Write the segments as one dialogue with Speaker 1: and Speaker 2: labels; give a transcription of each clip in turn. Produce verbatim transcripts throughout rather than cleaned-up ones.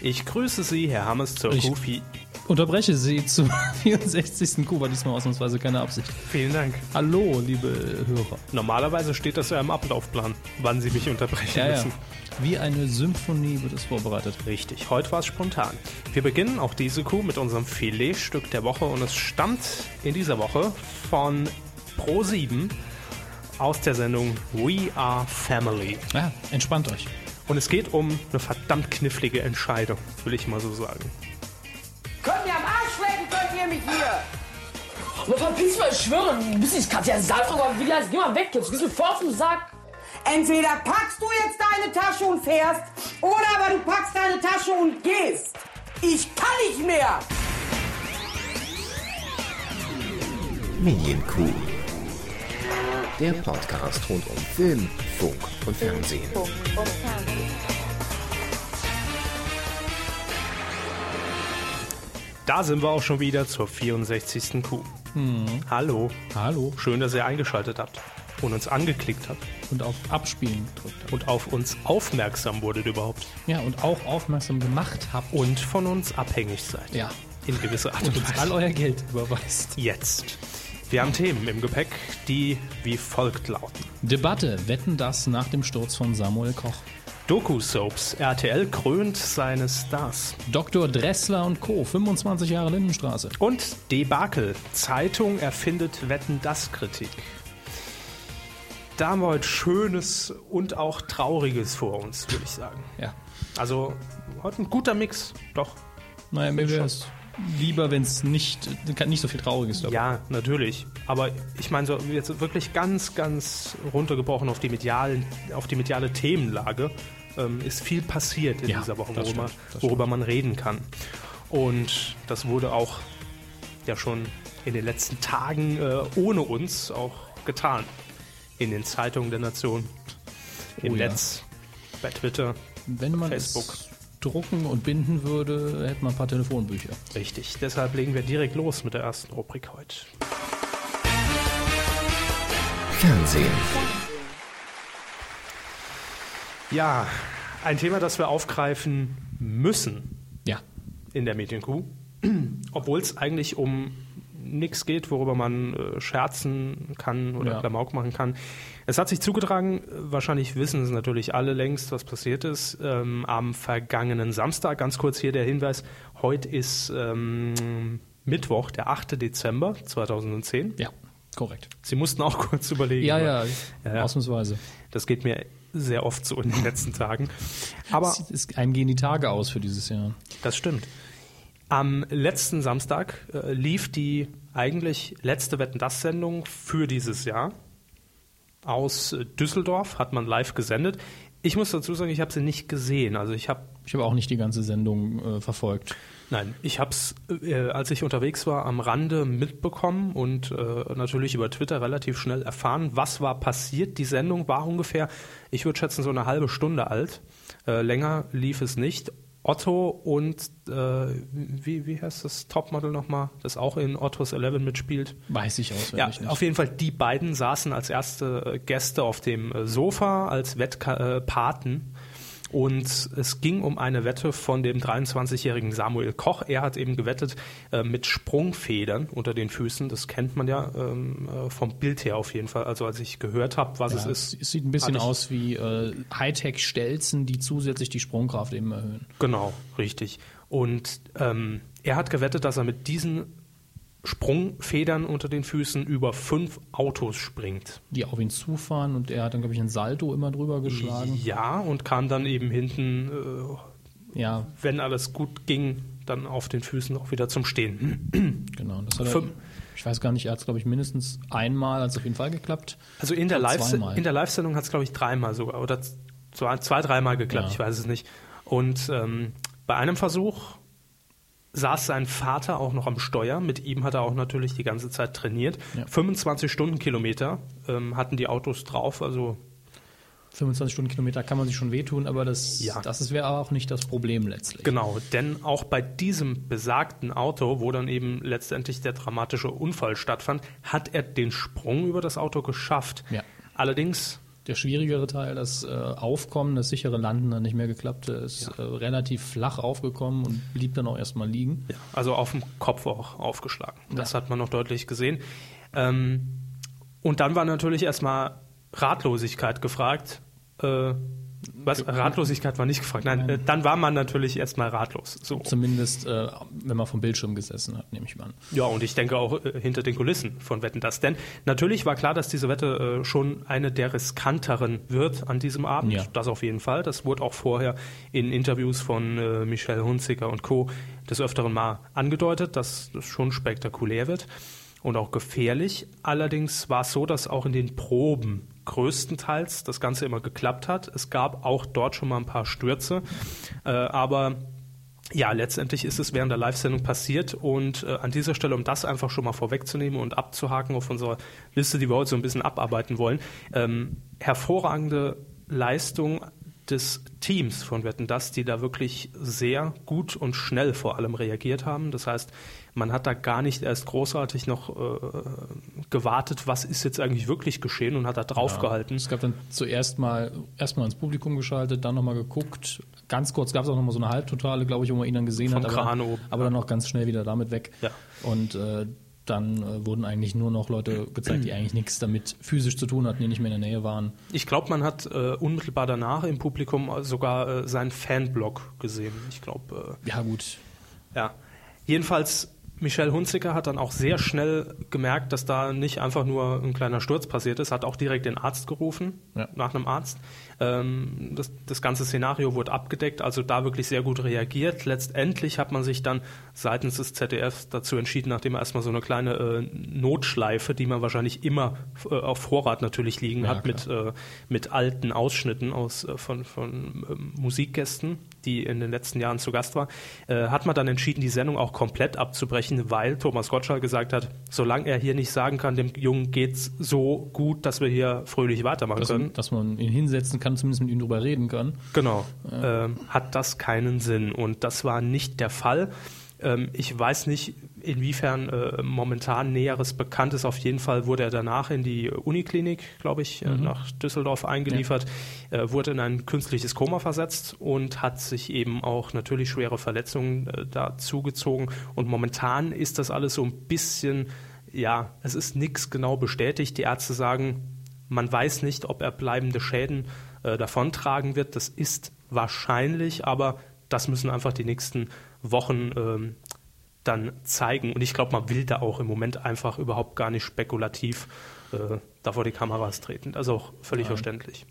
Speaker 1: Ich grüße Sie, Herr Hammes, zur
Speaker 2: Ich
Speaker 1: Kufi.
Speaker 2: Unterbreche Sie zur vierundsechzigsten Kuh, war diesmal ausnahmsweise keine Absicht.
Speaker 1: Vielen Dank.
Speaker 2: Hallo, liebe Hörer.
Speaker 1: Normalerweise steht das ja im Ablaufplan, wann Sie mich unterbrechen
Speaker 2: Ja,
Speaker 1: müssen.
Speaker 2: ja. Wie eine Symphonie wird es vorbereitet.
Speaker 1: Richtig, heute war es spontan. Wir beginnen auch diese Kuh mit unserem Filetstück der Woche und es stammt in dieser Woche von Pro sieben aus der Sendung We Are Family.
Speaker 2: Ja, entspannt euch.
Speaker 1: Und es geht um eine verdammt knifflige Entscheidung, will ich mal so sagen.
Speaker 3: Könnt ihr am Arsch lecken, könnt ihr mich hier!
Speaker 4: Aber verpiss mal, ich schwöre, du bist nicht Katja Saalfrau, aber wie die heißt, geh mal weg jetzt, du bist mir voll auf den Sack.
Speaker 3: Entweder packst du jetzt deine Tasche und fährst, oder aber du packst deine Tasche und gehst. Ich kann nicht mehr!
Speaker 5: Medienkuh. Der Podcast rund um Film, Funk und Fernsehen.
Speaker 1: Da sind wir auch schon wieder zur vierundsechzigsten Kuh.
Speaker 2: Mhm.
Speaker 1: Hallo.
Speaker 2: Hallo.
Speaker 1: Schön, dass ihr eingeschaltet habt und uns angeklickt habt.
Speaker 2: Und auf Abspielen gedrückt habt.
Speaker 1: Und auf uns aufmerksam wurdet überhaupt.
Speaker 2: Ja, und auch aufmerksam gemacht habt.
Speaker 1: Und von uns abhängig seid.
Speaker 2: Ja.
Speaker 1: In gewisser Art
Speaker 2: Und
Speaker 1: und
Speaker 2: uns all
Speaker 1: Weise.
Speaker 2: euer Geld überweist.
Speaker 1: Jetzt. Wir haben Themen im Gepäck, die wie folgt lauten.
Speaker 2: Debatte. Wetten das nach dem Sturz von Samuel Koch.
Speaker 1: Doku-Soaps. R T L krönt seine Stars.
Speaker 2: Doktor Dressler und Co. fünfundzwanzig Jahre Lindenstraße.
Speaker 1: Und Debakel. Zeitung erfindet Wetten-das-Kritik. Da haben wir heute Schönes und auch Trauriges vor uns, würde ich sagen.
Speaker 2: Ja.
Speaker 1: Also heute ein guter Mix, doch.
Speaker 2: Naja, mir wäre es lieber, wenn es nicht, nicht so viel Trauriges dabei.
Speaker 1: Ja, natürlich. Aber ich meine, so jetzt wirklich ganz, ganz runtergebrochen auf die, medialen, auf die mediale Themenlage ähm, ist viel passiert in
Speaker 2: Ja,
Speaker 1: dieser Woche,
Speaker 2: das
Speaker 1: worüber,
Speaker 2: stimmt, das
Speaker 1: worüber man reden kann. Und das wurde auch ja schon in den letzten Tagen äh, ohne uns auch getan. In den Zeitungen der Nation, im
Speaker 2: Oh ja.
Speaker 1: Netz, bei Twitter.
Speaker 2: Wenn man
Speaker 1: Facebook.
Speaker 2: es drucken und binden würde, hätte man ein paar Telefonbücher.
Speaker 1: Richtig. Deshalb legen wir direkt los mit der ersten Rubrik heute.
Speaker 5: Fernsehen.
Speaker 1: Ja, ein Thema, das wir aufgreifen müssen
Speaker 2: Ja.
Speaker 1: in der Medienkuh, obwohl es eigentlich um nichts geht, worüber man äh, scherzen kann oder
Speaker 2: Ja.
Speaker 1: Klamauk machen kann. Es hat sich zugetragen, wahrscheinlich wissen es natürlich alle längst, was passiert ist, ähm, am vergangenen Samstag. Ganz kurz hier der Hinweis, heute ist ähm, Mittwoch, der achte Dezember zweitausendzehn.
Speaker 2: Ja, korrekt.
Speaker 1: Sie mussten auch kurz überlegen.
Speaker 2: Ja,
Speaker 1: aber-
Speaker 2: ja,
Speaker 1: Ja, ja.
Speaker 2: ausnahmsweise.
Speaker 1: Das geht mir sehr oft so in den letzten Tagen. Aber
Speaker 2: Es ist, einem gehen die Tage aus für dieses Jahr.
Speaker 1: das stimmt. Am letzten Samstag äh, lief die eigentlich letzte Wetten-das-Sendung für dieses Jahr. Aus äh, Düsseldorf hat man live gesendet. Ich muss dazu sagen, ich habe sie nicht gesehen. Also ich habe,
Speaker 2: Ich habe auch nicht die ganze Sendung äh, verfolgt.
Speaker 1: nein, ich habe es, äh, als ich unterwegs war, am Rande mitbekommen und äh, natürlich über Twitter relativ schnell erfahren, was war passiert. Die Sendung war ungefähr, ich würde schätzen, so eine halbe Stunde alt. Äh, länger lief es nicht. Otto und, äh, wie, wie heißt das Topmodel nochmal, das auch in Ottos elf mitspielt?
Speaker 2: Weiß ich
Speaker 1: Ja,
Speaker 2: auswendig nicht.
Speaker 1: auf jeden Fall, die beiden saßen als erste äh, Gäste auf dem äh, Sofa als Wettpaten. Und es ging um eine Wette von dem dreiundzwanzigjährigen Samuel Koch. Er hat eben gewettet äh, mit Sprungfedern unter den Füßen. Das kennt man ja ähm, äh, vom Bild her auf jeden Fall. Also als ich gehört habe, was
Speaker 2: Ja,
Speaker 1: es
Speaker 2: es,
Speaker 1: ist.
Speaker 2: es sieht ein bisschen
Speaker 1: hatte ich-
Speaker 2: aus wie äh, Hightech-Stelzen, die zusätzlich die Sprungkraft eben erhöhen.
Speaker 1: Genau, richtig. Und ähm, er hat gewettet, dass er mit diesen Sprungfedern unter den Füßen über fünf Autos springt.
Speaker 2: Die auf ihn zufahren und er hat dann, glaube ich, ein Salto immer drüber geschlagen.
Speaker 1: Ja, und kam dann eben hinten, äh,
Speaker 2: Ja,
Speaker 1: wenn alles gut ging, dann auf den Füßen auch wieder zum Stehen.
Speaker 2: genau. Das hat er,
Speaker 1: Fünf-
Speaker 2: ich weiß gar nicht, er hat es, glaube ich, mindestens einmal, hat es auf jeden Fall geklappt.
Speaker 1: Also in der
Speaker 2: Oder
Speaker 1: Live
Speaker 2: zweimal.
Speaker 1: in der Live-Sendung hat es, glaube ich, dreimal sogar oder zwei, zwei dreimal geklappt,
Speaker 2: Ja.
Speaker 1: ich weiß es nicht. Und ähm, bei einem Versuch saß sein Vater auch noch am Steuer. Mit ihm hat er auch natürlich die ganze Zeit trainiert.
Speaker 2: Ja.
Speaker 1: fünfundzwanzig Stundenkilometer ähm, hatten die Autos drauf. Also
Speaker 2: fünfundzwanzig Stundenkilometer kann man sich schon wehtun, aber das,
Speaker 1: Ja.
Speaker 2: das wäre auch nicht das Problem letztlich.
Speaker 1: genau, denn auch bei diesem besagten Auto, wo dann eben letztendlich der dramatische Unfall stattfand, hat er den Sprung über das Auto geschafft.
Speaker 2: Ja.
Speaker 1: Allerdings
Speaker 2: der schwierigere Teil, das äh, Aufkommen, das sichere Landen dann nicht mehr geklappt. Er ist ja. äh, relativ flach aufgekommen und blieb dann auch erstmal liegen.
Speaker 1: Ja, also auf dem Kopf auch aufgeschlagen. Das ja. hat man noch deutlich gesehen. Ähm, und dann war natürlich erstmal Ratlosigkeit gefragt. Äh, Was? Ratlosigkeit war nicht gefragt. Nein, äh, dann war man natürlich erstmal ratlos. So.
Speaker 2: Zumindest, äh, wenn man vom Bildschirm gesessen hat, nehme ich mal an.
Speaker 1: Ja, und ich denke auch äh, hinter den Kulissen von Wetten, dass. Denn natürlich war klar, dass diese Wette äh, schon eine der riskanteren wird an diesem Abend.
Speaker 2: Ja.
Speaker 1: Das auf jeden Fall. Das wurde auch vorher in Interviews von äh, Michelle Hunziker und Co. des Öfteren mal angedeutet, dass das schon spektakulär wird und auch gefährlich. Allerdings war es so, dass auch in den Proben größtenteils das Ganze immer geklappt hat. Es gab auch dort schon mal ein paar Stürze, äh, aber ja, letztendlich ist es während der Live-Sendung passiert und äh, an dieser Stelle, um das einfach schon mal vorwegzunehmen und abzuhaken auf unserer Liste, die wir heute so ein bisschen abarbeiten wollen, ähm, hervorragende Leistung des Teams von Wetten, dass die da wirklich sehr gut und schnell vor allem reagiert haben. Das heißt, man hat da gar nicht erst großartig noch äh, gewartet, was ist jetzt eigentlich wirklich geschehen und hat da drauf
Speaker 2: ja,
Speaker 1: gehalten.
Speaker 2: Es gab dann zuerst mal erstmal ins Publikum geschaltet, dann nochmal geguckt. Ganz kurz gab es auch nochmal so eine Halbtotale, glaube ich, wo man ihn dann gesehen
Speaker 1: Vom
Speaker 2: hat.
Speaker 1: Kran
Speaker 2: aber,
Speaker 1: oben,
Speaker 2: aber
Speaker 1: ja.
Speaker 2: dann auch ganz schnell wieder damit weg.
Speaker 1: Ja.
Speaker 2: Und äh, dann äh, wurden eigentlich nur noch Leute gezeigt, die eigentlich nichts damit physisch zu tun hatten, die nicht mehr in der Nähe waren.
Speaker 1: Ich glaube, man hat äh, unmittelbar danach im Publikum sogar äh, seinen Fanblog gesehen. Ich glaube.
Speaker 2: Äh, ja, gut.
Speaker 1: Ja. Jedenfalls, Michelle Hunziker hat dann auch sehr schnell gemerkt, dass da nicht einfach nur ein kleiner Sturz passiert ist, hat auch direkt den Arzt gerufen,
Speaker 2: ja.
Speaker 1: nach einem Arzt. Ähm, das, das ganze Szenario wurde abgedeckt, also da wirklich sehr gut reagiert. Letztendlich hat man sich dann seitens des Z D Fs dazu entschieden, nachdem er erstmal so eine kleine äh, Notschleife, die man wahrscheinlich immer äh, auf Vorrat natürlich liegen
Speaker 2: ja,
Speaker 1: hat, mit, äh, mit alten Ausschnitten aus, äh, von, von äh, Musikgästen, die in den letzten Jahren zu Gast war, äh, hat man dann entschieden, die Sendung auch komplett abzubrechen, weil Thomas Gottschalk gesagt hat, solange er hier nicht sagen kann, dem Jungen geht's so gut, dass wir hier fröhlich weitermachen
Speaker 2: dass,
Speaker 1: können.
Speaker 2: Dass man ihn hinsetzen kann, zumindest mit ihm drüber reden kann.
Speaker 1: Genau,
Speaker 2: ja.
Speaker 1: ähm, hat das keinen Sinn und das war nicht der Fall. Ähm, ich weiß nicht, inwiefern äh, momentan Näheres bekannt ist. Auf jeden Fall wurde er danach in die Uniklinik, glaube ich, mhm. äh, nach Düsseldorf eingeliefert, ja. äh, wurde in ein künstliches Koma versetzt und hat sich eben auch natürlich schwere Verletzungen äh, da zugezogen. Und momentan ist das alles so ein bisschen, ja, es ist nichts genau bestätigt. Die Ärzte sagen, man weiß nicht, ob er bleibende Schäden äh, davontragen wird. Das ist wahrscheinlich, aber das müssen einfach die nächsten Wochen ähm, dann zeigen. Und ich glaube, man will da auch im Moment einfach überhaupt gar nicht spekulativ äh, da vor die Kameras treten. Also auch völlig Nein. verständlich.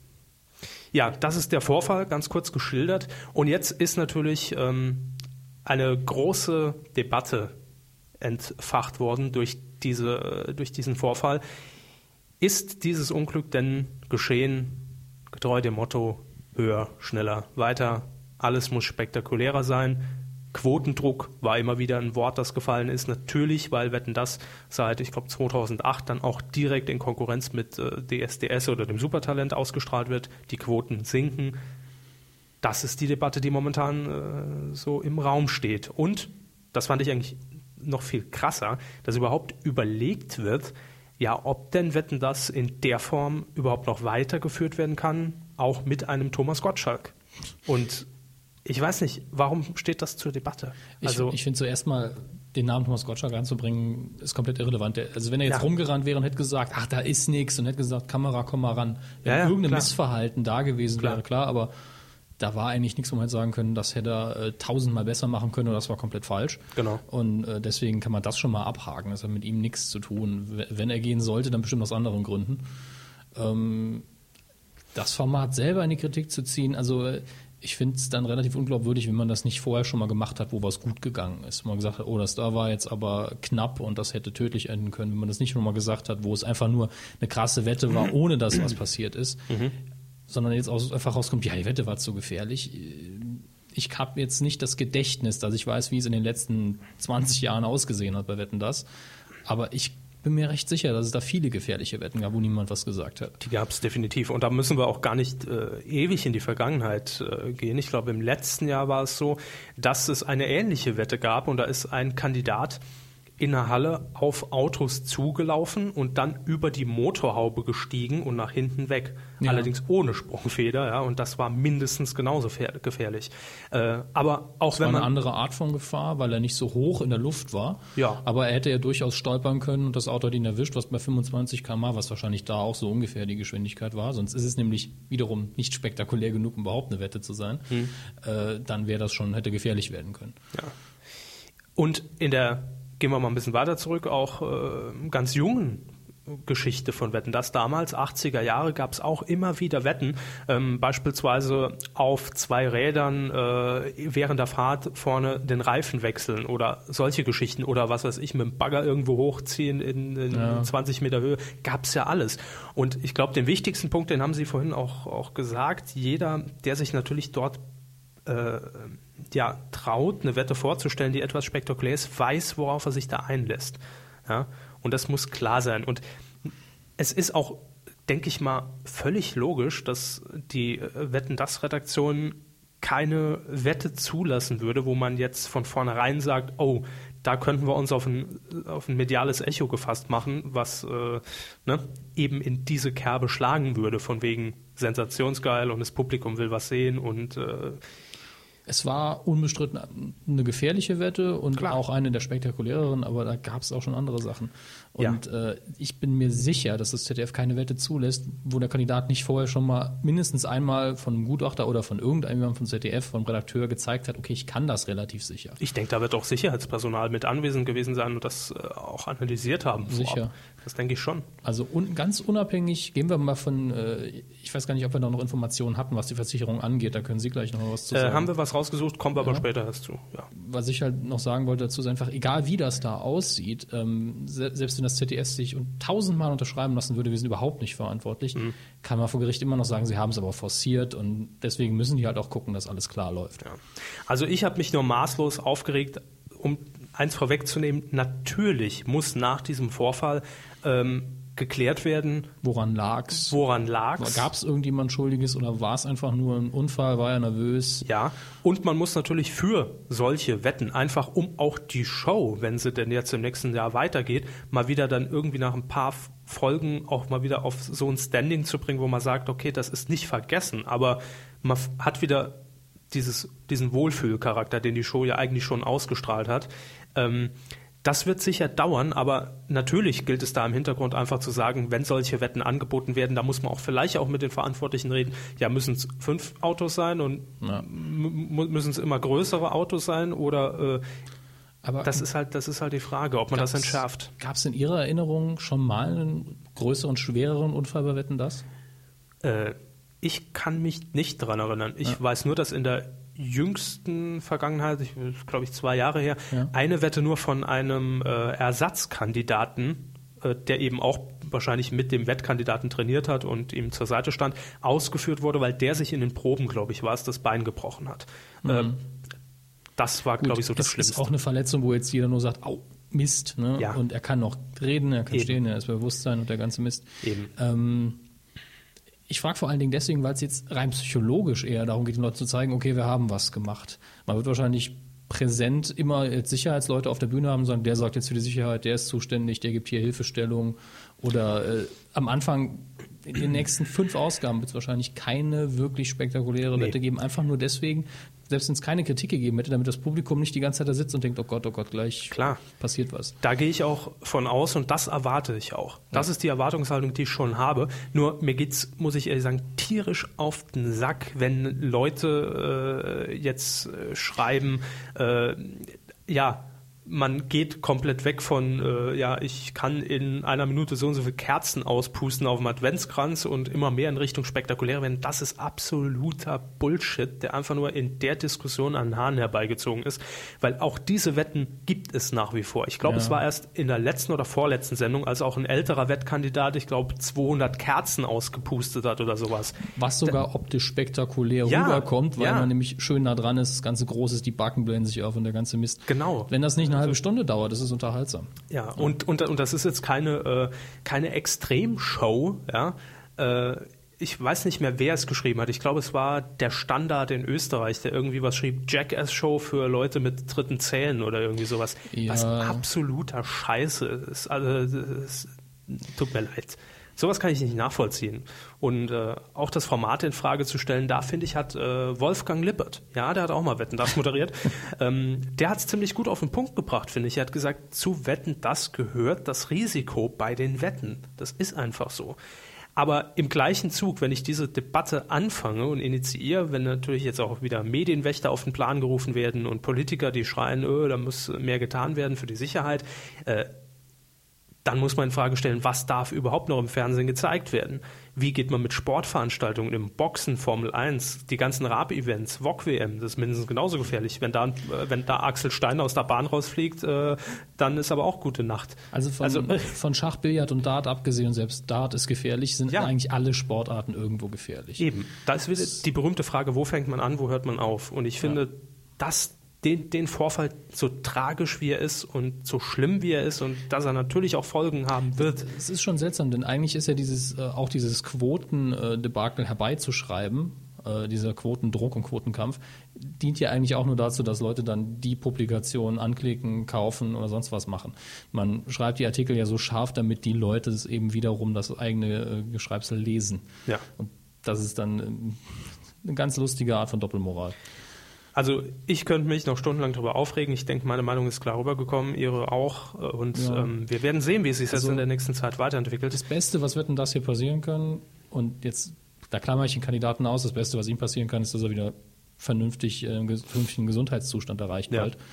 Speaker 1: Ja, das ist der Vorfall, ganz kurz geschildert. Und jetzt ist natürlich ähm, eine große Debatte entfacht worden durch, diese, äh, durch diesen Vorfall. Ist dieses Unglück denn geschehen, getreu dem Motto, höher, schneller, weiter, alles muss spektakulärer sein? Quotendruck war immer wieder ein Wort, das gefallen ist. Natürlich, weil Wetten, dass seit, ich glaube, zweitausendacht dann auch direkt in Konkurrenz mit äh, D S D S oder dem Supertalent ausgestrahlt wird. Die Quoten sinken. Das ist die Debatte, die momentan äh, so im Raum steht. Und, das fand ich eigentlich noch viel krasser, dass überhaupt überlegt wird, ja, ob denn Wetten, dass in der Form überhaupt noch weitergeführt werden kann, auch mit einem Thomas Gottschalk. Und ich weiß nicht, warum steht das zur Debatte?
Speaker 2: Also ich, ich finde zuerst mal, den Namen Thomas Gottschalk anzubringen, ist komplett irrelevant. Also wenn er jetzt
Speaker 1: ja.
Speaker 2: rumgerannt wäre und hätte gesagt, ach, da ist nichts und hätte gesagt, Kamera, komm mal ran. Wenn
Speaker 1: ja, ja,
Speaker 2: irgendein
Speaker 1: klar.
Speaker 2: Missverhalten da gewesen
Speaker 1: klar.
Speaker 2: wäre, klar, aber da war eigentlich nichts, wo man hätte sagen können, das hätte er äh, tausendmal besser machen können oder das war komplett falsch.
Speaker 1: Genau.
Speaker 2: Und äh, deswegen kann man das schon mal abhaken. Das hat mit ihm nichts zu tun. Wenn er gehen sollte, dann bestimmt aus anderen Gründen. Ähm, das Format selber in die Kritik zu ziehen, also äh, ich finde es dann relativ unglaubwürdig, wenn man das nicht vorher schon mal gemacht hat, wo was gut gegangen ist. Wenn man gesagt hat, oh, das da war jetzt aber knapp und das hätte tödlich enden können. Wenn man das nicht schon mal gesagt hat, wo es einfach nur eine krasse Wette war, ohne dass was passiert ist, mhm. sondern jetzt auch einfach rauskommt, ja, die Wette war zu gefährlich. Ich habe jetzt nicht das Gedächtnis, dass ich weiß, wie es in den letzten zwanzig Jahren ausgesehen hat bei Wetten, dass. Aber ich bin mir recht sicher, dass es da viele gefährliche Wetten gab, wo niemand was gesagt hat.
Speaker 1: Die gab es definitiv. Und da müssen wir auch gar nicht äh, ewig in die Vergangenheit äh, gehen. Ich glaube, im letzten Jahr war es so, dass es eine ähnliche Wette gab und da ist ein Kandidat in der Halle auf Autos zugelaufen und dann über die Motorhaube gestiegen und nach hinten weg. Ja. Allerdings ohne Sprungfeder, ja, und das war mindestens genauso gefährlich. Äh, aber auch
Speaker 2: das
Speaker 1: wenn
Speaker 2: war
Speaker 1: man
Speaker 2: eine andere Art von Gefahr, weil er nicht so hoch in der Luft war.
Speaker 1: Ja.
Speaker 2: Aber er hätte ja durchaus stolpern können und das Auto hat ihn erwischt, was bei fünfundzwanzig Kilometer pro Stunde, was wahrscheinlich da auch so ungefähr die Geschwindigkeit war. Sonst ist es nämlich wiederum nicht spektakulär genug, um überhaupt eine Wette zu sein. Hm. Äh, dann wäre das schon, hätte gefährlich werden können.
Speaker 1: Ja. Und in der, gehen wir mal ein bisschen weiter zurück, auch äh, ganz jungen Geschichte von Wetten, das damals, achtziger Jahre, gab es auch immer wieder Wetten, ähm, beispielsweise auf zwei Rädern äh, während der Fahrt vorne den Reifen wechseln oder solche Geschichten oder was weiß ich, mit dem Bagger irgendwo hochziehen in, in ja. zwanzig Meter Höhe, gab es ja alles. Und ich glaube, den wichtigsten Punkt, den haben Sie vorhin auch, auch gesagt, jeder, der sich natürlich dort äh, ja, traut, eine Wette vorzustellen, die etwas spektakulär ist, weiß, worauf er sich da einlässt. Ja? Und das muss klar sein. Und es ist auch, denke ich mal, völlig logisch, dass die Wetten-das-Redaktion keine Wette zulassen würde, wo man jetzt von vornherein sagt, oh, da könnten wir uns auf ein, auf ein mediales Echo gefasst machen, was äh, ne, eben in diese Kerbe schlagen würde, von wegen sensationsgeil und das Publikum will was sehen und äh,
Speaker 2: es war unbestritten eine gefährliche Wette und Klar. auch eine der spektakuläreren, aber da gab es auch schon andere Sachen. Und ja. äh, ich bin mir sicher, dass das Z D F keine Wette zulässt, wo der Kandidat nicht vorher schon mal mindestens einmal von einem Gutachter oder von irgendjemandem vom Z D F, vom Redakteur gezeigt hat, okay, ich kann das relativ sicher.
Speaker 1: Ich denke, da wird auch Sicherheitspersonal mit anwesend gewesen sein und das äh, auch analysiert haben.
Speaker 2: Sicher.
Speaker 1: Vorab. Das denke ich schon.
Speaker 2: Also un- ganz unabhängig, gehen wir mal von, äh, ich weiß gar nicht, ob wir da noch Informationen hatten, was die Versicherung angeht, da können Sie gleich noch mal was zu sagen.
Speaker 1: Äh, haben wir was rausgesucht, kommen wir aber
Speaker 2: ja.
Speaker 1: später erst zu. Ja.
Speaker 2: Was ich halt noch sagen wollte dazu ist einfach, egal wie das da aussieht, ähm, se- selbst wenn das Z D F sich und tausendmal unterschreiben lassen würde, wir sind überhaupt nicht verantwortlich, mhm. kann man vor Gericht immer noch sagen, sie haben es aber forciert und deswegen müssen die halt auch gucken, dass alles klar läuft.
Speaker 1: Ja. Also ich habe mich nur maßlos aufgeregt, um eins vorwegzunehmen, natürlich muss nach diesem Vorfall ähm, geklärt werden.
Speaker 2: Woran lag's?
Speaker 1: Woran lag's?
Speaker 2: Gab es irgendjemand Schuldiges oder war es einfach nur ein Unfall, war er nervös?
Speaker 1: Ja, und man muss natürlich für solche Wetten einfach, um auch die Show, wenn sie denn jetzt im nächsten Jahr weitergeht, mal wieder dann irgendwie nach ein paar Folgen auch mal wieder auf so ein Standing zu bringen, wo man sagt, okay, das ist nicht vergessen, aber man hat wieder dieses, diesen Wohlfühlcharakter, den die Show ja eigentlich schon ausgestrahlt hat. Ähm, Das wird sicher dauern, aber natürlich gilt es da im Hintergrund einfach zu sagen, wenn solche Wetten angeboten werden, da muss man auch vielleicht auch mit den Verantwortlichen reden, ja, müssen es fünf Autos sein und ja. m- müssen es immer größere Autos sein oder äh, aber das ist halt, das ist halt die Frage, ob man das entschärft.
Speaker 2: Gab es in Ihrer Erinnerung schon mal einen größeren, schwereren Unfall bei Wetten, das?
Speaker 1: Äh, ich kann mich nicht daran erinnern. Ich ja. weiß nur, dass in der jüngsten Vergangenheit, ich glaube ich zwei Jahre her, ja. eine Wette nur von einem äh, Ersatzkandidaten, äh, der eben auch wahrscheinlich mit dem Wettkandidaten trainiert hat und ihm zur Seite stand, ausgeführt wurde, weil der sich in den Proben, glaube ich, war es, das Bein gebrochen hat. Mhm. Äh, das war, glaube ich, so das, das Schlimmste.
Speaker 2: Das ist auch eine Verletzung, wo jetzt jeder nur sagt, au, Mist. Ne?
Speaker 1: Ja.
Speaker 2: Und er kann noch reden, er kann Eben. stehen, er ist bei Bewusstsein und der ganze Mist.
Speaker 1: Eben.
Speaker 2: Ähm, Ich frage vor allen Dingen deswegen, weil es jetzt rein psychologisch eher darum geht, den Leuten zu zeigen, okay, wir haben was gemacht. Man wird wahrscheinlich präsent immer jetzt Sicherheitsleute auf der Bühne haben, sagen, der sorgt jetzt für die Sicherheit, der ist zuständig, der gibt hier Hilfestellung. Oder äh, am Anfang, in den nächsten fünf Ausgaben wird es wahrscheinlich keine wirklich spektakuläre Wette nee. geben. Einfach nur deswegen, selbst wenn es keine Kritik gegeben hätte, damit das Publikum nicht die ganze Zeit da sitzt und denkt, oh Gott, oh Gott, gleich
Speaker 1: Klar.
Speaker 2: passiert was.
Speaker 1: Da gehe ich auch von aus und das erwarte ich auch. Das ja. ist die Erwartungshaltung, die ich schon habe. Nur mir geht's, muss ich ehrlich sagen, tierisch auf den Sack, wenn Leute äh, jetzt äh, schreiben, äh, ja, man geht komplett weg von, äh, ja, ich kann in einer Minute so und so viele Kerzen auspusten auf dem Adventskranz und immer mehr in Richtung spektakulär werden. Das ist absoluter Bullshit, der einfach nur in der Diskussion an den Haaren herbeigezogen ist, weil auch diese Wetten gibt es nach wie vor. Ich glaube, ja. es war erst in der letzten oder vorletzten Sendung, als auch ein älterer Wettkandidat, ich glaube, zweihundert Kerzen ausgepustet hat oder sowas.
Speaker 2: Was sogar da, optisch spektakulär ja, rüberkommt, weil ja. man nämlich schön nah dran ist, das ganze Groß ist, die Backen blenden sich auf und der ganze Mist.
Speaker 1: Genau.
Speaker 2: Wenn das nicht eine halbe Stunde dauert, das ist unterhaltsam.
Speaker 1: Ja, und, und, und das ist jetzt keine, äh, keine Extremshow, ja. Äh, ich weiß nicht mehr, wer es geschrieben hat. Ich glaube, es war der Standard in Österreich, der irgendwie was schrieb, Jackass-Show für Leute mit dritten Zähnen oder irgendwie sowas.
Speaker 2: Ja.
Speaker 1: Was absoluter Scheiße ist. Also, es tut mir leid. Sowas kann ich nicht nachvollziehen. Und äh, auch das Format in Frage zu stellen, da finde ich, hat äh, Wolfgang Lippert, ja, der hat auch mal Wetten, das moderiert, ähm, der hat es ziemlich gut auf den Punkt gebracht, finde ich. Er hat gesagt, zu Wetten, das gehört das Risiko bei den Wetten. Das ist einfach so. Aber im gleichen Zug, wenn ich diese Debatte anfange und initiiere, wenn natürlich jetzt auch wieder Medienwächter auf den Plan gerufen werden und Politiker, die schreien, öh, da muss mehr getan werden für die Sicherheit, äh, dann muss man in Frage stellen, was darf überhaupt noch im Fernsehen gezeigt werden? Wie geht man mit Sportveranstaltungen, im Boxen, Formel eins, die ganzen Rab-Events, V O G W M, das ist mindestens genauso gefährlich. Wenn da, wenn da Axel Steiner aus der Bahn rausfliegt, äh, dann ist aber auch gute Nacht.
Speaker 2: Also von,
Speaker 1: also,
Speaker 2: von Schach, Billard und Dart abgesehen, selbst Dart ist gefährlich, sind
Speaker 1: ja.
Speaker 2: eigentlich alle Sportarten irgendwo gefährlich.
Speaker 1: Eben, da ist wieder die berühmte Frage, wo fängt man an, wo hört man auf? Und ich finde, ja. das Den, den Vorfall, so tragisch wie er ist und so schlimm wie er ist und dass er natürlich auch Folgen haben wird.
Speaker 2: Es ist schon seltsam, denn eigentlich ist ja dieses, äh, auch dieses Quotendebakel herbeizuschreiben, äh, dieser Quotendruck und Quotenkampf, dient ja eigentlich auch nur dazu, dass Leute dann die Publikationen anklicken, kaufen oder sonst was machen. Man schreibt die Artikel ja so scharf, damit die Leute es eben wiederum das eigene äh, Geschreibsel lesen.
Speaker 1: Ja.
Speaker 2: Und das ist dann äh, eine ganz lustige Art von Doppelmoral.
Speaker 1: Also ich könnte mich noch stundenlang darüber aufregen. Ich denke, meine Meinung ist klar rübergekommen, Ihre auch. Und ja. ähm, wir werden sehen, wie es sich also jetzt in der nächsten Zeit weiterentwickelt.
Speaker 2: Das Beste, was wird denn das hier passieren können? Und jetzt, da klammer ich den Kandidaten aus, das Beste, was ihm passieren kann, ist, dass er wieder vernünftig, äh, vernünftigen Gesundheitszustand erreicht
Speaker 1: ja.
Speaker 2: bald.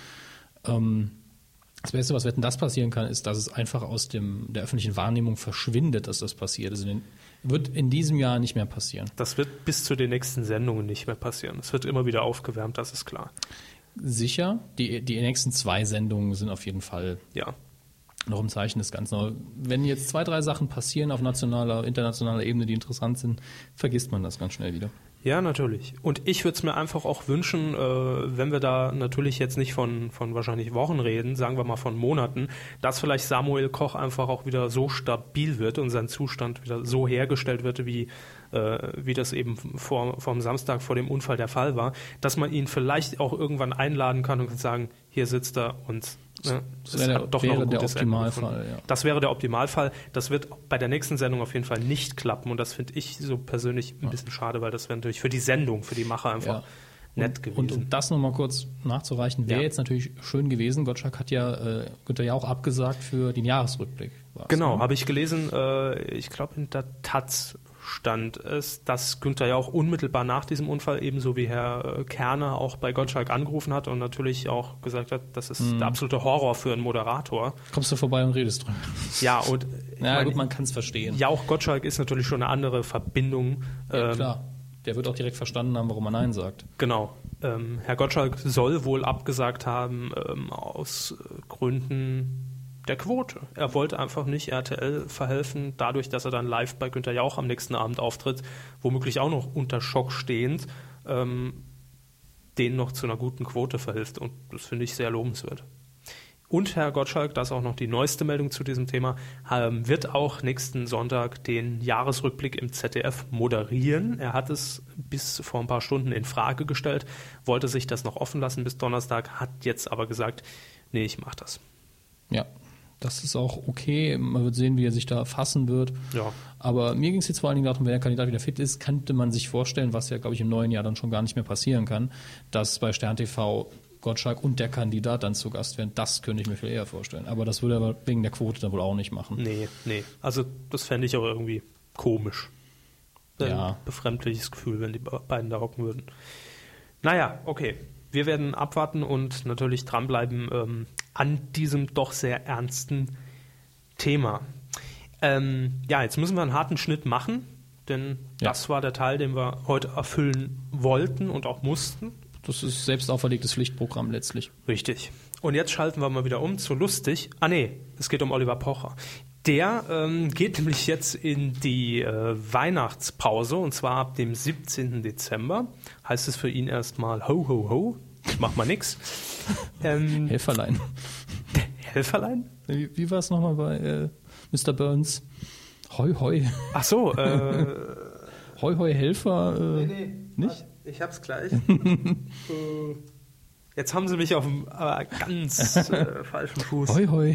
Speaker 2: Ähm, das Beste, was wird denn das passieren kann, ist, dass es einfach aus dem, der öffentlichen Wahrnehmung verschwindet, dass das passiert. Also den, wird in diesem Jahr nicht mehr passieren.
Speaker 1: Das wird bis zu den nächsten Sendungen nicht mehr passieren. Es wird immer wieder aufgewärmt, das ist klar.
Speaker 2: Sicher. Die, die nächsten zwei Sendungen sind auf jeden Fall
Speaker 1: ja.
Speaker 2: noch im Zeichen des Ganzen. Wenn jetzt zwei, drei Sachen passieren auf nationaler, internationaler Ebene, die interessant sind, vergisst man das ganz schnell wieder.
Speaker 1: Ja, natürlich. Und ich würde es mir einfach auch wünschen, äh, wenn wir da natürlich jetzt nicht von, von wahrscheinlich Wochen reden, sagen wir mal von Monaten, dass vielleicht Samuel Koch einfach auch wieder so stabil wird und sein Zustand wieder so hergestellt wird, wie, äh, wie das eben vor, vom Samstag vor dem Unfall der Fall war, dass man ihn vielleicht auch irgendwann einladen kann und sagen, hier sitzt er und ne,
Speaker 2: das wäre der, doch wäre noch der Optimalfall. Ja.
Speaker 1: Das wäre der Optimalfall. Das wird bei der nächsten Sendung auf jeden Fall nicht klappen und das finde ich so persönlich ein ja. bisschen schade, weil das wäre natürlich für die Sendung, für die Macher einfach ja. nett
Speaker 2: und,
Speaker 1: gewesen.
Speaker 2: Und um das nochmal kurz nachzureichen, wäre ja. jetzt natürlich schön gewesen. Gottschalk hat ja äh, Günther Jauch abgesagt für den Jahresrückblick.
Speaker 1: Genau,
Speaker 2: ne?
Speaker 1: habe ich gelesen, äh, ich glaube in der Taz stand es, dass Günther Jauch unmittelbar nach diesem Unfall ebenso wie Herr Kerner auch bei Gottschalk angerufen hat und natürlich auch gesagt hat, das ist mhm. der absolute Horror für einen Moderator.
Speaker 2: Kommst du vorbei und redest drüber.
Speaker 1: Ja, und
Speaker 2: ja, meine, gut, man kann es verstehen.
Speaker 1: Jauch-Gottschalk ist natürlich schon eine andere Verbindung.
Speaker 2: Ja, ähm, klar. Der wird auch direkt verstanden haben, warum er Nein sagt.
Speaker 1: Genau. Ähm, Herr Gottschalk soll wohl abgesagt haben ähm, aus Gründen der Quote. Er wollte einfach nicht R T L verhelfen, dadurch, dass er dann live bei Günther Jauch am nächsten Abend auftritt, womöglich auch noch unter Schock stehend, ähm, denen noch zu einer guten Quote verhilft. Und das finde ich sehr lobenswert. Und Herr Gottschalk, das ist auch noch die neueste Meldung zu diesem Thema, ähm, wird auch nächsten Sonntag den Jahresrückblick im Z D F moderieren. Er hat es bis vor ein paar Stunden in Frage gestellt, wollte sich das noch offen lassen bis Donnerstag, hat jetzt aber gesagt, nee, ich mache das.
Speaker 2: Ja. Das ist auch okay. Man wird sehen, wie er sich da fassen wird.
Speaker 1: Ja.
Speaker 2: Aber mir ging es jetzt vor allen Dingen darum, wenn der Kandidat wieder fit ist, könnte man sich vorstellen, was ja, glaube ich, im neuen Jahr dann schon gar nicht mehr passieren kann, dass bei Stern T V Gottschalk und der Kandidat dann zu Gast werden. Das könnte ich mir viel eher vorstellen. Aber das würde er aber wegen der Quote dann wohl auch nicht machen.
Speaker 1: Nee, nee. Also das fände ich auch irgendwie komisch.
Speaker 2: Ja.
Speaker 1: Ein befremdliches Gefühl, wenn die beiden da hocken würden. Naja, okay. Wir werden abwarten und natürlich dranbleiben ähm, an diesem doch sehr ernsten Thema. Ähm, ja, jetzt müssen wir einen harten Schnitt machen, denn ja. das war der Teil, den wir heute erfüllen wollten und auch mussten.
Speaker 2: Das ist selbst auferlegtes Pflichtprogramm letztlich.
Speaker 1: Richtig. Und jetzt schalten wir mal wieder um zu lustig. Ah nee, es geht um Oliver Pocher. Der ähm, geht nämlich jetzt in die äh, Weihnachtspause und zwar ab dem siebzehnten Dezember. Heißt es für ihn erstmal ho, ho, ho, mach mal nix. Ähm,
Speaker 2: Helferlein.
Speaker 1: Helferlein?
Speaker 2: Wie, wie war es nochmal bei äh, Mister Burns? Hoi, hoi.
Speaker 1: Ach so, äh,
Speaker 2: Hoi Hoi Helfer, äh,
Speaker 1: Nee, nee.
Speaker 2: nicht?
Speaker 1: Ich hab's gleich. äh, jetzt haben sie mich auf dem äh, ganz äh, falschen Fuß.
Speaker 2: Hoi Hoi.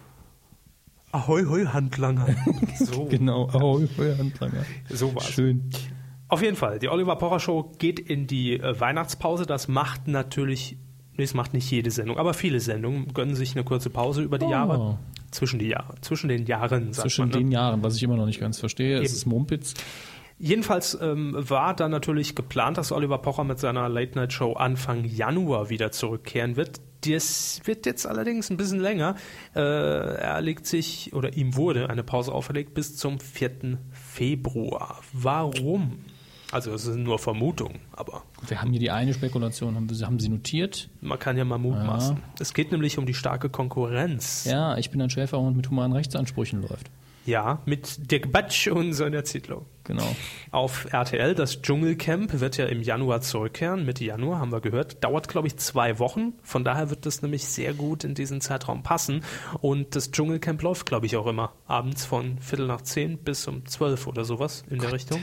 Speaker 1: Ahoi, hoi, Handlanger. So.
Speaker 2: Genau, Ahoi Hoi Handlanger.
Speaker 1: So war's.
Speaker 2: Schön.
Speaker 1: Auf jeden Fall, die Oliver Pocher Show geht in die äh, Weihnachtspause. Das macht natürlich, nee, es macht nicht jede Sendung, aber viele Sendungen gönnen sich eine kurze Pause über die
Speaker 2: Oh.
Speaker 1: Jahre. Zwischen die Jahre, zwischen den Jahren, sagt
Speaker 2: Zwischen
Speaker 1: man. Ne?
Speaker 2: den Jahren, was ich immer noch nicht ganz verstehe, es
Speaker 1: Eben.
Speaker 2: ist Mumpitz.
Speaker 1: Jedenfalls ähm, war dann natürlich geplant, dass Oliver Pocher mit seiner Late-Night-Show Anfang Januar wieder zurückkehren wird. Das wird jetzt allerdings ein bisschen länger. Äh, er legt sich, oder ihm wurde eine Pause auferlegt bis zum vierten Februar. Warum? Also es sind nur Vermutungen, aber
Speaker 2: Wir haben hier die eine Spekulation, haben, wir, haben Sie notiert?
Speaker 1: man kann ja mal mutmaßen. Es geht nämlich um die starke Konkurrenz.
Speaker 2: Ja, ich bin ein Schäferhund mit humanen Rechtsansprüchen läuft.
Speaker 1: Ja, mit Dirk Batsch und Sonja Zietlow.
Speaker 2: Genau.
Speaker 1: Auf R T L, das Dschungelcamp wird ja im Januar zurückkehren, Mitte Januar, haben wir gehört. Dauert, glaube ich, zwei Wochen. Von daher wird das nämlich sehr gut in diesen Zeitraum passen. Und das Dschungelcamp läuft, glaube ich, auch immer abends von Viertel nach zehn bis um zwölf oder sowas in der Richtung.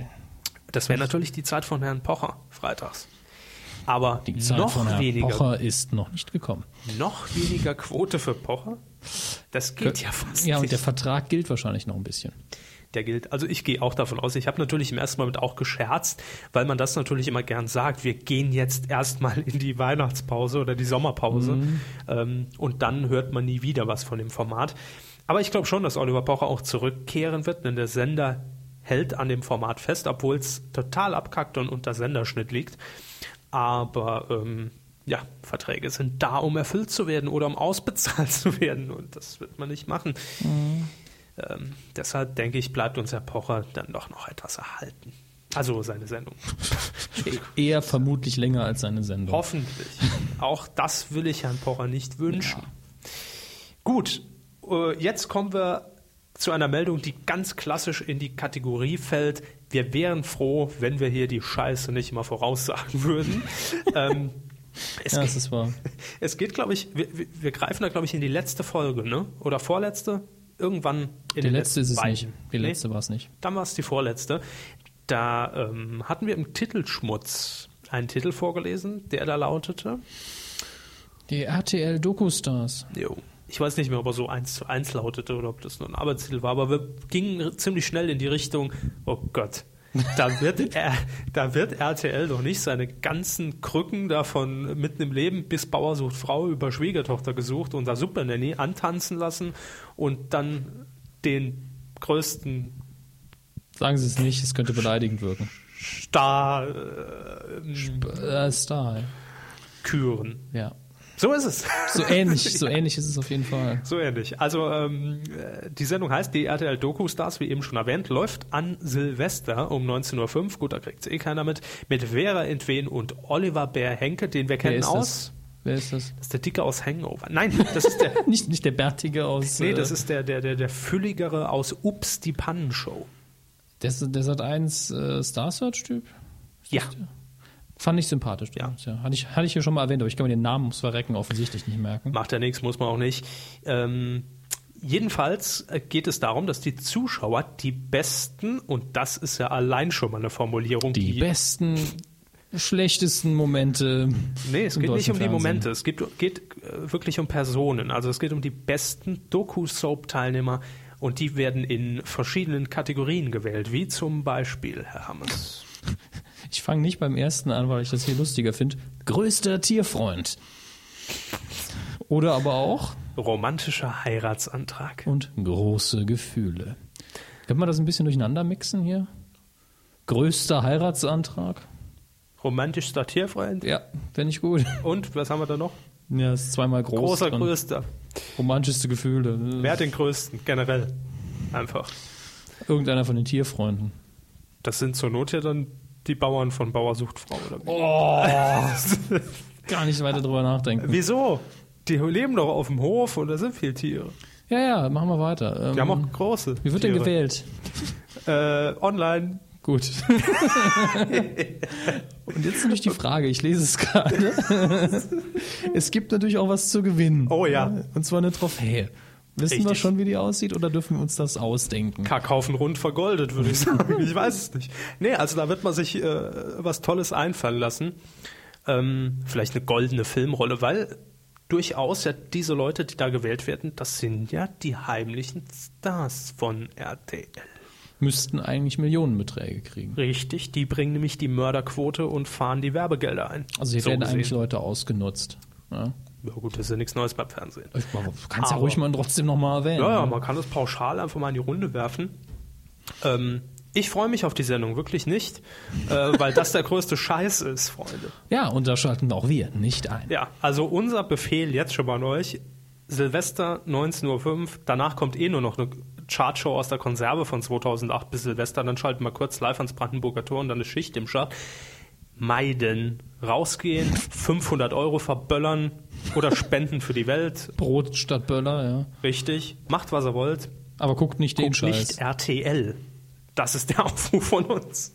Speaker 1: Das wäre natürlich die Zeit von Herrn Pocher, freitags. Aber
Speaker 2: Die Zeit
Speaker 1: noch
Speaker 2: von Herrn
Speaker 1: weniger,
Speaker 2: Pocher ist noch nicht gekommen.
Speaker 1: noch weniger Quote für Pocher? Das geht ja fast
Speaker 2: Ja, und
Speaker 1: nicht.
Speaker 2: der Vertrag gilt wahrscheinlich noch ein bisschen.
Speaker 1: Der gilt. Also ich gehe auch davon aus. Ich habe natürlich im ersten Moment auch gescherzt, weil man das natürlich immer gern sagt. Wir gehen jetzt erstmal in die Weihnachtspause oder die Sommerpause
Speaker 2: Mhm.
Speaker 1: ähm, und dann hört man nie wieder was von dem Format. Aber ich glaube schon, dass Oliver Pocher auch zurückkehren wird, denn der Sender hält an dem Format fest, obwohl es total abkackt und unter Senderschnitt liegt. Aber ähm, ja, Verträge sind da, um erfüllt zu werden oder um ausbezahlt zu werden und das wird man nicht machen.
Speaker 2: Mhm.
Speaker 1: Ähm, deshalb denke ich, bleibt uns Herr Pocher dann doch noch etwas erhalten. Also seine Sendung.
Speaker 2: Eher vermutlich länger als seine Sendung.
Speaker 1: Hoffentlich. Auch das will ich Herrn Pocher nicht wünschen. Gut, äh, jetzt kommen wir zu einer Meldung, die ganz klassisch in die Kategorie fällt. Wir wären froh, wenn wir hier die Scheiße nicht immer voraussagen würden. ähm, es,
Speaker 2: Ja,
Speaker 1: geht,
Speaker 2: das ist wahr.
Speaker 1: es geht, glaube ich, wir, wir- wir greifen da, glaube ich, in die letzte Folge, ne? Oder vorletzte? Irgendwann in
Speaker 2: Die
Speaker 1: den
Speaker 2: letzte ist es
Speaker 1: letzten
Speaker 2: nicht.
Speaker 1: beiden.
Speaker 2: Die
Speaker 1: Nee?
Speaker 2: letzte war es nicht.
Speaker 1: Dann war es die vorletzte. Da ähm, hatten wir im Titelschmutz einen Titel vorgelesen, der da lautete.
Speaker 2: Die R T L Dokustars.
Speaker 1: Jo. Ich weiß nicht mehr, ob er so eins zu eins lautete oder ob das nur ein Arbeitstitel war, aber wir gingen ziemlich schnell in die Richtung, oh Gott, da wird, er, da wird R T L doch nicht seine ganzen Krücken da von mitten im Leben bis Bauer sucht Frau über Schwiegertochter gesucht und da Super Nanny antanzen lassen und dann den größten
Speaker 2: Sagen Sie es nicht, es könnte beleidigend wirken.
Speaker 1: Star äh,
Speaker 2: Äh, Star, ja.
Speaker 1: küren.
Speaker 2: ja.
Speaker 1: So ist es.
Speaker 2: So ähnlich, so ähnlich ist es auf jeden Fall.
Speaker 1: So ähnlich. Also ähm, äh, die Sendung heißt die R T L Doku-Stars, wie eben schon erwähnt, läuft an Silvester um neunzehn Uhr fünf. Gut, da kriegt es eh keiner mit. Mit Vera Entwen und Oliver Bär-Henke, den wir
Speaker 2: Wer
Speaker 1: kennen
Speaker 2: ist
Speaker 1: aus.
Speaker 2: das? Wer ist das?
Speaker 1: Das ist der Dicke aus Hangover. Nein, das ist der.
Speaker 2: Nicht, nicht der Bärtige aus.
Speaker 1: Nee,
Speaker 2: äh,
Speaker 1: das ist der, der, der, der Fülligere aus Ups, die Pannenshow.
Speaker 2: Der, der Sat eins äh, Star Search-Typ?
Speaker 1: Ja.
Speaker 2: Fand ich sympathisch.
Speaker 1: Ja.
Speaker 2: Ja. Hatte, ich, hatte ich hier schon mal erwähnt, aber ich kann mir den Namen ums Verrecken offensichtlich nicht merken.
Speaker 1: Macht ja nichts, muss man auch nicht. Ähm, jedenfalls geht es darum, dass die Zuschauer die besten, und das ist ja allein schon mal eine Formulierung,
Speaker 2: Die besten, schlechtesten Momente.
Speaker 1: Nee, es
Speaker 2: im
Speaker 1: geht nicht
Speaker 2: deutschen
Speaker 1: um die
Speaker 2: Fernsehen.
Speaker 1: Momente, es geht, geht äh, wirklich um Personen. Also es geht um die besten Doku-Soap-Teilnehmer und die werden in verschiedenen Kategorien gewählt, wie zum Beispiel, Herr Hammes.
Speaker 2: Ich fange nicht beim ersten an, weil ich das hier lustiger finde. Größter Tierfreund. Oder aber auch
Speaker 1: Romantischer Heiratsantrag.
Speaker 2: und große Gefühle. Können wir das ein bisschen durcheinander mixen hier? Größter Heiratsantrag?
Speaker 1: Romantischster Tierfreund.
Speaker 2: Ja, fände ich gut.
Speaker 1: Und, was haben wir da noch?
Speaker 2: Ja, ist zweimal groß.
Speaker 1: Großer,
Speaker 2: dran.
Speaker 1: größter.
Speaker 2: Romantischste Gefühle.
Speaker 1: Wer hat den größten, generell? Einfach.
Speaker 2: Irgendeiner von den Tierfreunden.
Speaker 1: Das sind zur Not ja dann die Bauern von Bauer sucht Frau. Oder wie?
Speaker 2: Gar nicht weiter drüber nachdenken.
Speaker 1: Wieso? Die leben doch auf dem Hof und da sind viele Tiere.
Speaker 2: Ja, ja, machen wir weiter. Ähm,
Speaker 1: Die haben auch große
Speaker 2: wie wird
Speaker 1: Tiere.
Speaker 2: denn gewählt?
Speaker 1: Äh, online.
Speaker 2: Gut. Und jetzt natürlich die Frage, ich lese es gerade. Es gibt natürlich auch was zu gewinnen.
Speaker 1: Oh ja.
Speaker 2: Und zwar eine Trophäe. Wissen
Speaker 1: Richtig.
Speaker 2: wir schon, wie die aussieht, oder dürfen wir uns das ausdenken?
Speaker 1: Kackhaufen rund vergoldet, würde ich sagen. Ich weiß es nicht. Nee, also da wird man sich äh, was Tolles einfallen lassen. Ähm, vielleicht eine goldene Filmrolle, weil durchaus ja diese Leute, die da gewählt werden, das sind ja die heimlichen Stars von R T L.
Speaker 2: Müssten eigentlich Millionenbeträge kriegen.
Speaker 1: Richtig, die bringen nämlich die Mörderquote und fahren die Werbegelder ein.
Speaker 2: Also hier
Speaker 1: So
Speaker 2: werden
Speaker 1: gesehen.
Speaker 2: eigentlich Leute ausgenutzt. Ja.
Speaker 1: Ja gut, das ist ja nichts Neues beim Fernsehen.
Speaker 2: Du kannst ja
Speaker 1: Aber-
Speaker 2: ruhig mal trotzdem nochmal erwähnen.
Speaker 1: Ja, ja,
Speaker 2: ne?
Speaker 1: man kann das pauschal einfach mal in die Runde werfen. Ähm, ich freue mich auf die Sendung, wirklich nicht, äh, weil das der größte Scheiß ist, Freunde.
Speaker 2: Ja, und da schalten auch wir nicht ein.
Speaker 1: Ja, also unser Befehl jetzt schon mal an euch, Silvester neunzehn Uhr fünf, danach kommt eh nur noch eine Chartshow aus der Konserve von zweitausendacht bis Silvester, dann schalten wir kurz live ans Brandenburger Tor und dann eine Schicht im Schacht. Meiden, rausgehen, fünfhundert Euro verböllern oder spenden für die Welt,
Speaker 2: Brot statt Böller, ja.
Speaker 1: richtig, macht was ihr wollt.
Speaker 2: Aber guckt nicht den
Speaker 1: Guckt
Speaker 2: Scheiß.
Speaker 1: nicht R T L. Das ist der Aufruf von uns.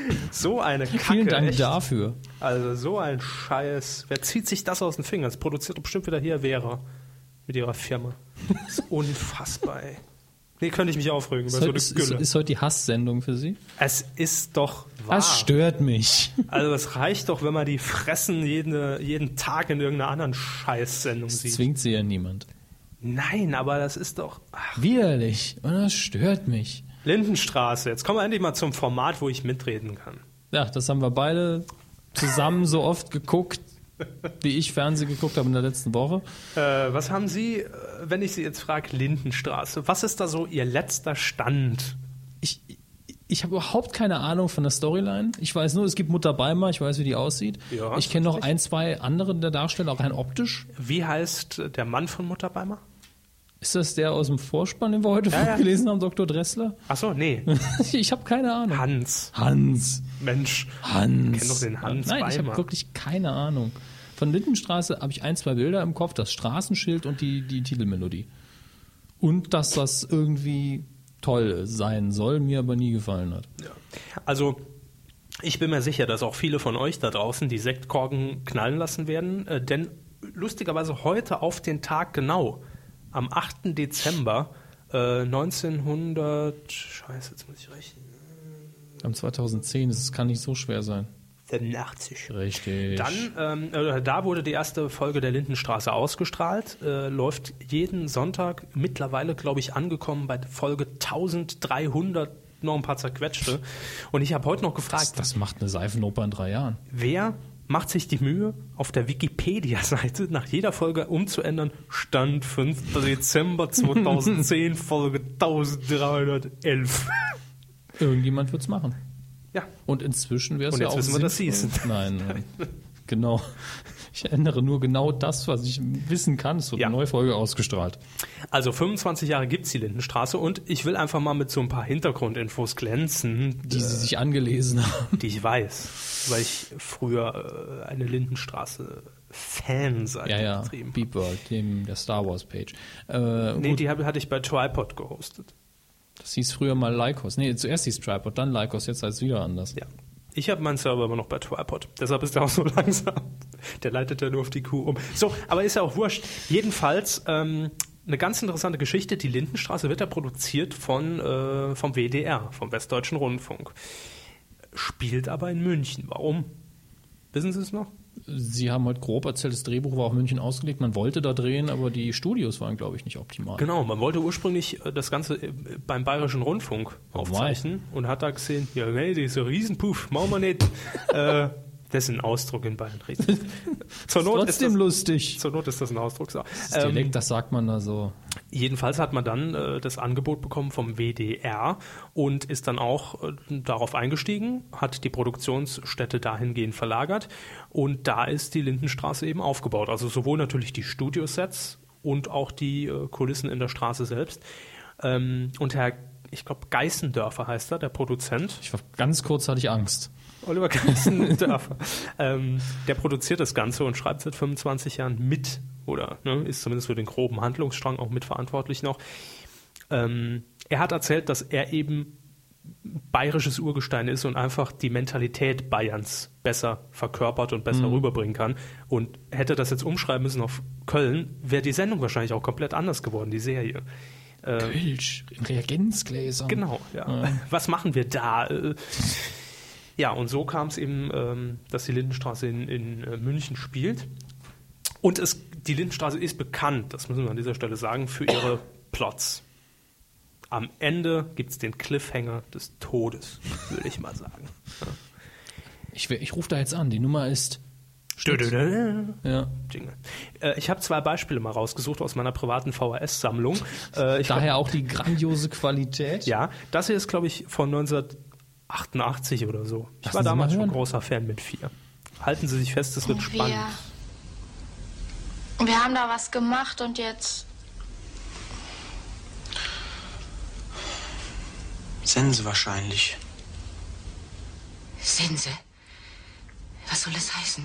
Speaker 1: So eine Kacke.
Speaker 2: Vielen Dank
Speaker 1: echt.
Speaker 2: dafür.
Speaker 1: Also so ein Scheiß. Wer zieht sich das aus den Fingern? Das produziert doch bestimmt wieder hier Vera mit ihrer Firma. Das ist unfassbar, ey. Nee, könnte ich mich aufregen über
Speaker 2: Ist,
Speaker 1: so
Speaker 2: heute,
Speaker 1: eine
Speaker 2: ist, ist,
Speaker 1: Gülle.
Speaker 2: ist heute die Hasssendung für Sie?
Speaker 1: Es ist doch wahr.
Speaker 2: Das stört mich.
Speaker 1: Also es reicht doch, wenn man die Fressen jeden, jeden Tag in irgendeiner anderen Scheißsendung
Speaker 2: Das
Speaker 1: sieht.
Speaker 2: zwingt Sie ja niemand.
Speaker 1: Nein, aber das ist doch... Ach,
Speaker 2: Widerlich. Und das stört mich.
Speaker 1: Lindenstraße. Jetzt kommen wir endlich mal zum Format, wo ich mitreden kann.
Speaker 2: Ja, das haben wir beide zusammen so oft geguckt, wie ich Fernsehen geguckt habe in der letzten Woche.
Speaker 1: Äh, was haben Sie, äh, wenn ich Sie jetzt frage, Lindenstraße, was ist da so Ihr letzter Stand?
Speaker 2: Ich, ich habe überhaupt keine Ahnung von der Storyline. Ich weiß nur, es gibt Mutter Beimer, ich weiß, wie die aussieht.
Speaker 1: Ja,
Speaker 2: ich kenne noch ein, zwei andere der Darsteller, auch rein optisch.
Speaker 1: Wie heißt äh, der Mann von Mutter Beimer?
Speaker 2: Ist das der aus dem Vorspann, den wir heute
Speaker 1: Ja, ja.
Speaker 2: gelesen haben, Doktor Dressler?
Speaker 1: Achso, nee,
Speaker 2: Ich habe keine Ahnung.
Speaker 1: Hans.
Speaker 2: Hans.
Speaker 1: Mensch.
Speaker 2: Hans.
Speaker 1: Kenn doch den Hans
Speaker 2: Nein, ich
Speaker 1: Beimer.
Speaker 2: habe wirklich keine Ahnung. Von Lindenstraße habe ich ein, zwei Bilder im Kopf, das Straßenschild und die, die Titelmelodie. Und dass das irgendwie toll sein soll, mir aber nie gefallen hat.
Speaker 1: Ja. Also, ich bin mir sicher, dass auch viele von euch da draußen die Sektkorken knallen lassen werden, äh, denn lustigerweise heute auf den Tag genau, am achten Dezember äh, neunzehnhundert, scheiße, jetzt muss ich rechnen,
Speaker 2: Am zweitausendzehn, das kann nicht so schwer sein.
Speaker 1: fünfundachtzig.
Speaker 2: Richtig.
Speaker 1: Dann, ähm, äh, da wurde die erste Folge der Lindenstraße ausgestrahlt, äh, läuft jeden Sonntag, mittlerweile, glaube ich, angekommen bei Folge dreizehnhundert, noch ein paar zerquetschte. Und ich habe heute noch gefragt,
Speaker 2: das, das macht eine Seifenoper in drei Jahren.
Speaker 1: wer macht sich die Mühe, auf der Wikipedia-Seite nach jeder Folge umzuändern, Stand fünfter Dezember zweitausendzehn, Folge dreizehnhundertelf.
Speaker 2: Irgendjemand wird's machen.
Speaker 1: Ja,
Speaker 2: Und inzwischen wäre es
Speaker 1: Und
Speaker 2: ja
Speaker 1: jetzt
Speaker 2: auch
Speaker 1: wissen wir, dass Sie
Speaker 2: sinnvoll.
Speaker 1: es sind.
Speaker 2: Nein, nein. Genau. Ich ändere nur genau das, was ich wissen kann. Es wird
Speaker 1: Ja.
Speaker 2: eine neue Folge ausgestrahlt.
Speaker 1: also fünfundzwanzig Jahre gibt's die Lindenstraße und ich will einfach mal mit so ein paar Hintergrundinfos glänzen,
Speaker 2: Die Sie sich angelesen haben.
Speaker 1: die ich weiß, weil ich früher äh, eine Lindenstraße-Fanseite
Speaker 2: Ja, ja.
Speaker 1: betrieben habe.
Speaker 2: Beep World, dem der Star Wars Page. Äh,
Speaker 1: Nee,
Speaker 2: gut,
Speaker 1: die hab, hatte ich bei Tripod gehostet.
Speaker 2: das hieß früher mal Lycos. Nee, zuerst hieß Tripod, dann Lycos, jetzt heißt es wieder anders.
Speaker 1: Ja. Ich habe meinen Server immer noch bei Tripod. Deshalb ist der auch so langsam. Der leitet ja nur auf die Kuh um. So, aber ist ja auch wurscht. Jedenfalls ähm, eine ganz interessante Geschichte. Die Lindenstraße wird ja produziert von, äh, vom W D R, vom Westdeutschen Rundfunk. Spielt aber in München. Warum? Wissen Sie es noch?
Speaker 2: Sie haben heute grob erzählt, das Drehbuch war auf München ausgelegt. Man wollte da drehen, aber die Studios waren, glaube ich, nicht optimal.
Speaker 1: Genau, man wollte ursprünglich äh, das Ganze äh, beim Bayerischen Rundfunk aufzeichnen und hat da gesehen, ja, nee, dieser Riesenpuff, machen wir nicht. äh, das ist ein Ausdruck in Bayern. Zur Not ist
Speaker 2: Trotzdem
Speaker 1: das,
Speaker 2: lustig.
Speaker 1: zur Not ist das ein Ausdruck. So.
Speaker 2: Das Dialekt, das sagt man da so.
Speaker 1: Jedenfalls hat man dann äh, das Angebot bekommen vom W D R und ist dann auch äh, darauf eingestiegen, hat die Produktionsstätte dahingehend verlagert und da ist die Lindenstraße eben aufgebaut. Also sowohl natürlich die Studiosets und auch die äh, Kulissen in der Straße selbst. Ähm, und Herr, ich glaube, Geißendörfer heißt er, der Produzent.
Speaker 2: Ich war, ganz kurz hatte ich Angst.
Speaker 1: Oliver Geißendörfer. ähm, der produziert das Ganze und schreibt seit fünfundzwanzig Jahren mit oder ne, ist zumindest für den groben Handlungsstrang auch mitverantwortlich noch. Ähm, er hat erzählt, dass er eben bayerisches Urgestein ist und einfach die Mentalität Bayerns besser verkörpert und besser mhm. rüberbringen kann. Und hätte das jetzt umschreiben müssen auf Köln, wäre die Sendung wahrscheinlich auch komplett anders geworden, die Serie. Äh,
Speaker 2: Kölsch, in Reagenzgläsern.
Speaker 1: Genau, ja. ja. Was machen wir da? Ja, und so kam es eben, ähm, dass die Lindenstraße in, in äh, München spielt. Und es, die Lindenstraße ist bekannt, das müssen wir an dieser Stelle sagen, für ihre Plots. Am Ende gibt es den Cliffhanger des Todes, würde ich mal sagen. Ja.
Speaker 2: Ich, ich rufe da jetzt an, die Nummer ist...
Speaker 1: Ja. Jingle. Äh, ich habe zwei Beispiele mal rausgesucht aus meiner privaten V H S-Sammlung. Äh,
Speaker 2: Daher auch die grandiose Qualität.
Speaker 1: Ja, das hier ist, glaube ich, von neunzehnhundertachtundachtzig oder so. Ich
Speaker 2: Lassen
Speaker 1: war
Speaker 2: Sie
Speaker 1: damals
Speaker 2: mal
Speaker 1: schon
Speaker 2: hören.
Speaker 1: großer Fan mit vier. Halten Sie sich fest, es wird spannend.
Speaker 6: Wir, wir haben da was gemacht und jetzt...
Speaker 7: Sense wahrscheinlich.
Speaker 6: Sense? Was soll das heißen?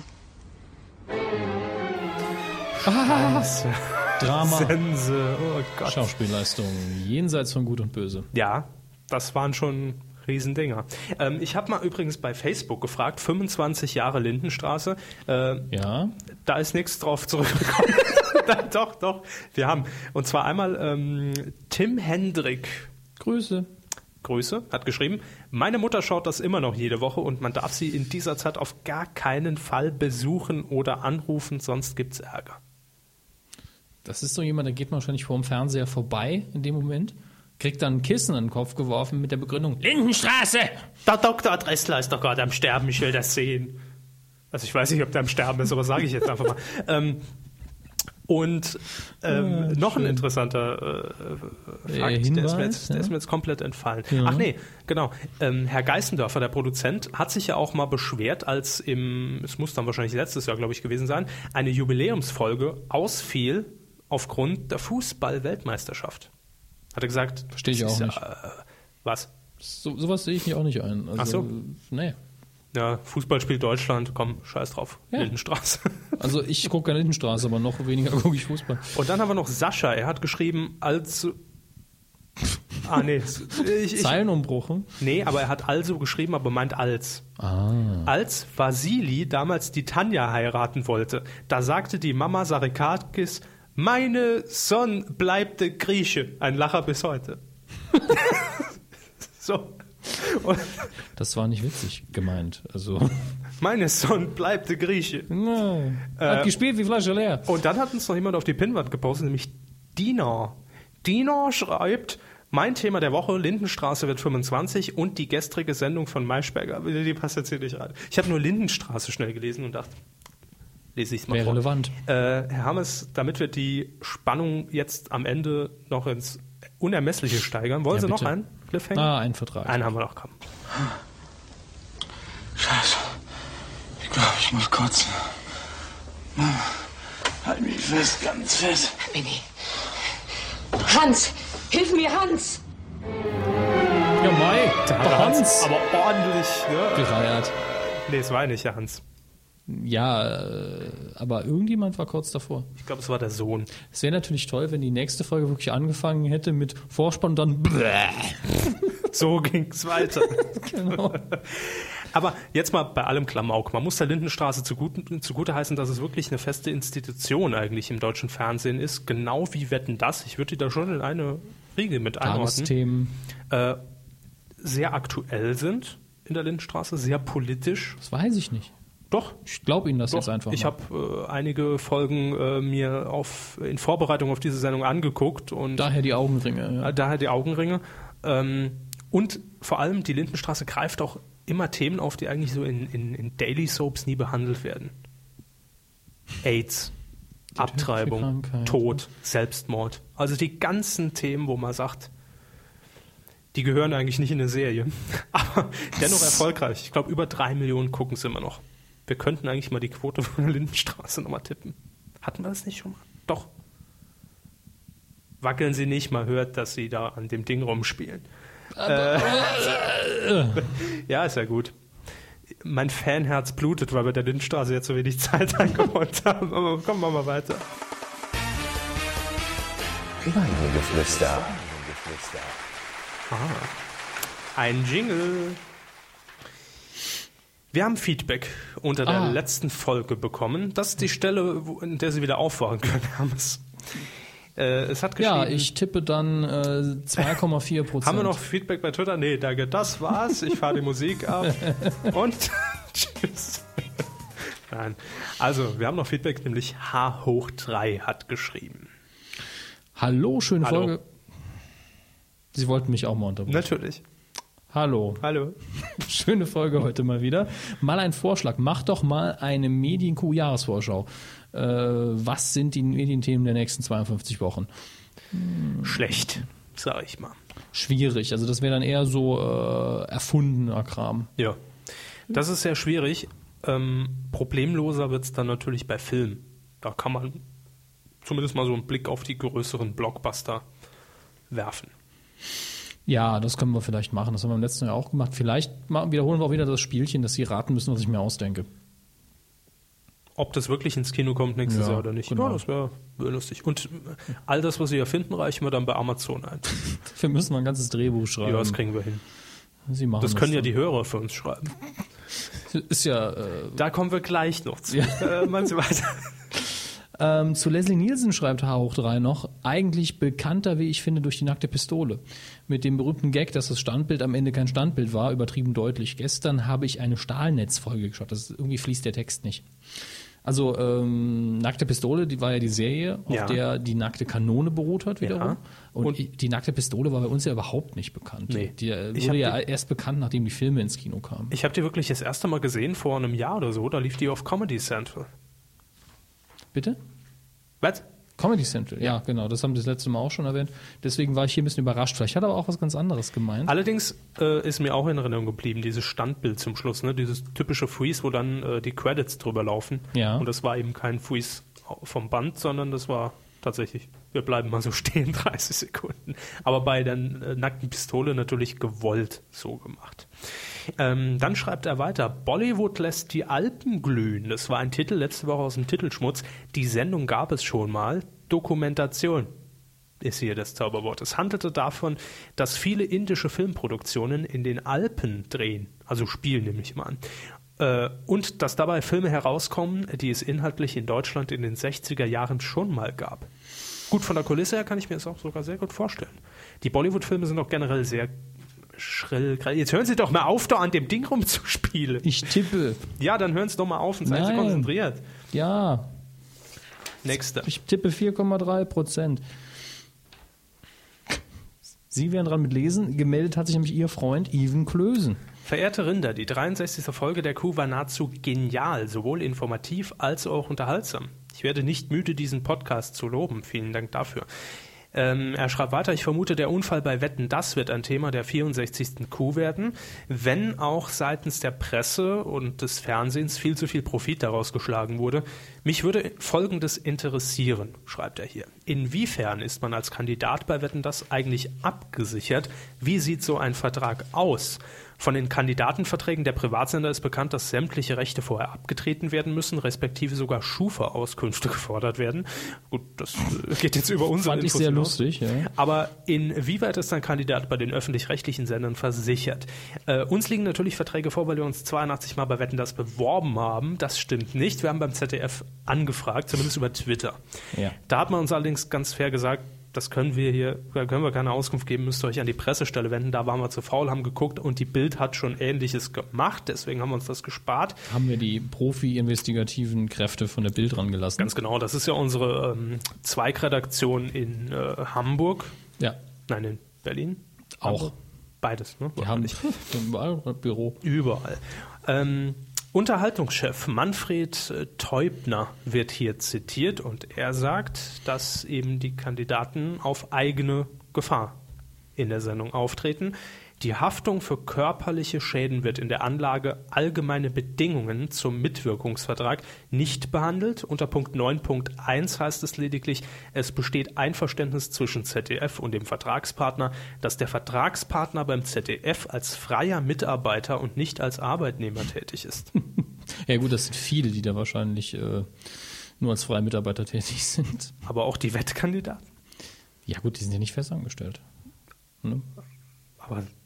Speaker 1: Scheiße.
Speaker 2: Drama,
Speaker 1: Sense, oh Gott.
Speaker 2: Schauspielleistung, jenseits von Gut und Böse.
Speaker 1: Ja, das waren schon Riesendinger. Ähm, ich habe mal übrigens bei Facebook gefragt, fünfundzwanzig Jahre Lindenstraße. Äh,
Speaker 2: Ja.
Speaker 1: Da ist nichts drauf zurückgekommen. Doch, doch. Wir haben. Und zwar einmal ähm, Tim Hendrick.
Speaker 2: Grüße.
Speaker 1: Grüße, hat geschrieben, meine Mutter schaut das immer noch jede Woche und man darf sie in dieser Zeit auf gar keinen Fall besuchen oder anrufen, sonst gibt's Ärger.
Speaker 2: Das ist so jemand, der geht wahrscheinlich vor dem Fernseher vorbei in dem Moment, kriegt dann ein Kissen an den Kopf geworfen mit der Begründung, Lindenstraße!
Speaker 1: Der Doktor Dressler ist doch gerade am Sterben, ich will das sehen. Also ich weiß nicht, ob der am Sterben ist, aber sage ich jetzt einfach mal. ähm, Und ähm, ja, noch schön. Ein interessanter äh, Fakt,
Speaker 2: äh, Hinweis,
Speaker 1: der, ist mir jetzt,
Speaker 2: ja.
Speaker 1: der ist mir jetzt komplett entfallen.
Speaker 2: Ja.
Speaker 1: Ach nee, genau. Ähm, Herr Geißendörfer, der Produzent, hat sich ja auch mal beschwert, als im, es muss dann wahrscheinlich letztes Jahr, glaube ich, gewesen sein, eine Jubiläumsfolge ausfiel aufgrund der Fußball-Weltmeisterschaft. Hat er gesagt,
Speaker 2: verstehe ich auch
Speaker 1: ist,
Speaker 2: nicht.
Speaker 1: Äh, was?
Speaker 2: So, sowas sehe ich nicht auch nicht ein. Also,
Speaker 1: Ach so.
Speaker 2: Nee.
Speaker 1: Ja, Fußball spielt Deutschland, komm, scheiß drauf,
Speaker 2: ja.
Speaker 1: Lindenstraße.
Speaker 2: Also ich gucke keine Lindenstraße, aber noch weniger gucke ich Fußball.
Speaker 1: Und dann haben wir noch Sascha, er hat geschrieben, also... Ah, nee. Ich, ich,
Speaker 2: Zeilenumbruch?
Speaker 1: Nee, aber er hat also geschrieben, aber meint als.
Speaker 2: Ah.
Speaker 1: Als Vasili damals die Tanja heiraten wollte, da sagte die Mama Sarikakis, meine Sohn bleibte Grieche. Ein Lacher bis heute. So. Und
Speaker 2: das war nicht witzig gemeint. Also.
Speaker 1: Meine Sohn bleibte Grieche.
Speaker 2: No. Hat äh, gespielt wie Flasche leer.
Speaker 1: Und dann hat uns noch jemand auf die Pinnwand gepostet, nämlich Dina. Dina schreibt, mein Thema der Woche, Lindenstraße wird fünfundzwanzig und die gestrige Sendung von Maischberger, die passt jetzt hier nicht rein. Ich habe nur Lindenstraße schnell gelesen und dachte, lese ich es mal
Speaker 2: Wäre
Speaker 1: vor.
Speaker 2: relevant.
Speaker 1: Äh, Herr Hammes, damit wir die Spannung jetzt am Ende noch ins Unermessliche steigern, wollen
Speaker 2: ja,
Speaker 1: Sie
Speaker 2: bitte.
Speaker 1: noch einen Cliffhanger?
Speaker 2: Ah, einen Vertrag.
Speaker 1: Einen haben wir noch, komm.
Speaker 7: Scheiße. Ich glaube, ich muss kotzen. Mama, halt mich fest, ganz fest.
Speaker 4: Benni. Hans! Hilf mir, Hans!
Speaker 2: Ja, Mai.
Speaker 1: Da hat
Speaker 2: Der
Speaker 1: Hans
Speaker 2: Hans.
Speaker 1: aber ordentlich ne?
Speaker 2: Gereiert.
Speaker 1: Nee, es war ja nicht der Hans.
Speaker 2: Ja, äh, aber irgendjemand war kurz davor.
Speaker 1: Ich glaube, es war der Sohn.
Speaker 2: Es wäre natürlich toll, wenn die nächste Folge wirklich angefangen hätte mit Vorspann und dann
Speaker 1: So ging es weiter.
Speaker 2: Genau.
Speaker 1: Aber jetzt mal bei allem Klamauk. Man muss der Lindenstraße zugute, zugute heißen, dass es wirklich eine feste Institution eigentlich im deutschen Fernsehen ist. Genau wie Wetten, das. Ich würde die da schon in eine Riege mit einordnen.
Speaker 2: Tagesthemen.
Speaker 1: Äh, sehr aktuell sind in der Lindenstraße, sehr politisch.
Speaker 2: Das weiß ich nicht.
Speaker 1: Doch.
Speaker 2: Ich glaube Ihnen das
Speaker 1: Doch,
Speaker 2: jetzt einfach
Speaker 1: ich
Speaker 2: mal.
Speaker 1: habe äh, einige Folgen äh, mir auf, in Vorbereitung auf diese Sendung angeguckt. Und
Speaker 2: Daher die Augenringe. Ja.
Speaker 1: äh, daher die Augenringe. Ähm, und vor allem die Lindenstraße greift auch immer Themen auf, die eigentlich so in, in, in Daily Soaps nie behandelt werden. AIDS, Abtreibung,
Speaker 2: Krankheit.
Speaker 1: Tod, Selbstmord. Also die ganzen Themen, wo man sagt, die gehören eigentlich nicht in eine Serie, aber dennoch erfolgreich. Ich glaube, über drei Millionen gucken es immer noch. Wir könnten eigentlich mal die Quote von der Lindenstraße nochmal tippen. Hatten wir das nicht schon mal? Doch. Wackeln Sie nicht, mal hört, dass Sie da an dem Ding rumspielen. Äh, ja, ist ja gut. Mein Fanherz blutet, weil wir der Lindenstraße jetzt so wenig Zeit eingeräumt haben. Aber kommen wir mal weiter.
Speaker 5: Weidengeflüster.
Speaker 1: Ein Jingle. Wir haben Feedback unter der
Speaker 2: Ah.
Speaker 1: letzten Folge bekommen. Das ist die Stelle, wo, in der Sie wieder aufwachen können, Hermes. Äh, es hat geschrieben,
Speaker 2: Ja, ich tippe dann äh, zwei Komma vier Prozent.
Speaker 1: haben wir noch Feedback bei Twitter? Nee, danke, das war's. Ich fahre die Musik ab. Und tschüss. Nein. Also, wir haben noch Feedback, nämlich H hoch drei hat geschrieben.
Speaker 2: Hallo, schöne
Speaker 1: Hallo.
Speaker 2: Folge. Sie wollten mich auch mal unterbrechen.
Speaker 1: Natürlich.
Speaker 2: Hallo.
Speaker 1: Hallo.
Speaker 2: Schöne Folge heute mal wieder. Mal ein Vorschlag. Mach doch mal eine Medien-Q-Jahresvorschau. Äh, was sind die Medienthemen der nächsten zweiundfünfzig Wochen?
Speaker 1: Schlecht, sag ich mal.
Speaker 2: Schwierig. Also das wäre dann eher so äh, erfundener Kram.
Speaker 1: Ja. Das ist sehr schwierig. Ähm, problemloser wird es dann natürlich bei Filmen. Da kann man zumindest mal so einen Blick auf die größeren Blockbuster werfen.
Speaker 2: Ja, das können wir vielleicht machen. Das haben wir im letzten Jahr auch gemacht. Vielleicht machen, wiederholen wir auch wieder das Spielchen, dass Sie raten müssen, was ich mir ausdenke.
Speaker 1: Ob das wirklich ins Kino kommt nächstes
Speaker 2: Ja,
Speaker 1: Jahr oder nicht.
Speaker 2: genau.
Speaker 1: Ja, das wäre wär lustig. Und äh, all das, was Sie erfinden, reichen wir dann bei Amazon ein.
Speaker 2: Wir müssen mal ein ganzes Drehbuch schreiben.
Speaker 1: Ja, das kriegen wir hin.
Speaker 2: Sie machen
Speaker 1: Das können ja
Speaker 2: dann.
Speaker 1: die Hörer für uns schreiben.
Speaker 2: Ist ja äh,
Speaker 1: Da kommen wir gleich noch zu.
Speaker 2: Ja.
Speaker 1: Äh, machen Sie weiter.
Speaker 2: Ähm, zu Leslie Nielsen schreibt H hoch drei noch, eigentlich bekannter, wie ich finde, durch die nackte Pistole. Mit dem berühmten Gag, dass das Standbild am Ende kein Standbild war, übertrieben deutlich. Gestern habe ich eine Stahlnetzfolge geschaut. Das ist, irgendwie fließt der Text nicht. Also ähm, nackte Pistole, die war ja die Serie, auf
Speaker 1: Ja.
Speaker 2: der die nackte Kanone beruht hat wiederum.
Speaker 1: Ja.
Speaker 2: Und,
Speaker 1: Und-
Speaker 2: die nackte Pistole war bei uns ja überhaupt nicht bekannt.
Speaker 1: Nee.
Speaker 2: Die äh,
Speaker 1: Ich
Speaker 2: wurde
Speaker 1: hab
Speaker 2: ja erst bekannt, nachdem die Filme ins Kino kamen.
Speaker 1: Ich habe die wirklich das erste Mal gesehen, vor einem Jahr oder so. Da lief die auf Comedy Central.
Speaker 2: Bitte?
Speaker 1: Was?
Speaker 2: Comedy Central, ja, genau. Das haben Sie das letzte Mal auch schon erwähnt. Deswegen war ich hier ein bisschen überrascht. Vielleicht hat er aber auch was ganz anderes gemeint.
Speaker 1: Allerdings äh, ist mir auch in Erinnerung geblieben, dieses Standbild zum Schluss, ne? Dieses typische Freeze, wo dann äh, die Credits drüber laufen.
Speaker 2: Ja.
Speaker 1: Und das war eben kein Freeze vom Band, sondern das war tatsächlich, wir bleiben mal so stehen, dreißig Sekunden. Aber bei der äh, nackten Pistole natürlich gewollt so gemacht. Ähm, dann schreibt er weiter, Bollywood lässt die Alpen glühen. Das war ein Titel letzte Woche aus dem Titelschmutz. Die Sendung gab es schon mal. Dokumentation ist hier das Zauberwort. Es handelte davon, dass viele indische Filmproduktionen in den Alpen drehen, also spielen nehme ich mal an. Äh, und dass dabei Filme herauskommen, die es inhaltlich in Deutschland in den sechziger Jahren schon mal gab. Gut, von der Kulisse her kann ich mir das auch sogar sehr gut vorstellen. Die Bollywood-Filme sind auch generell sehr schrill. Jetzt hören Sie doch mal auf, da an dem Ding rumzuspielen.
Speaker 2: Ich tippe.
Speaker 1: Ja, dann hören Sie doch mal auf und seien Sie
Speaker 2: Nein.
Speaker 1: konzentriert.
Speaker 2: Ja,
Speaker 1: Nächster.
Speaker 2: ich tippe vier Komma drei Prozent. Sie wären dran mit Lesen. Gemeldet hat sich nämlich Ihr Freund Even Klösen.
Speaker 1: Verehrte Rinder, die dreiundsechzigste Folge der Kuh war nahezu genial, sowohl informativ als auch unterhaltsam. Ich werde nicht müde, diesen Podcast zu loben. Vielen Dank dafür. Ähm, er schreibt weiter, ich vermute, der Unfall bei Wetten, das wird ein Thema der vierundsechzigsten Kuh werden, wenn auch seitens der Presse und des Fernsehens viel zu viel Profit daraus geschlagen wurde. Mich würde Folgendes interessieren, schreibt er hier. Inwiefern ist man als Kandidat bei Wetten, das eigentlich abgesichert? Wie sieht so ein Vertrag aus? Von den Kandidatenverträgen der Privatsender ist bekannt, dass sämtliche Rechte vorher abgetreten werden müssen, respektive sogar Schufa-Auskünfte gefordert werden. Gut, das äh, geht jetzt über unsere
Speaker 2: Fand ich
Speaker 1: Infos
Speaker 2: sehr
Speaker 1: hinaus.
Speaker 2: lustig, ja.
Speaker 1: Aber inwieweit ist ein Kandidat bei den öffentlich-rechtlichen Sendern versichert? Äh, uns liegen natürlich Verträge vor, weil wir uns zweiundachtzig Mal bei Wetten, das beworben haben. Das stimmt nicht. Wir haben beim Z D F angefragt, zumindest über Twitter.
Speaker 2: Ja.
Speaker 1: Da hat man uns allerdings ganz fair gesagt, das können wir hier, da können wir keine Auskunft geben, müsst ihr euch an die Pressestelle wenden. Da waren wir zu faul, haben geguckt und die Bild hat schon Ähnliches gemacht, deswegen haben wir uns das gespart.
Speaker 2: Haben wir die Profi-investigativen Kräfte von der Bild rangelassen.
Speaker 1: Ganz genau, das ist ja unsere ähm, Zweigredaktion in äh, Hamburg,
Speaker 2: Ja,
Speaker 1: nein, in Berlin.
Speaker 2: auch.
Speaker 1: Hamburg. Beides, ne?
Speaker 2: Die haben überall Büro.
Speaker 1: Überall. Ähm, Unterhaltungschef Manfred äh, Teubner wird hier zitiert und er sagt, dass eben die Kandidaten auf eigene Gefahr in der Sendung auftreten. Die Haftung für körperliche Schäden wird in der Anlage Allgemeine Bedingungen zum Mitwirkungsvertrag nicht behandelt. Unter Punkt neun Punkt eins heißt es lediglich, es besteht Einverständnis zwischen Z D F und dem Vertragspartner, dass der Vertragspartner beim Z D F als freier Mitarbeiter und nicht als Arbeitnehmer tätig ist.
Speaker 2: Ja gut, das sind viele, die da wahrscheinlich äh, nur als freie Mitarbeiter tätig sind.
Speaker 1: Aber auch die Wettkandidaten.
Speaker 2: Ja gut, die sind ja nicht festangestellt. Ne?
Speaker 1: Aber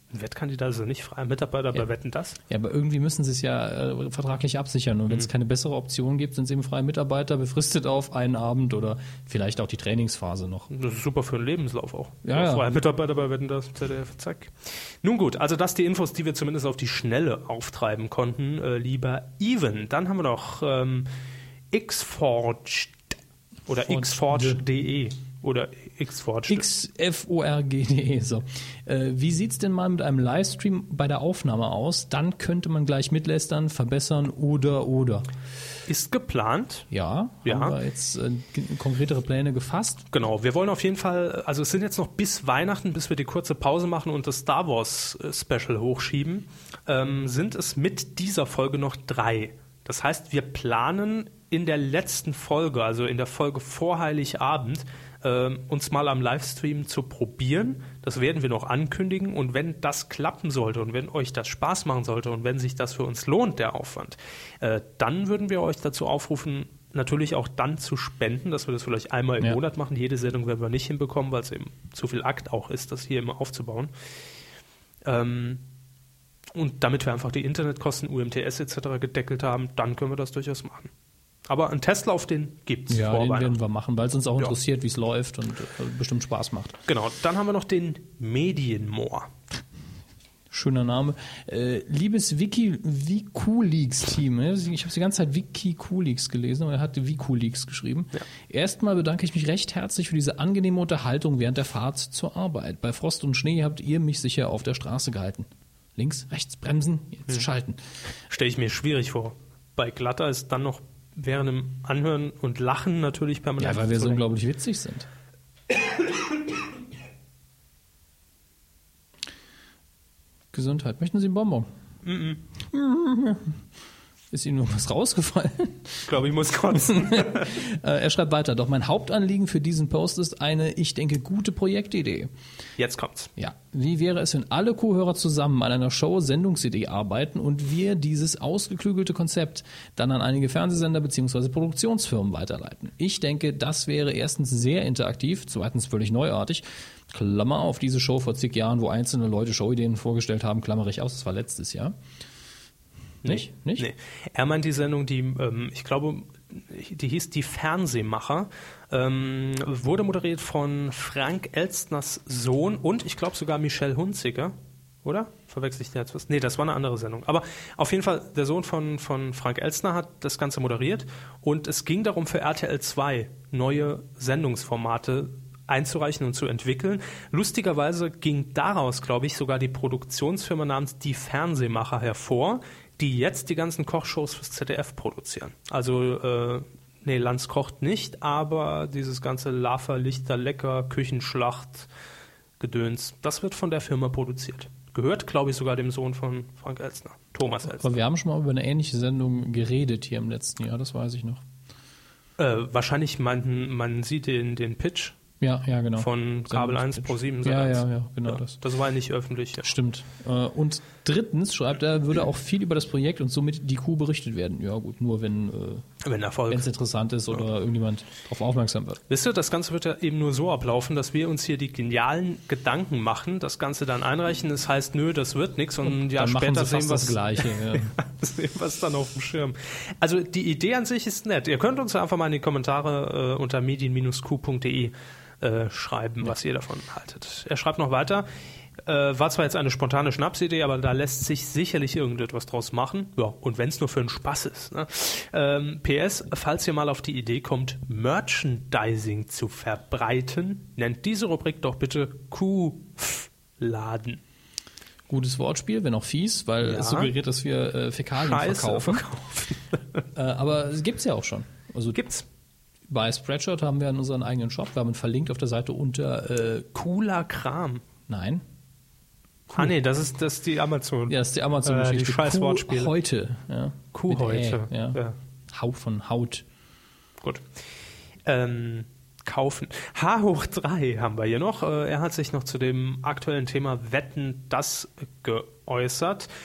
Speaker 1: Ein Wettkandidat ist nicht freier Mitarbeiter
Speaker 2: Ja.
Speaker 1: bei Wetten, das?
Speaker 2: Ja, aber irgendwie müssen sie es ja äh, vertraglich absichern. Und wenn es keine bessere Option gibt, sind sie eben freie Mitarbeiter, befristet auf einen Abend oder vielleicht auch die Trainingsphase noch.
Speaker 1: Das ist super für einen Lebenslauf auch.
Speaker 2: Ja, ja.
Speaker 1: Freier Mitarbeiter bei Wetten, das, Z D F, zack. Nun gut, also das die Infos, die wir zumindest auf die Schnelle auftreiben konnten, äh, lieber Even. Dann haben wir noch ähm, Xforged oder
Speaker 2: Forged.
Speaker 1: xforged punkt de oder Xforged.
Speaker 2: X F O R G D E. So. Äh, wie sieht es denn mal mit einem Livestream bei der Aufnahme aus? Dann könnte man gleich mitlästern, verbessern oder, oder.
Speaker 1: Ist geplant.
Speaker 2: Ja,
Speaker 1: Ja.
Speaker 2: haben wir jetzt äh, g- konkretere Pläne gefasst?
Speaker 1: Genau, wir wollen auf jeden Fall, also es sind jetzt noch bis Weihnachten, bis wir die kurze Pause machen und das Star Wars äh, Special hochschieben, ähm, sind es mit dieser Folge noch drei. Das heißt, wir planen in der letzten Folge, also in der Folge vor Heiligabend, ähm, uns mal am Livestream zu probieren. Das werden wir noch ankündigen und wenn das klappen sollte und wenn euch das Spaß machen sollte und wenn sich das für uns lohnt, der Aufwand, äh, dann würden wir euch dazu aufrufen, natürlich auch dann zu spenden, dass wir das vielleicht einmal im
Speaker 2: Ja.
Speaker 1: Monat machen. Jede Sendung werden wir nicht hinbekommen, weil es eben zu viel Akt auch ist, das hier immer aufzubauen. Ähm, und damit wir einfach die Internetkosten, U M T S et cetera gedeckelt haben, dann können wir das durchaus machen. Aber einen Testlauf, den gibt es
Speaker 2: Ja,
Speaker 1: vor
Speaker 2: den
Speaker 1: Weihnachten.
Speaker 2: werden wir machen, weil es uns auch
Speaker 1: Ja.
Speaker 2: interessiert, wie es läuft und äh, bestimmt Spaß macht.
Speaker 1: Genau, dann haben wir noch den Medienmoor.
Speaker 2: Schöner Name. Äh, liebes Wiki, WikiLeaks-Team, ne? Ich habe die ganze Zeit WikiLeaks gelesen, aber er hat WikiLeaks geschrieben.
Speaker 1: Ja.
Speaker 2: Erstmal bedanke ich mich recht herzlich für diese angenehme Unterhaltung während der Fahrt zur Arbeit. Bei Frost und Schnee habt ihr mich sicher auf der Straße gehalten. Links, rechts, bremsen, jetzt
Speaker 1: Hm.
Speaker 2: schalten.
Speaker 1: Stelle ich mir schwierig vor. Bei Glatter ist dann noch während dem Anhören und Lachen natürlich permanent.
Speaker 2: Ja, weil wir
Speaker 1: zu
Speaker 2: so
Speaker 1: lenken.
Speaker 2: unglaublich witzig sind. Gesundheit. Möchten Sie einen Bonbon? Ist Ihnen noch was rausgefallen?
Speaker 1: Ich glaube, ich muss kotzen.
Speaker 2: Äh, er schreibt weiter, doch mein Hauptanliegen für diesen Post ist eine, ich denke, gute Projektidee.
Speaker 1: Jetzt kommt's.
Speaker 2: Ja, wie wäre es, wenn alle Co-Hörer zusammen an einer Show-Sendungsidee arbeiten und wir dieses ausgeklügelte Konzept dann an einige Fernsehsender bzw. Produktionsfirmen weiterleiten? Ich denke, das wäre erstens sehr interaktiv, zweitens völlig neuartig. Klammer auf diese Show vor zig Jahren, wo einzelne Leute Showideen vorgestellt haben, klammer ich aus, das war letztes Jahr. Nicht? Nicht?
Speaker 1: Nee. Er meint die Sendung, die, ähm, ich glaube, die hieß Die Fernsehmacher, ähm, wurde moderiert von Frank Elstners Sohn und ich glaube sogar Michelle Hunziker, oder? Verwechsel ich da jetzt was? Nee, das war eine andere Sendung. Aber auf jeden Fall, der Sohn von, von Frank Elstner hat das Ganze moderiert und es ging darum, für R T L zwei neue Sendungsformate einzureichen und zu entwickeln. Lustigerweise ging daraus, glaube ich, sogar die Produktionsfirma namens Die Fernsehmacher hervor, die jetzt die ganzen Kochshows fürs Z D F produzieren. Also, äh, nee, Lanz kocht nicht, aber dieses ganze Laffer, Lichter, Lecker, Küchenschlacht, Gedöns, das wird von der Firma produziert. Gehört, glaube ich, sogar dem Sohn von Frank Elstner, Thomas Elstner.
Speaker 2: Aber wir haben schon mal über eine ähnliche Sendung geredet hier im letzten Jahr, das weiß ich noch.
Speaker 1: Äh, wahrscheinlich meinten, man sieht den, den Pitch
Speaker 2: Ja, ja, genau.
Speaker 1: von Kabel eins Pro sieben.
Speaker 2: Ja, ja, ja, genau das.
Speaker 1: Das war nicht öffentlich. Ja.
Speaker 2: Stimmt. Äh, Und drittens schreibt er, würde auch viel über das Projekt und somit die Kuh berichtet werden. Ja gut, nur wenn äh,
Speaker 1: Wenn Erfolg.
Speaker 2: es interessant ist oder irgendjemand darauf aufmerksam wird.
Speaker 1: Wisst ihr, das Ganze wird ja eben nur so ablaufen, dass wir uns hier die genialen Gedanken machen, das Ganze dann einreichen. Das heißt, nö, das wird nichts und ein Jahr
Speaker 2: Dann machen
Speaker 1: später
Speaker 2: sie
Speaker 1: sehen
Speaker 2: fast
Speaker 1: wir
Speaker 2: das Gleiche. Ja.
Speaker 1: sehen wir es dann auf dem Schirm. Also die Idee an sich ist nett. Ihr könnt uns einfach mal in die Kommentare äh, unter medien Bindestrich q punkt de äh, schreiben, was ihr davon haltet. Er schreibt noch weiter. Äh, war zwar jetzt eine spontane Schnapsidee, aber da lässt sich sicherlich irgendetwas draus machen. Ja, und wenn es nur für einen Spaß ist. Ne? Ähm, P S, falls ihr mal auf die Idee kommt, Merchandising zu verbreiten, nennt diese Rubrik doch bitte Kuh-Laden.
Speaker 2: Gutes Wortspiel, wenn auch fies, weil
Speaker 1: Ja.
Speaker 2: es suggeriert, dass wir äh, Fäkalien
Speaker 1: Scheiße
Speaker 2: verkaufen.
Speaker 1: verkaufen.
Speaker 2: Äh, aber es gibt's ja auch schon. Also
Speaker 1: Gibt's.
Speaker 2: bei Spreadshirt haben wir unseren eigenen Shop. Wir haben ihn verlinkt auf der Seite unter äh,
Speaker 1: Cooler Kram.
Speaker 2: Nein.
Speaker 1: Ah nee, das ist, das ist die Amazon.
Speaker 2: Ja, das ist die
Speaker 1: Äh,
Speaker 2: Amazon-Geschichte.
Speaker 1: die scheiß
Speaker 2: Kuh
Speaker 1: Wortspiele.
Speaker 2: heute. Ja.
Speaker 1: Kuh
Speaker 2: Mit
Speaker 1: heute.
Speaker 2: Ä, ja.
Speaker 1: Ja.
Speaker 2: Haut von Haut.
Speaker 1: Gut. Ähm, kaufen. H hoch drei haben wir hier noch. Äh, Er hat sich noch zu dem aktuellen Thema Wetten, das geäußert.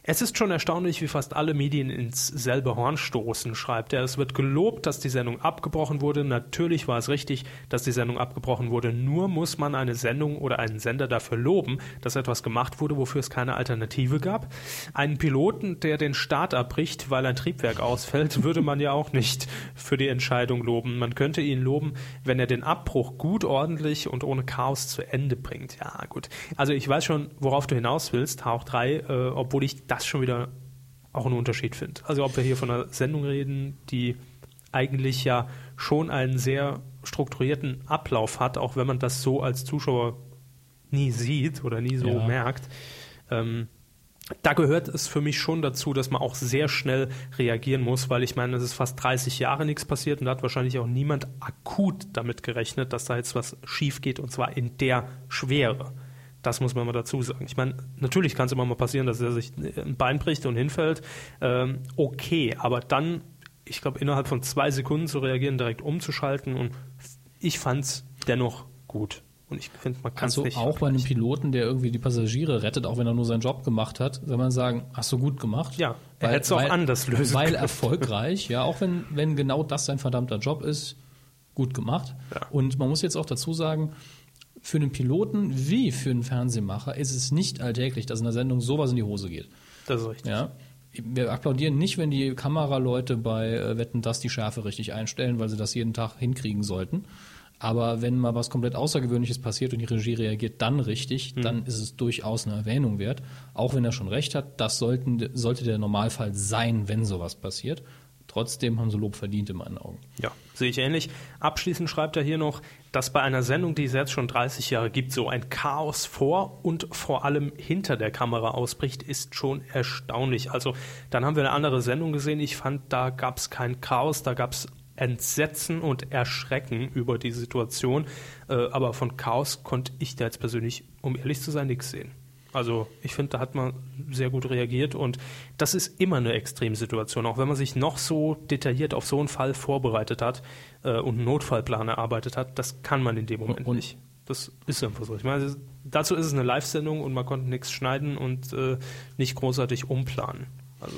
Speaker 1: Es ist schon erstaunlich, wie fast alle Medien ins selbe Horn stoßen, schreibt er. Es wird gelobt, dass die Sendung abgebrochen wurde. Natürlich war es richtig, dass die Sendung abgebrochen wurde. Nur muss man eine Sendung oder einen Sender dafür loben, dass etwas gemacht wurde, wofür es keine Alternative gab. Einen Piloten, der den Start abbricht, weil ein Triebwerk ausfällt, würde man ja auch nicht für die Entscheidung loben. Man könnte ihn loben, wenn er den Abbruch gut, ordentlich und ohne Chaos zu Ende bringt. Ja, gut. Also ich weiß schon, worauf du hinaus willst, Hauch drei, äh, obwohl ich das schon wieder auch einen Unterschied finde. Also ob wir hier von einer Sendung reden, die eigentlich ja schon einen sehr strukturierten Ablauf hat, auch wenn man das so als Zuschauer nie sieht oder nie so
Speaker 2: ja.
Speaker 1: merkt. Ähm, da gehört es für mich schon dazu, dass man auch sehr schnell reagieren muss, weil ich meine, es ist fast dreißig Jahre nichts passiert und da hat wahrscheinlich auch niemand akut damit gerechnet, dass da jetzt was schief geht und zwar in der Schwere. Das muss man mal dazu sagen. Ich meine, natürlich kann es immer mal passieren, dass er sich ein Bein bricht und hinfällt. Ähm, okay, aber dann, ich glaube, innerhalb von zwei Sekunden zu reagieren, direkt umzuschalten und ich fand es dennoch gut. Und ich finde, man kann es
Speaker 2: also
Speaker 1: nicht.
Speaker 2: Auch bei einem Piloten, der irgendwie die Passagiere rettet, auch wenn er nur seinen Job gemacht hat, soll man sagen, hast du gut gemacht.
Speaker 1: Ja, er hätte es auch anders lösen
Speaker 2: Weil
Speaker 1: können.
Speaker 2: erfolgreich, ja, auch wenn, wenn genau das sein verdammter Job ist, gut gemacht.
Speaker 1: Ja.
Speaker 2: Und man muss jetzt auch dazu sagen, für einen Piloten wie für einen Fernsehmacher ist es nicht alltäglich, dass in der Sendung sowas in die Hose geht.
Speaker 1: Das ist richtig.
Speaker 2: Ja? Wir applaudieren nicht, wenn die Kameraleute bei äh, Wetten, dass die Schärfe richtig einstellen, weil sie das jeden Tag hinkriegen sollten. Aber wenn mal was komplett Außergewöhnliches passiert und die Regie reagiert dann richtig, mhm. dann ist es durchaus eine Erwähnung wert. Auch wenn er schon recht hat, das sollten, sollte der Normalfall sein, wenn sowas passiert. Trotzdem haben sie Lob verdient in meinen Augen.
Speaker 1: Ja, sehe ich ähnlich. Abschließend schreibt er hier noch, dass bei einer Sendung, die es jetzt schon dreißig Jahre gibt, so ein Chaos vor und vor allem hinter der Kamera ausbricht, ist schon erstaunlich. Also dann haben wir eine andere Sendung gesehen. Ich fand, da gab es kein Chaos, da gab es Entsetzen und Erschrecken über die Situation. Äh, aber von Chaos konnte ich da jetzt persönlich, um ehrlich zu sein, nichts sehen. Also ich finde, da hat man sehr gut reagiert und das ist immer eine Extremsituation, auch wenn man sich noch so detailliert auf so einen Fall vorbereitet hat äh, und einen Notfallplan erarbeitet hat, das kann man in dem Moment
Speaker 2: und,
Speaker 1: nicht. Das ist einfach so. Ich meine, dazu ist es eine Live-Sendung und man konnte nichts schneiden und äh, nicht großartig umplanen. Also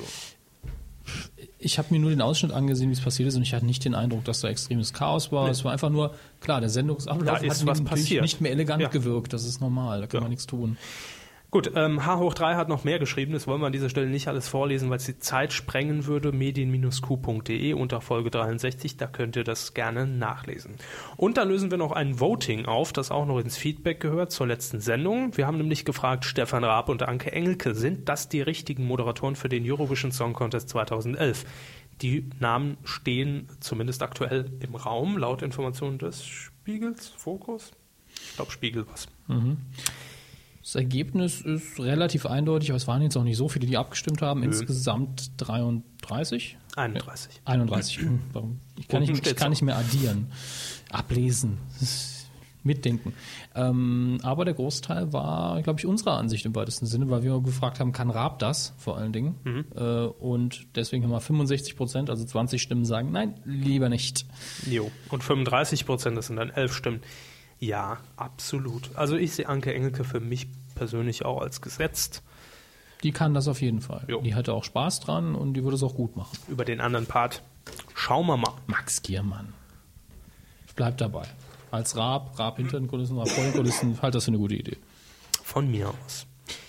Speaker 2: ich habe mir nur den Ausschnitt angesehen, wie es passiert ist und ich hatte nicht den Eindruck, dass da extremes Chaos war. Nee. Es war einfach nur, klar, der Sendungsablauf
Speaker 1: da
Speaker 2: hat
Speaker 1: ist was
Speaker 2: natürlich
Speaker 1: passiert.
Speaker 2: nicht mehr elegant
Speaker 1: ja.
Speaker 2: gewirkt, das ist normal, da kann
Speaker 1: ja.
Speaker 2: man nichts tun.
Speaker 1: Gut, ähm, H hoch drei hat noch mehr geschrieben, das wollen wir an dieser Stelle nicht alles vorlesen, weil es die Zeit sprengen würde. medien Bindestrich q punkt de unter Folge dreiundsechzig, da könnt ihr das gerne nachlesen. Und da lösen wir noch ein Voting auf, das auch noch ins Feedback gehört zur letzten Sendung. Wir haben nämlich gefragt, Stefan Raab und Anke Engelke, sind das die richtigen Moderatoren für den Eurovision Song Contest zweitausendelf? Die Namen stehen zumindest aktuell im Raum, laut Informationen des Spiegels, Fokus? Ich glaube Spiegel was.
Speaker 2: Mhm. Das Ergebnis ist relativ eindeutig, aber es waren jetzt auch nicht so viele, die abgestimmt haben. Nö. Insgesamt dreiunddreißig?
Speaker 1: einunddreißig.
Speaker 2: einunddreißig. Ich kann, nicht, ich kann nicht mehr addieren. Ablesen. Mitdenken. Ähm, aber der Großteil war, glaube ich, unserer Ansicht im weitesten Sinne, weil wir gefragt haben, kann Raab das vor allen Dingen? Mhm. Äh, und deswegen haben wir fünfundsechzig Prozent, also zwanzig Stimmen sagen, nein, lieber nicht.
Speaker 1: Jo. Und fünfunddreißig Prozent, das sind dann elf Stimmen. Ja, absolut. Also ich sehe Anke Engelke für mich persönlich auch als gesetzt.
Speaker 2: Die kann das auf jeden Fall. Jo. Die hatte auch Spaß dran und die würde es auch gut machen.
Speaker 1: Über den anderen Part schauen wir mal.
Speaker 2: Max Giermann. Ich bleib dabei. Als Raab, Raab hinter den Kulissen, Raab vor den Kulissen, halt das für eine gute Idee.
Speaker 1: Von mir aus.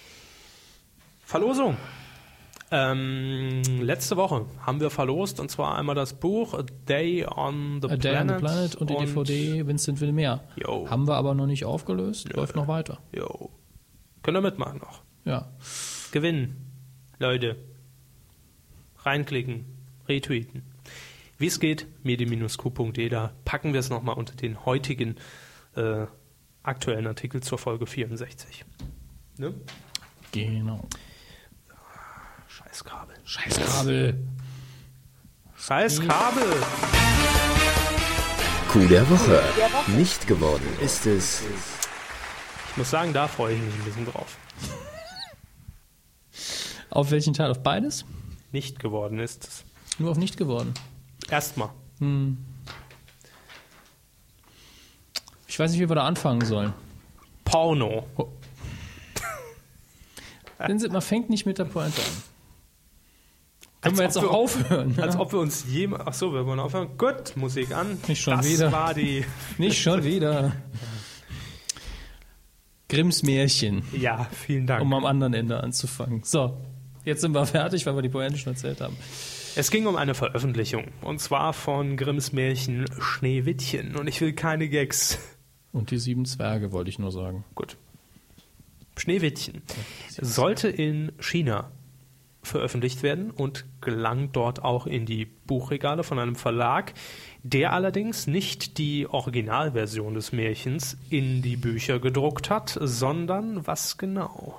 Speaker 1: Verlosung. Ähm, letzte Woche haben wir verlost, und zwar einmal das Buch A Day on the
Speaker 2: A
Speaker 1: Planet.
Speaker 2: Day on the Planet und die und D V D Vincent will mehr.
Speaker 1: Yo.
Speaker 2: Haben wir aber noch nicht aufgelöst, Nö. läuft noch weiter.
Speaker 1: Jo. Könnt ihr mitmachen noch.
Speaker 2: Ja.
Speaker 1: Gewinnen, Leute. Reinklicken, retweeten. Wie es geht, medien Bindestrich q punkt de, da packen wir es nochmal unter den heutigen äh, aktuellen Artikel zur Folge vierundsechzig. Ne?
Speaker 2: Genau.
Speaker 1: Scheiß Kabel.
Speaker 2: Scheiß Kabel.
Speaker 1: Scheiß Kabel.
Speaker 5: Coup der Woche. Nicht geworden ist es.
Speaker 1: Ich muss sagen, da freue ich mich ein bisschen drauf.
Speaker 2: Auf welchen Teil? Auf beides?
Speaker 1: Nicht geworden ist es.
Speaker 2: Nur auf nicht geworden.
Speaker 1: Erstmal.
Speaker 2: Hm. Ich weiß nicht, wie wir da anfangen sollen.
Speaker 1: Porno.
Speaker 2: Oh. Man fängt nicht mit der Pointe an. Können wir jetzt auch aufhören?
Speaker 1: Als ob wir uns jemals... Ach so, wir wollen aufhören. Gut, Musik an.
Speaker 2: Nicht schon
Speaker 1: das
Speaker 2: wieder.
Speaker 1: Das war die...
Speaker 2: Nicht schon wieder. Grimms Märchen.
Speaker 1: Ja, vielen Dank.
Speaker 2: Um am anderen Ende anzufangen. So, jetzt sind wir fertig, weil wir die Pointe schon erzählt haben.
Speaker 1: Es ging um eine Veröffentlichung. Und zwar von Grimms Märchen Schneewittchen. Und ich will keine Gags.
Speaker 2: Und die sieben Zwerge, wollte ich nur sagen.
Speaker 1: Gut. Schneewittchen sollte in China veröffentlicht werden und gelang dort auch in die Buchregale von einem Verlag, der allerdings nicht die Originalversion des Märchens in die Bücher gedruckt hat, sondern was genau?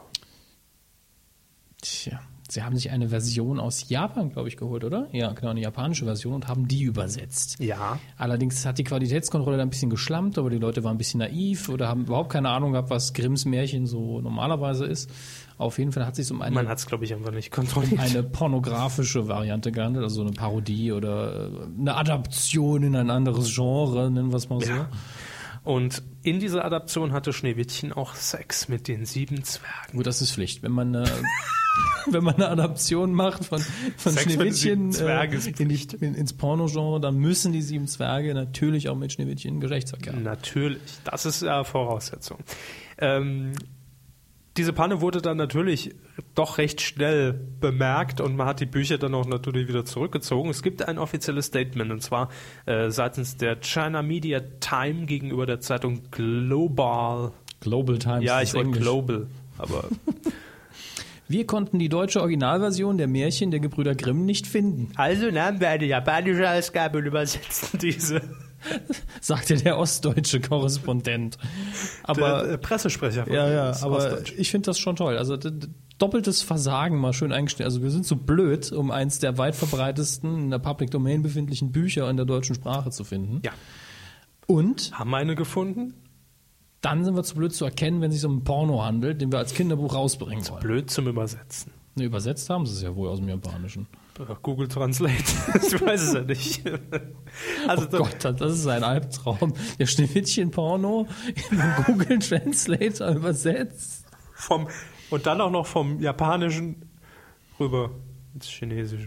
Speaker 2: Tja, sie haben sich eine Version aus Japan, glaube ich, geholt, oder? Ja, genau, eine japanische Version und haben die übersetzt.
Speaker 1: Ja.
Speaker 2: Allerdings hat die Qualitätskontrolle da ein bisschen geschlampt, aber die Leute waren ein bisschen naiv oder haben überhaupt keine Ahnung gehabt, was Grimms Märchen so normalerweise ist. Auf jeden Fall hat es sich um eine,
Speaker 1: Man hat es, glaube ich, einfach nicht kontrolliert.
Speaker 2: um eine pornografische Variante gehandelt, also eine Parodie oder eine Adaption in ein anderes Genre, nennen wir es mal so.
Speaker 1: Ja. Und in dieser Adaption hatte Schneewittchen auch Sex mit den sieben Zwergen.
Speaker 2: Gut, das ist Pflicht. Wenn man eine, wenn man eine Adaption macht von, von
Speaker 1: Sex mit den
Speaker 2: Schneewittchen
Speaker 1: sieben Zwergen ist
Speaker 2: äh, in die, in, ins Pornogenre, dann müssen die sieben Zwerge natürlich auch mit Schneewittchen Geschlechtsverkehr haben.
Speaker 1: Natürlich, das ist ja Voraussetzung. Ähm, diese Panne wurde dann natürlich doch recht schnell bemerkt und man hat die Bücher dann auch natürlich wieder zurückgezogen. Es gibt ein offizielles Statement und zwar äh, seitens der China Media Time gegenüber der Zeitung Global.
Speaker 2: Global Times.
Speaker 1: Ja,
Speaker 2: ist
Speaker 1: ich wollte
Speaker 2: Englisch.
Speaker 1: Global, aber
Speaker 2: Wir konnten die deutsche Originalversion der Märchen der Gebrüder Grimm nicht finden,
Speaker 1: also nahmen wir eine japanische Ausgabe und übersetzten diese.
Speaker 2: sagte der ostdeutsche Korrespondent. Aber
Speaker 1: der äh, Pressesprecher von
Speaker 2: ja, ja,
Speaker 1: uns,
Speaker 2: aber
Speaker 1: Ostdeutsch.
Speaker 2: ich finde das schon toll. Also d- d- doppeltes Versagen mal schön eingestellt. Also wir sind so blöd, um eins der weit verbreitesten in der Public Domain befindlichen Bücher in der deutschen Sprache zu finden.
Speaker 1: Ja.
Speaker 2: Und
Speaker 1: Haben wir eine gefunden?
Speaker 2: dann sind wir zu blöd zu erkennen, wenn es sich um ein Porno handelt, den wir als Kinderbuch rausbringen wollen.
Speaker 1: Blöd zum Übersetzen.
Speaker 2: Ne, übersetzt haben sie es ja wohl aus dem Japanischen.
Speaker 1: Google Translate, ich weiß es ja nicht. Also
Speaker 2: Oh Gott, das ist ein Albtraum. Der Schneewittchen-Porno in den Google Translator übersetzt.
Speaker 1: vom, und dann auch noch vom Japanischen rüber ins Chinesische.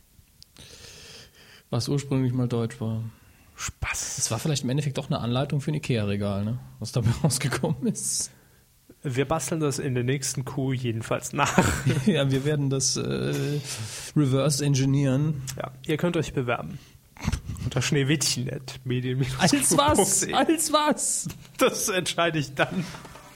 Speaker 2: Was ursprünglich mal Deutsch war.
Speaker 1: Spaß.
Speaker 2: Das war vielleicht im Endeffekt doch eine Anleitung für ein Ikea-Regal, ne? Was dabei rausgekommen ist.
Speaker 1: Wir basteln das in der nächsten Kuh jedenfalls nach.
Speaker 2: Ja, wir werden das äh, reverse engineeren.
Speaker 1: Ja, ihr könnt euch bewerben. Unter Schneewittchen at medien
Speaker 2: Als was? Als was?
Speaker 1: Das entscheide ich dann.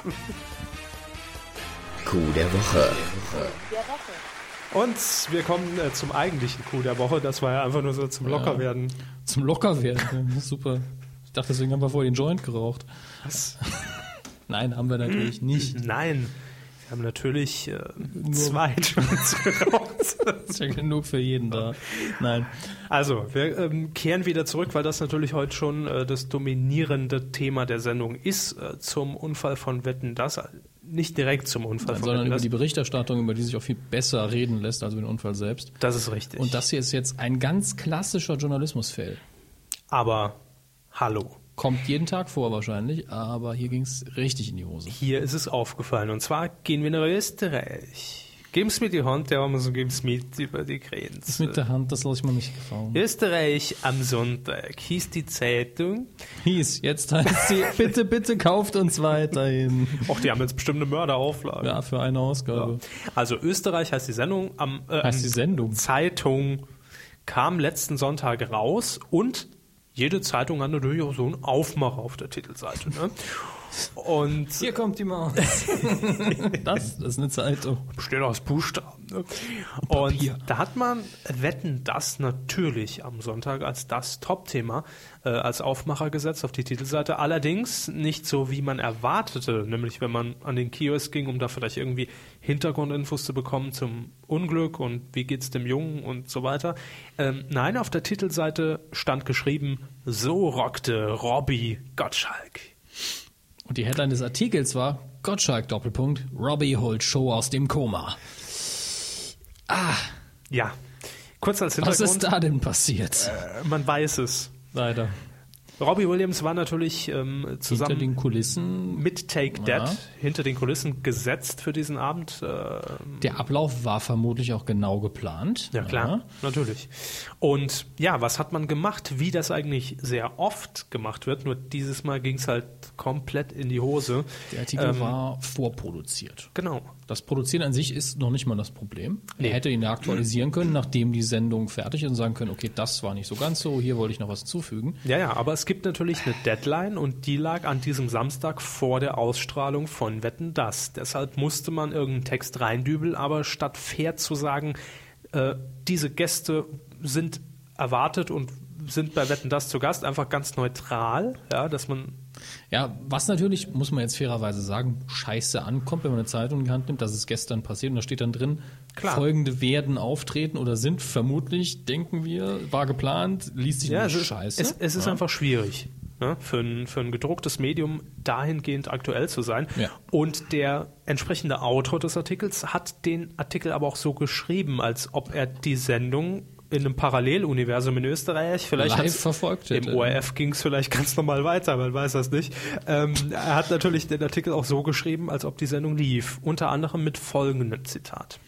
Speaker 5: Kuh der Woche.
Speaker 1: Und wir kommen äh, zum eigentlichen Coup der Woche. Das war ja einfach nur so zum Lockerwerden.
Speaker 2: Zum Lockerwerden. Ja, super. Ich dachte, deswegen haben wir vorher den Joint geraucht.
Speaker 1: Was?
Speaker 2: Nein, haben wir natürlich nicht.
Speaker 1: Nein. Wir haben natürlich äh, zwei Joints geraucht.
Speaker 2: Ist ja genug für jeden da. Nein.
Speaker 1: Also, wir ähm, kehren wieder zurück, weil das natürlich heute schon äh, das dominierende Thema der Sendung ist, äh, zum Unfall von Wetten, dass nicht direkt zum Unfall
Speaker 2: Nein,
Speaker 1: von
Speaker 2: sondern
Speaker 1: Wetten,
Speaker 2: über
Speaker 1: dass.
Speaker 2: die Berichterstattung, über die sich auch viel besser reden lässt als über den Unfall selbst.
Speaker 1: Das ist richtig.
Speaker 2: Und das hier ist jetzt ein ganz klassischer Journalismus-Fail.
Speaker 1: Aber hallo.
Speaker 2: Kommt jeden Tag vor wahrscheinlich, aber hier ging es richtig in die Hose.
Speaker 1: Hier ist es aufgefallen. Und zwar gehen wir nach Österreich. Geben's mir die Hand, der haben so geben's mit über die Grenze.
Speaker 2: Das mit der Hand, das lasse ich mir nicht gefallen.
Speaker 1: Österreich am Sonntag hieß die Zeitung.
Speaker 2: Hieß, jetzt heißt sie, bitte, bitte kauft uns weiterhin.
Speaker 1: Och, die haben jetzt bestimmt eine Mörderauflage.
Speaker 2: Ja, für eine Ausgabe.
Speaker 1: Ja. Also Österreich heißt die Sendung am äh,
Speaker 2: Heißt die Sendung?
Speaker 1: Zeitung kam letzten Sonntag raus und jede Zeitung hat natürlich auch so einen Aufmacher auf der Titelseite. Ne? Und
Speaker 2: Hier kommt die Maus. das, das ist eine Zeitung.
Speaker 1: besteht aus Buchstaben. Ne? Und da hat man Wetten, das natürlich am Sonntag als das Top-Thema äh, als Aufmacher gesetzt auf die Titelseite. Allerdings nicht so, wie man erwartete, nämlich wenn man an den Kiosk ging, um da vielleicht irgendwie Hintergrundinfos zu bekommen zum Unglück und wie geht's dem Jungen und so weiter. Ähm, nein, auf der Titelseite stand geschrieben, so rockte Robbie Gottschalk.
Speaker 2: Und die Headline des Artikels war Gottschalk Doppelpunkt, Robbie holt Show aus dem Koma. Ah,
Speaker 1: Ja, kurz als
Speaker 2: was
Speaker 1: Hintergrund.
Speaker 2: ist da denn passiert?
Speaker 1: Äh, man weiß es.
Speaker 2: Leider.
Speaker 1: Robbie Williams war natürlich ähm, zusammen
Speaker 2: Hinter den Kulissen.
Speaker 1: mit Take
Speaker 2: Ja.
Speaker 1: That hinter den Kulissen gesetzt für diesen Abend. Äh,
Speaker 2: Der Ablauf war vermutlich auch genau geplant.
Speaker 1: Ja, klar, natürlich. Und ja, was hat man gemacht? Wie das eigentlich sehr oft gemacht wird, nur dieses Mal ging es halt komplett in die Hose.
Speaker 2: Der Artikel
Speaker 1: Ähm,
Speaker 2: war vorproduziert.
Speaker 1: Genau.
Speaker 2: Das Produzieren an sich ist noch nicht mal das Problem.
Speaker 1: Nee.
Speaker 2: Er hätte ihn ja aktualisieren können, nachdem die Sendung fertig ist und sagen können, okay, das war nicht so ganz so, hier wollte ich noch was hinzufügen.
Speaker 1: Ja, ja, aber es gibt natürlich eine Deadline und die lag an diesem Samstag vor der Ausstrahlung von Wetten, dass. Deshalb musste man irgendeinen Text reindübeln, aber statt fair zu sagen, äh, diese Gäste sind erwartet und sind bei Wetten, dass zu Gast, einfach ganz neutral, ja, dass man
Speaker 2: Ja, was natürlich, muss man jetzt fairerweise sagen, scheiße ankommt, wenn man eine Zeitung in die Hand nimmt, dass es gestern passiert und da steht dann drin,
Speaker 1: Klar.
Speaker 2: folgende werden auftreten oder sind vermutlich, denken wir, war geplant, liest sich
Speaker 1: Ja,
Speaker 2: nicht
Speaker 1: es ist,
Speaker 2: scheiße.
Speaker 1: es, es ist
Speaker 2: ja.
Speaker 1: einfach schwierig, ne? für, ein, für ein gedrucktes Medium dahingehend aktuell zu sein.
Speaker 2: Ja.
Speaker 1: Und der entsprechende Autor des Artikels hat den Artikel aber auch so geschrieben, als ob er die Sendung in einem Paralleluniversum in Österreich, vielleicht
Speaker 2: Live
Speaker 1: hat's-
Speaker 2: verfolgt hätte.
Speaker 1: Im O R F ging es vielleicht ganz normal weiter, man weiß das nicht. Ähm, er hat natürlich den Artikel auch so geschrieben, als ob die Sendung lief. Unter anderem mit folgendem Zitat.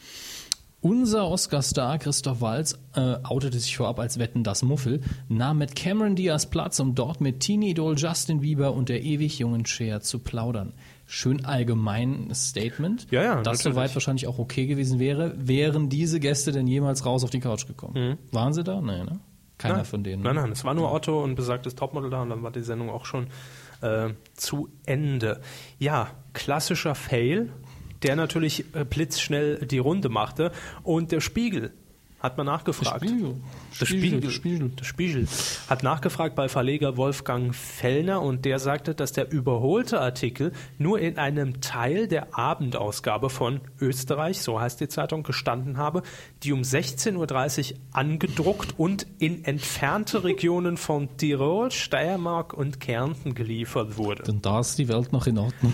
Speaker 2: Unser Oscar-Star Christoph Waltz äh, outete sich vorab als Wetten das Muffel, nahm mit Cameron Diaz Platz, um dort mit Teenie-Idol Justin Bieber und der ewig jungen Cher zu plaudern. Schön allgemeines Statement,
Speaker 1: Ja, ja,
Speaker 2: das
Speaker 1: natürlich.
Speaker 2: soweit wahrscheinlich auch okay gewesen wäre, wären diese Gäste denn jemals raus auf die Couch gekommen. Waren sie da? Nein, ne? Keiner
Speaker 1: nein,
Speaker 2: von denen.
Speaker 1: Nein, nein, es war nur Otto und besagtes Topmodel da und dann war die Sendung auch schon äh, zu Ende. Ja, klassischer Fail, der natürlich äh, blitzschnell die Runde machte. Und der Spiegel hat man nachgefragt.
Speaker 2: Spiegel.
Speaker 1: Der Spiegel.
Speaker 2: Spiegel.
Speaker 1: Der Spiegel hat nachgefragt bei Verleger Wolfgang Fellner und der sagte, dass der überholte Artikel nur in einem Teil der Abendausgabe von Österreich, so heißt die Zeitung, gestanden habe, die um sechzehn Uhr dreißig angedruckt und in entfernte Regionen von Tirol, Steiermark und Kärnten geliefert wurde.
Speaker 2: Denn da ist die Welt noch in Ordnung.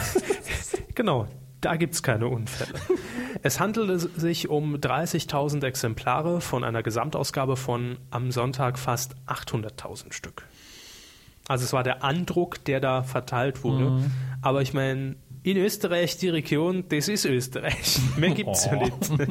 Speaker 1: Genau, da gibt es keine Unfälle. Es handelte sich um dreißigtausend Exemplare von einer Gesamtausgabe von am Sonntag fast achthunderttausend Stück. Also es war der Andruck, der da verteilt wurde.
Speaker 2: Mhm.
Speaker 1: Aber ich meine, in Österreich, die Region, das ist Österreich. Mehr gibt es ja
Speaker 2: Oh.
Speaker 1: nicht.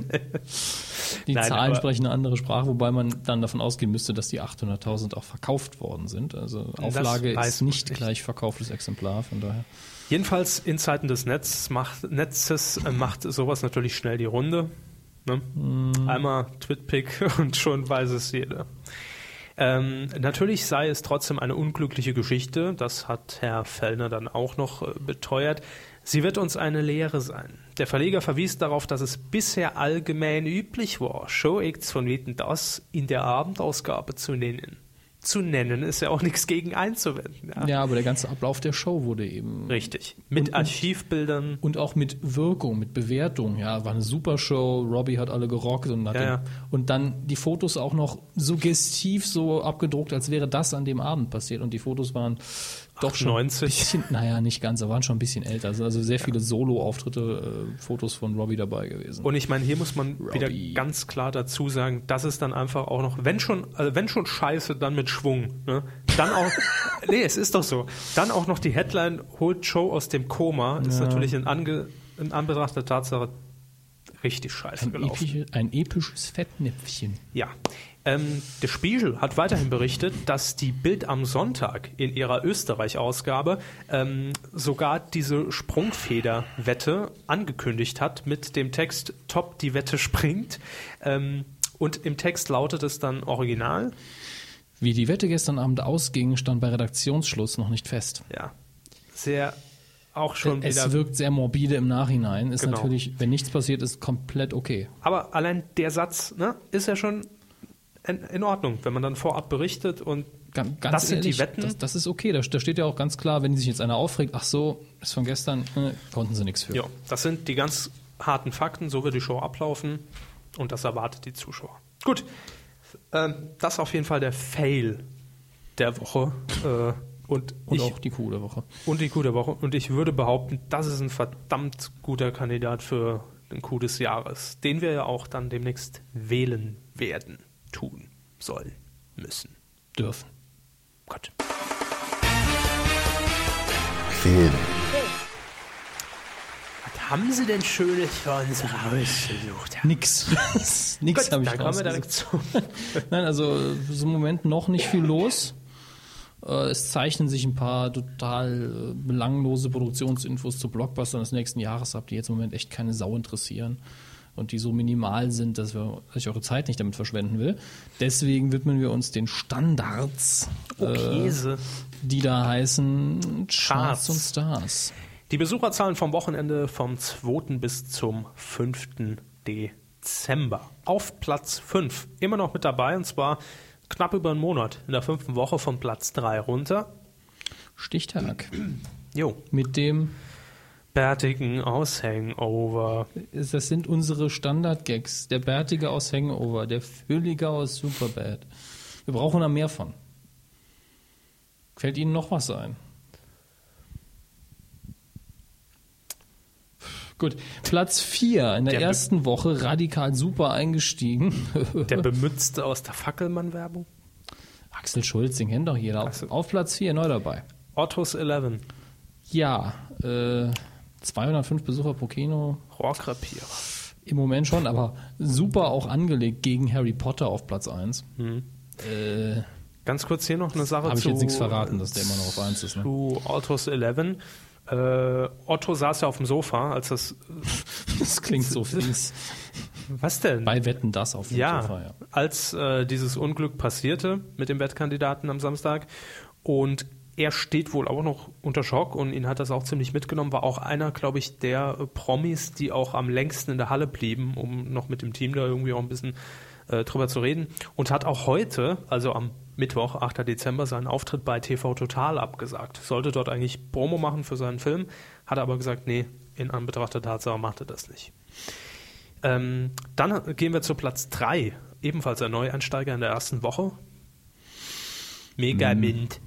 Speaker 2: Die
Speaker 1: Nein,
Speaker 2: Zahlen
Speaker 1: aber-
Speaker 2: sprechen eine andere Sprache, wobei man dann davon ausgehen müsste, dass die achthunderttausend auch verkauft worden sind. Also Auflage
Speaker 1: weiß
Speaker 2: ist
Speaker 1: man
Speaker 2: nicht
Speaker 1: nicht.
Speaker 2: gleich verkauftes Exemplar, von daher.
Speaker 1: Jedenfalls in Zeiten des Netzes macht, Netzes äh, macht sowas natürlich schnell die Runde. Ne? Einmal Twitpic und schon weiß es jeder. Ähm, natürlich sei es trotzdem eine unglückliche Geschichte, das hat Herr Fellner dann auch noch äh, beteuert. Sie wird uns eine Lehre sein. Der Verleger verwies darauf, dass es bisher allgemein üblich war, Show-Acts von Wetten, dass in der Abendausgabe zu nennen. Zu nennen ist ja auch nichts gegen einzuwenden. Ja.
Speaker 2: Ja, aber der ganze Ablauf der Show wurde eben.
Speaker 1: Richtig. Mit
Speaker 2: Und-
Speaker 1: Archivbildern.
Speaker 2: Und auch mit Wirkung, mit Bewertung. Ja, war eine super Show. Robbie hat alle gerockt und, hat
Speaker 1: Ja,
Speaker 2: den,
Speaker 1: ja.
Speaker 2: und dann die Fotos auch noch suggestiv so abgedruckt, als wäre das an dem Abend passiert. Und die Fotos waren doch schon ein
Speaker 1: achtundneunzig.
Speaker 2: bisschen, naja, nicht ganz, aber waren schon ein bisschen älter. Also, also sehr viele Solo-Auftritte, äh, Fotos von Robbie dabei gewesen.
Speaker 1: Und ich meine, hier muss man wieder
Speaker 2: Robbie.
Speaker 1: ganz klar dazu sagen, dass es dann einfach auch noch, wenn schon, also wenn schon Scheiße, dann mit Schwung. Ne? Dann auch, nee, es ist doch so. Dann auch noch die Headline holt Show aus dem Koma, ist natürlich in, Ange, in Anbetracht der Tatsache richtig scheiße
Speaker 2: ein,
Speaker 1: gelaufen.
Speaker 2: epische, ein episches Fettnäpfchen.
Speaker 1: Ja. Ähm, der Spiegel hat weiterhin berichtet, dass die Bild am Sonntag in ihrer Österreich-Ausgabe ähm, sogar diese Sprungfeder-Wette angekündigt hat mit dem Text Top, die Wette springt. Ähm, und im Text lautet es dann original.
Speaker 2: Wie die Wette gestern Abend ausging, stand bei Redaktionsschluss noch nicht fest.
Speaker 1: Ja, sehr auch schon
Speaker 2: Es
Speaker 1: wieder.
Speaker 2: wirkt sehr morbide im Nachhinein. Ist
Speaker 1: Genau.
Speaker 2: natürlich, wenn nichts passiert, ist komplett okay.
Speaker 1: Aber allein der Satz, ne, ist ja schon in, in Ordnung, wenn man dann vorab berichtet und
Speaker 2: Ganz, ganz
Speaker 1: das sind
Speaker 2: ehrlich,
Speaker 1: die Wetten.
Speaker 2: Das, das ist okay. Da, da steht ja auch ganz klar, wenn sich jetzt einer aufregt, ach so, ist von gestern, äh, konnten sie nichts für.
Speaker 1: Ja, das sind die ganz harten Fakten, so wird die Show ablaufen und das erwartet die Zuschauer. Gut, ähm, das ist auf jeden Fall der Fail der Woche äh, und,
Speaker 2: Und
Speaker 1: ich,
Speaker 2: auch die Kuh der Woche.
Speaker 1: und die Coup der Woche. Und ich würde behaupten, das ist ein verdammt guter Kandidat für den Coup des Jahres, den wir ja auch dann demnächst wählen werden, tun, sollen, müssen.
Speaker 2: Dürfen.
Speaker 1: Gott.
Speaker 5: Film.
Speaker 1: Was haben Sie denn Schönes für uns rausgesucht?
Speaker 2: Nix. Nix habe ich
Speaker 1: Dann kommen wir direkt
Speaker 2: rausgesucht.
Speaker 1: zu.
Speaker 2: Nein, also so im Moment noch nicht viel los. Äh, Es zeichnen sich ein paar total äh, belanglose Produktionsinfos zu Blockbustern des nächsten Jahres ab, die jetzt im Moment echt keine Sau interessieren und die so minimal sind, dass, wir, dass ich eure Zeit nicht damit verschwenden will. Deswegen widmen wir uns den Standards,
Speaker 1: Oh, Käse.
Speaker 2: die da heißen Charts
Speaker 1: Charts.
Speaker 2: und Stars.
Speaker 1: Die Besucherzahlen vom Wochenende vom zweiten bis zum fünften Dezember. Auf Platz fünf. Immer noch mit dabei, und zwar knapp über einen Monat. In der fünften Woche von Platz drei runter.
Speaker 2: Stichtag.
Speaker 1: Jo.
Speaker 2: Mit dem,
Speaker 1: Bärtigen aus Hangover.
Speaker 2: das sind unsere Standard-Gags. Der Bärtige aus Hangover, der Füllige aus Superbad. Wir brauchen da mehr von. Fällt Ihnen noch was ein? Gut, Platz vier in der,
Speaker 1: Der Be-
Speaker 2: ersten Woche radikal super eingestiegen.
Speaker 1: Der Bemützte aus der Fackelmann-Werbung.
Speaker 2: Axel Schulz, den kennt doch jeder. Auf,
Speaker 1: Axel.
Speaker 2: auf Platz vier neu dabei.
Speaker 1: Ottos elf.
Speaker 2: Ja, äh, zweihundertfünf Besucher pro Kino.
Speaker 1: Rohrkrepierer.
Speaker 2: Im Moment schon, aber super auch angelegt gegen Harry Potter auf Platz eins.
Speaker 1: Mhm.
Speaker 2: Äh,
Speaker 1: Ganz kurz hier noch eine Sache
Speaker 2: Habe ich
Speaker 1: zu,
Speaker 2: jetzt nichts verraten, dass der immer noch auf eins ist. Ne?
Speaker 1: zu Ottos elf. Äh, Otto saß ja auf dem Sofa, als das...
Speaker 2: Das klingt so fies.
Speaker 1: Was denn?
Speaker 2: Bei Wetten, das auf dem
Speaker 1: Ja,
Speaker 2: Sofa, ja.
Speaker 1: als äh, dieses Unglück passierte mit dem Wettkandidaten am Samstag, und er steht wohl auch noch unter Schock, und ihn hat das auch ziemlich mitgenommen, war auch einer, glaube ich, der äh, Promis, die auch am längsten in der Halle blieben, um noch mit dem Team da irgendwie auch ein bisschen äh, drüber zu reden, und hat auch heute, also am Mittwoch, achter Dezember, seinen Auftritt bei T V Total abgesagt. Sollte dort eigentlich Promo machen für seinen Film, hat aber gesagt, nee, in Anbetracht der Tatsache macht er das nicht. Ähm, dann gehen wir zu Platz drei, ebenfalls ein Neueinsteiger in der ersten Woche. Megamind.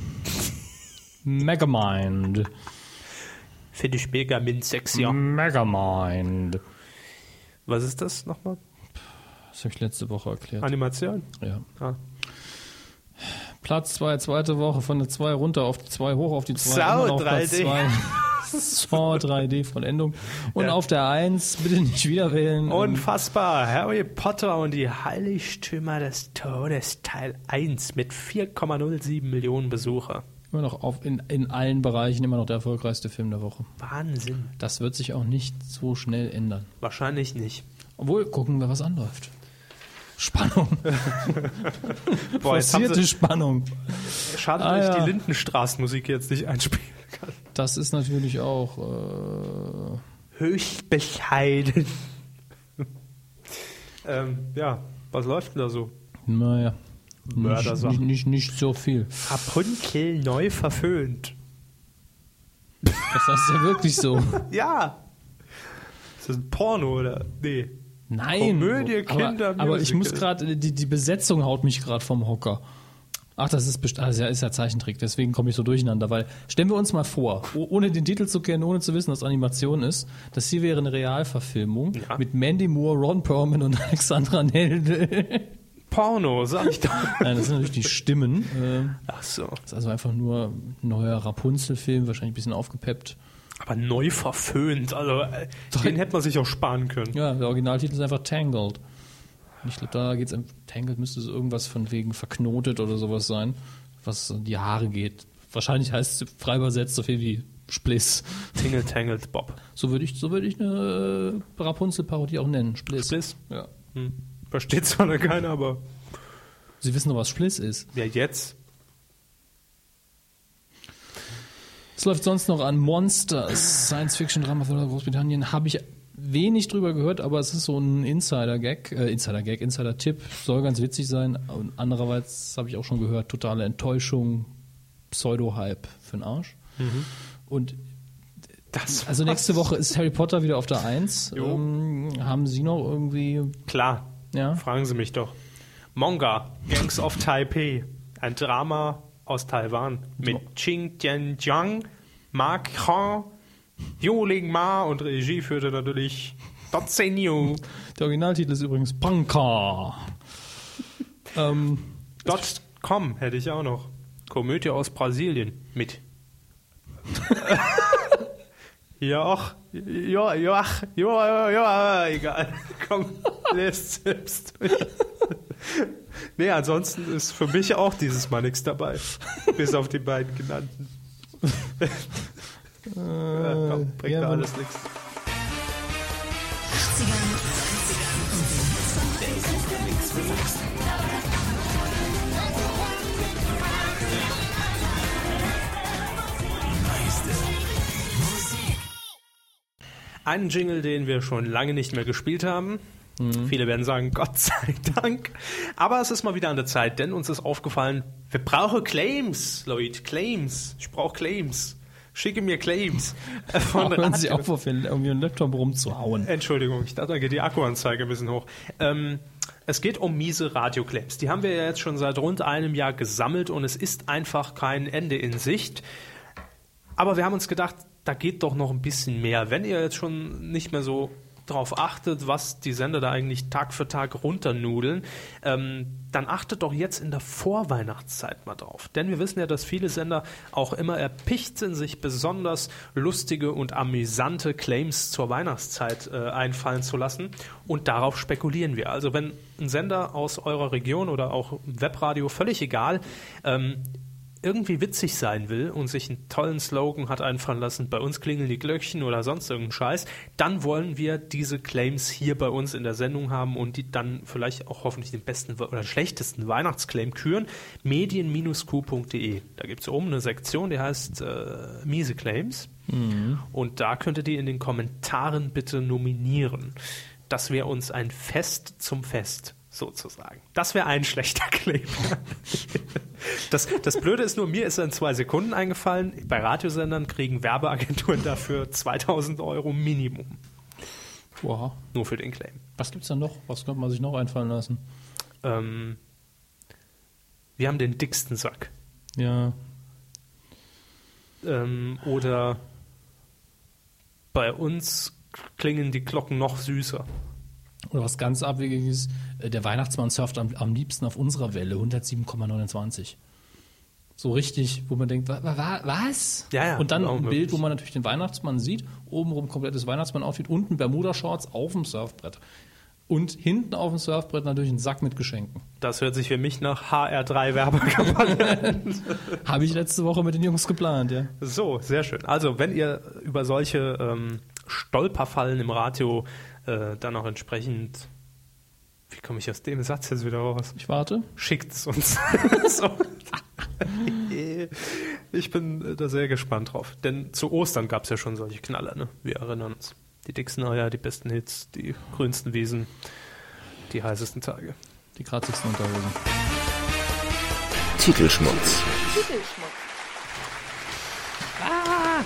Speaker 2: Megamind.
Speaker 1: Finde ich Megamind sexier.
Speaker 2: Megamind.
Speaker 1: Was ist das nochmal?
Speaker 2: Das habe ich letzte Woche erklärt.
Speaker 1: Animation?
Speaker 2: Ja.
Speaker 1: Ah.
Speaker 2: Platz zwei, zweite Woche von der zwei runter auf die zwei, hoch auf die zwei.
Speaker 1: Sau
Speaker 2: immer noch Platz
Speaker 1: drei D.
Speaker 2: zwei. Saw drei D von Endung. Und
Speaker 1: Ja.
Speaker 2: auf der eins, bitte nicht wieder wählen.
Speaker 1: Unfassbar. Harry Potter und die Heiligtümer des Todes Teil eins mit vier Komma null sieben Millionen Besucher.
Speaker 2: Immer noch auf, in, in allen Bereichen immer noch der erfolgreichste Film der Woche.
Speaker 1: Wahnsinn.
Speaker 2: Das wird sich auch nicht so schnell ändern.
Speaker 1: Wahrscheinlich nicht.
Speaker 2: Obwohl, gucken wir, was anläuft. Spannung.
Speaker 1: Boah, jetzt haben
Speaker 2: Forcierte
Speaker 1: sie,
Speaker 2: Spannung.
Speaker 1: schade,
Speaker 2: Ah,
Speaker 1: dass ich
Speaker 2: ja.
Speaker 1: die Lindenstraßenmusik jetzt nicht einspielen kann.
Speaker 2: Das ist natürlich auch äh,
Speaker 1: Höchst bescheiden. ähm, ja, was läuft denn da so?
Speaker 2: naja, nicht,
Speaker 1: Mördersachen.
Speaker 2: nicht, nicht, nicht so viel.
Speaker 1: Rapunzel neu verföhnt.
Speaker 2: Das heißt ja wirklich so.
Speaker 1: Ja. Ist das ein Porno oder? Nee.
Speaker 2: Nein.
Speaker 1: Komödie, Kinder,
Speaker 2: aber, aber ich
Speaker 1: Musical.
Speaker 2: muss gerade, die, die Besetzung haut mich gerade vom Hocker. Ach, das ist, best- also ja, ist ja Zeichentrick, deswegen komme ich so durcheinander, weil stellen wir uns mal vor, oh- ohne den Titel zu kennen, ohne zu wissen, was Animation ist, das hier wäre eine Realverfilmung
Speaker 1: Ja.
Speaker 2: mit Mandy Moore, Ron Perlman und Alexandra Nelde.
Speaker 1: Porno, sag ich doch.
Speaker 2: Nein, das sind natürlich die Stimmen. Ähm,
Speaker 1: Ach so.
Speaker 2: Das ist also einfach nur ein neuer Rapunzel-Film, wahrscheinlich ein bisschen aufgepeppt.
Speaker 1: Aber neu verföhnt, also äh, den hätte man sich auch sparen können.
Speaker 2: Ja, der Originaltitel ist einfach Tangled. Und ich glaube, da geht's um Tangled müsste es irgendwas von wegen verknotet oder sowas sein, was in die Haare geht. Wahrscheinlich heißt es frei übersetzt so viel wie Spliss.
Speaker 1: Tingle Tangled Bob.
Speaker 2: So würde ich, so würde ich eine äh, Rapunzel-Parodie auch nennen. Spliss.
Speaker 1: Spliss?
Speaker 2: Ja.
Speaker 1: Hm. Versteht zwar noch keiner, aber
Speaker 2: Sie wissen doch, was Spliss ist.
Speaker 1: ja, jetzt.
Speaker 2: Es läuft sonst noch an Monsters, Science-Fiction-Drama von Großbritannien. Habe ich wenig drüber gehört, aber es ist so ein Insider-Gag, äh, Insider-Gag, Insider-Tipp. Soll ganz witzig sein. Und andererseits habe ich auch schon gehört, totale Enttäuschung, Pseudo-Hype für den Arsch. Und
Speaker 1: Das
Speaker 2: also nächste Woche ist Harry Potter wieder auf der Eins.
Speaker 1: Jo.
Speaker 2: Ähm, haben Sie noch irgendwie...
Speaker 1: Klar.
Speaker 2: Ja?
Speaker 1: Fragen Sie mich doch. Manga, Gangs of Taipei. Ein Drama aus Taiwan. Mit Ching Tian-Jiang, Mark Han, Yu Ling Ma und Regie führte natürlich Dotsen Yu.
Speaker 2: Der Originaltitel ist übrigens Panka. ähm,
Speaker 1: Dot com hätte ich auch noch. Komödie aus Brasilien mit Joach, Joach, Joach, Joach, Joach, egal. Komm, lest selbst. Nee, ansonsten ist für mich auch dieses Mal nichts dabei. Bis auf die beiden genannten. Ja, komm, bringt
Speaker 2: ja,
Speaker 1: da alles nichts. Einen Jingle, den wir schon lange nicht mehr gespielt haben. Mhm. Viele werden sagen, Gott sei Dank. Aber es ist mal wieder an der Zeit, denn uns ist aufgefallen, wir brauchen Claims, Leute, Claims. Ich brauche Claims. Schicke mir Claims.
Speaker 2: Von hören Sie auf, auf irgendwie einen Laptop rumzuhauen.
Speaker 1: Entschuldigung, ich dachte, da geht die Akkuanzeige ein bisschen hoch. Ähm, es geht um miese Radioclaims. Die haben wir ja jetzt schon seit rund einem Jahr gesammelt und es ist einfach kein Ende in Sicht. Aber wir haben uns gedacht, da geht doch noch ein bisschen mehr. Wenn ihr jetzt schon nicht mehr so darauf achtet, was die Sender da eigentlich Tag für Tag runternudeln, ähm, dann achtet doch jetzt in der Vorweihnachtszeit mal drauf. Denn wir wissen ja, dass viele Sender auch immer erpicht sind, sich besonders lustige und amüsante Claims zur Weihnachtszeit äh, einfallen zu lassen. Und darauf spekulieren wir. Also wenn ein Sender aus eurer Region oder auch Webradio, völlig egal, ähm, irgendwie witzig sein will und sich einen tollen Slogan hat einfallen lassen, bei uns klingeln die Glöckchen oder sonst irgendeinen Scheiß, dann wollen wir diese Claims hier bei uns in der Sendung haben und die dann vielleicht auch hoffentlich den besten oder schlechtesten Weihnachtsclaim küren. medien Bindestrich q punkt de. Da gibt es oben eine Sektion, die heißt äh, miese Claims. Mhm. Und da könnt ihr die in den Kommentaren bitte nominieren. Das wäre uns ein Fest zum Fest. Sozusagen. Das wäre ein schlechter Claim. Das, das Blöde ist nur, mir ist er in zwei Sekunden eingefallen. Bei Radiosendern kriegen Werbeagenturen dafür zweitausend Euro Minimum.
Speaker 2: Wow.
Speaker 1: Nur für den Claim.
Speaker 2: Was gibt's da noch? Was könnte man sich noch einfallen lassen?
Speaker 1: Ähm, wir haben den dicksten Sack.
Speaker 2: Ja.
Speaker 1: Ähm, oder bei uns klingen die Glocken noch süßer.
Speaker 2: Oder was ganz Abwegiges, der Weihnachtsmann surft am, am liebsten auf unserer Welle, hundertsieben Komma neunundzwanzig. So richtig, wo man denkt, wa, wa, was?
Speaker 1: Ja, ja,
Speaker 2: und dann ein
Speaker 1: möglich.
Speaker 2: Bild, wo man natürlich den Weihnachtsmann sieht, obenrum komplettes Weihnachtsmann-Outfit, unten Bermuda-Shorts auf dem Surfbrett. Und hinten auf dem Surfbrett natürlich ein Sack mit Geschenken.
Speaker 1: Das hört sich für mich nach H R drei Werbekampagne an.
Speaker 2: Habe ich letzte Woche mit den Jungs geplant, ja.
Speaker 1: So, sehr schön. Also, wenn ihr über solche ähm, Stolperfallen im Radio äh, dann auch entsprechend, wie komme ich aus dem Satz jetzt wieder raus?
Speaker 2: Ich warte.
Speaker 1: Schickt es uns. So. Ich bin da sehr gespannt drauf. Denn zu Ostern gab es ja schon solche Knaller, ne? Wir erinnern uns. Die dicksten Eier, die besten Hits, die grünsten Wiesen, die heißesten Tage.
Speaker 2: Die kratzigsten Unterhosen.
Speaker 5: Titelschmutz.
Speaker 6: Titelschmutz.
Speaker 1: Ah!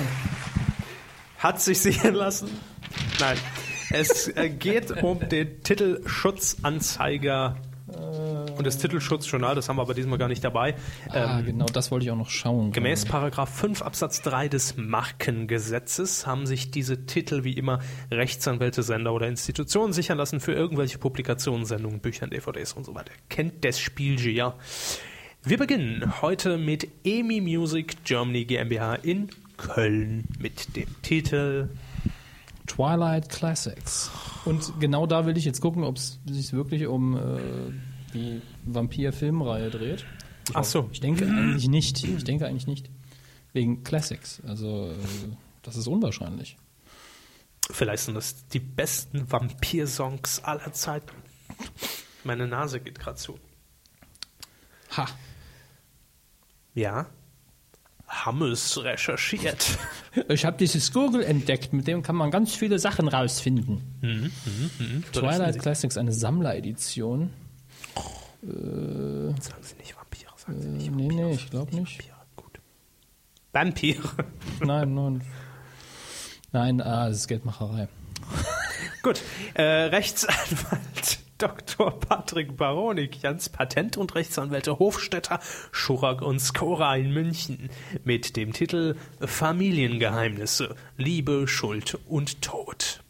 Speaker 1: Hat sich sehen lassen? Nein. Es geht um den Titelschutzanzeiger und das Titelschutzjournal, das haben wir aber diesmal gar nicht dabei.
Speaker 2: Ah, ähm, genau, das wollte ich auch noch schauen.
Speaker 1: Gemäß Paragraph fünf Absatz drei des Markengesetzes haben sich diese Titel wie immer Rechtsanwälte, Sender oder Institutionen sichern lassen für irgendwelche Publikationen, Sendungen, Büchern, D V Ds und so weiter. Kennt das Spielchen, ja. Wir beginnen heute mit E M I Music Germany GmbH in Köln mit dem Titel
Speaker 2: Twilight Classics. Und genau da will ich jetzt gucken, ob es sich wirklich um äh, die Vampir-Filmreihe dreht. Ich
Speaker 1: Ach so.
Speaker 2: Ich denke eigentlich nicht. Ich denke eigentlich nicht. Wegen Classics. Also, äh, das ist unwahrscheinlich.
Speaker 1: Vielleicht sind das die besten Vampir-Songs aller Zeiten. Meine Nase geht gerade zu.
Speaker 2: Ha.
Speaker 1: Ja. Haben es recherchiert.
Speaker 2: Ich habe dieses Google entdeckt, mit dem kann man ganz viele Sachen rausfinden.
Speaker 1: Mhm, mh, mh.
Speaker 2: Twilight Classics, eine Sammleredition.
Speaker 1: Äh, sagen Sie nicht Vampire, sagen Sie nicht
Speaker 2: äh,
Speaker 1: Vampire.
Speaker 2: Nee, nee, ich glaube nicht.
Speaker 1: Vampire. Gut. Vampire.
Speaker 2: Nein, nein. Nein, ah, das ist Geldmacherei.
Speaker 1: Gut. Äh, Rechtsanwalt Doktor Patrick Baronik, Jans Patent- und Rechtsanwälte Hofstetter, Schurak und Skora in München mit dem Titel Familiengeheimnisse, Liebe, Schuld und Tod.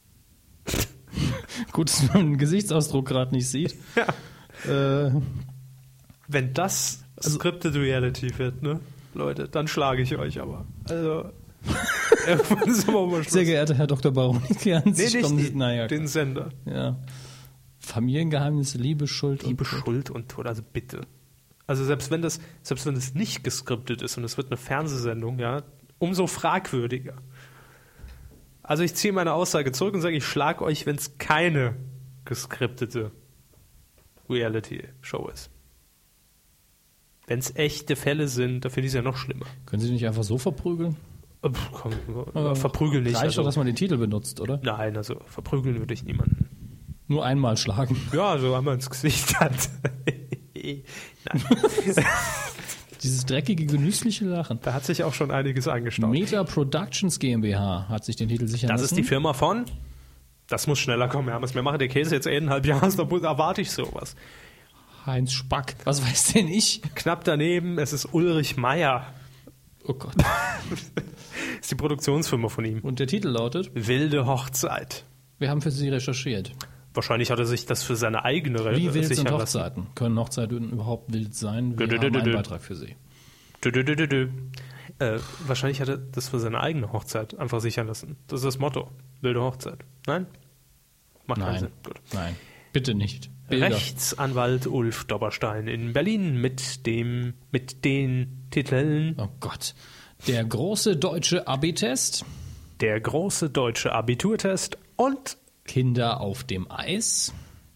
Speaker 2: Gut, dass man den Gesichtsausdruck gerade nicht sieht.
Speaker 1: Ja.
Speaker 2: Äh,
Speaker 1: Wenn das Scripted Reality wird, ne? Leute, dann schlage ich euch aber. Also, irgendwann ist aber mal Schluss.
Speaker 2: Sehr geehrter Herr Doktor Baronikian,
Speaker 1: Nee,
Speaker 2: Sie
Speaker 1: nicht
Speaker 2: kommen-
Speaker 1: die,
Speaker 2: naja,
Speaker 1: den Sender.
Speaker 2: ja. Familiengeheimnisse, Liebe, Schuld
Speaker 1: Liebe,
Speaker 2: und Tod.
Speaker 1: Schuld und Tod, also bitte. Also selbst wenn das, selbst wenn das nicht geskriptet ist und es wird eine Fernsehsendung, ja, umso fragwürdiger. Also ich ziehe meine Aussage zurück und sage, ich schlage euch, wenn es keine geskriptete Reality-Show ist. Wenn es echte Fälle sind, da finde ich es ja noch schlimmer.
Speaker 2: Können Sie nicht einfach so verprügeln?
Speaker 1: Äh, pf, komm, äh, verprügeln nicht.
Speaker 2: Reicht
Speaker 1: Also,
Speaker 2: doch, dass man den Titel benutzt, oder?
Speaker 1: nein, also verprügeln würde ich niemanden.
Speaker 2: Nur einmal schlagen.
Speaker 1: Ja, so einmal ins Gesicht hat. Nein.
Speaker 2: Dieses dreckige, genüssliche Lachen.
Speaker 1: Da hat sich auch schon einiges angestaut.
Speaker 2: Meta Productions GmbH hat sich den Titel sichern
Speaker 1: Das
Speaker 2: lassen.
Speaker 1: ist die Firma von. Das muss schneller kommen, Hermes. Wir machen den Käse jetzt eineinhalb Jahre, da muss- erwarte ich sowas.
Speaker 2: Heinz Spack. Was weiß denn ich?
Speaker 1: Knapp daneben, es ist Ulrich Meier.
Speaker 2: Oh Gott.
Speaker 1: Das ist die Produktionsfirma von ihm.
Speaker 2: Und der Titel lautet,
Speaker 1: Wilde Hochzeit.
Speaker 2: wir haben für Sie recherchiert.
Speaker 1: Wahrscheinlich hat er sich das für seine eigene Re-
Speaker 2: Wie wild sind
Speaker 1: sichern lassen.
Speaker 2: Hochzeiten? Können Hochzeiten überhaupt wild sein? Wir
Speaker 1: Dö, dö,
Speaker 2: haben
Speaker 1: dö,
Speaker 2: einen
Speaker 1: dö.
Speaker 2: Beitrag für Sie.
Speaker 1: Dö, dö, dö, dö, dö. Äh, wahrscheinlich hat er das für seine eigene Hochzeit einfach sichern lassen. Das ist das Motto. Wilde Hochzeit. Nein? Macht keinen
Speaker 2: Nein.
Speaker 1: Sinn. Gut.
Speaker 2: Nein. Bitte nicht. Bilder.
Speaker 1: Rechtsanwalt Ulf Dobberstein in Berlin mit dem, mit den Titeln
Speaker 2: Oh Gott. Der große deutsche Abi-Test.
Speaker 1: Der große deutsche Abiturtest und
Speaker 2: Kinder auf dem Eis.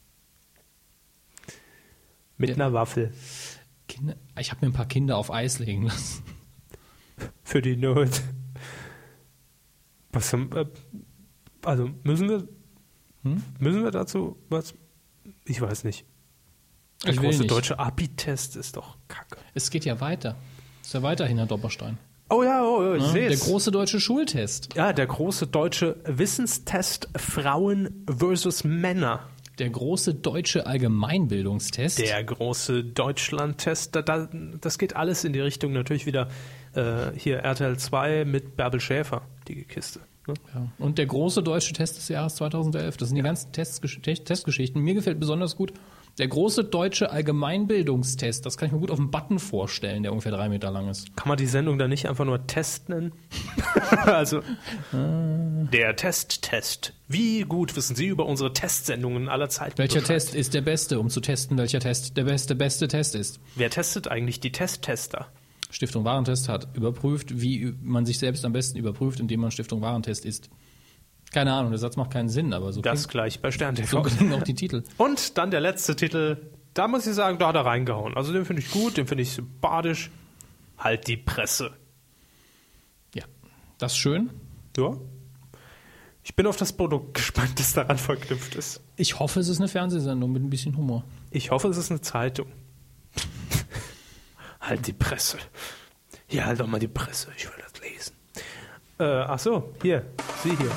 Speaker 1: mit
Speaker 2: Ja.
Speaker 1: einer Waffel
Speaker 2: Kinder, ich habe mir ein paar Kinder auf Eis legen lassen.
Speaker 1: für die Not. Was haben, äh, also müssen wir
Speaker 2: Hm?
Speaker 1: müssen wir dazu was? Ich weiß nicht. Der
Speaker 2: Ich will
Speaker 1: große
Speaker 2: nicht.
Speaker 1: deutsche Abi-Test ist doch kacke.
Speaker 2: Es geht ja weiter. Ist ja weiterhin Herr Dobberstein.
Speaker 1: Oh ja, oh, ich
Speaker 2: Ja,
Speaker 1: sehe
Speaker 2: der
Speaker 1: es.
Speaker 2: große deutsche Schultest.
Speaker 1: Ja, der große deutsche Wissenstest Frauen versus Männer.
Speaker 2: Der große deutsche Allgemeinbildungstest.
Speaker 1: Der große Deutschland-Test, da, da, das geht alles in die Richtung natürlich wieder äh, hier R T L zwei mit Bärbel Schäfer, die Kiste. Ne?
Speaker 2: Ja. Und der große deutsche Test des Jahres zweitausendelf. Das sind die ganzen Testgesch Te- Testgeschichten. Mir gefällt besonders gut der große deutsche Allgemeinbildungstest. Das kann ich mir gut auf einem Button vorstellen, der ungefähr drei Meter lang ist.
Speaker 1: Kann man die Sendung dann nicht einfach nur Test nennen? Also, der Test-Test. Wie gut wissen Sie über unsere Testsendungen aller Zeiten
Speaker 2: Welcher
Speaker 1: Bescheid?
Speaker 2: Test ist der beste, um zu testen, welcher Test der beste, beste Test ist?
Speaker 1: Wer testet eigentlich die Testtester?
Speaker 2: Stiftung Warentest hat überprüft, wie man sich selbst am besten überprüft, indem man Stiftung Warentest ist. Keine Ahnung, der Satz macht keinen Sinn, aber so,
Speaker 1: Das
Speaker 2: klingt,
Speaker 1: gleich bei Stern T
Speaker 2: so
Speaker 1: V.
Speaker 2: klingen auch die Titel.
Speaker 1: Und dann der letzte Titel. Da muss ich sagen, da hat er reingehauen. Also den finde ich gut, den finde ich sympathisch. Halt die Presse.
Speaker 2: Ja, das ist schön.
Speaker 1: Ja. Ich bin auf das Produkt gespannt, das daran verknüpft ist.
Speaker 2: Ich hoffe, es ist eine Fernsehsendung mit ein bisschen Humor.
Speaker 1: Ich hoffe, es ist eine Zeitung. Halt die Presse. Hier, halt doch mal die Presse. Ich will das lesen. Äh, ach so, hier. Sie hier.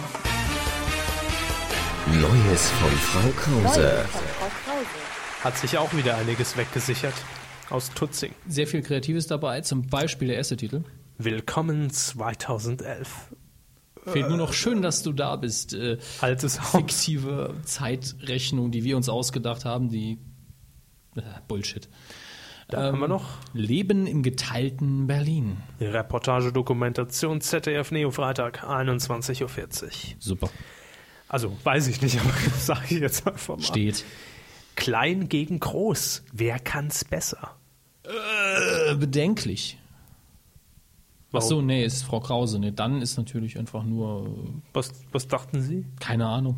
Speaker 5: Neues von Frau Krause.
Speaker 1: Hat sich auch wieder einiges weggesichert. Aus Tutzing.
Speaker 2: Sehr viel Kreatives dabei, zum Beispiel der erste Titel.
Speaker 1: Willkommen zweitausendelf.
Speaker 2: Fehlt nur noch schön, dass du da bist. Äh,
Speaker 1: Altes Haus.
Speaker 2: fiktive Zeitrechnung, die wir uns ausgedacht haben, die äh, Bullshit.
Speaker 1: Da haben wir noch
Speaker 2: Leben im geteilten Berlin.
Speaker 1: Reportage, Dokumentation, Z D F Neo Freitag, einundzwanzig Uhr vierzig.
Speaker 2: Super.
Speaker 1: Also, weiß ich nicht, aber sage ich jetzt einfach mal.
Speaker 2: Steht.
Speaker 1: Klein gegen groß. Wer kann's besser?
Speaker 2: Äh, bedenklich. Ach
Speaker 1: Warum?
Speaker 2: so, nee, ist Frau Krause. Nee, dann ist natürlich einfach nur, äh,
Speaker 1: Was, was dachten Sie?
Speaker 2: keine Ahnung.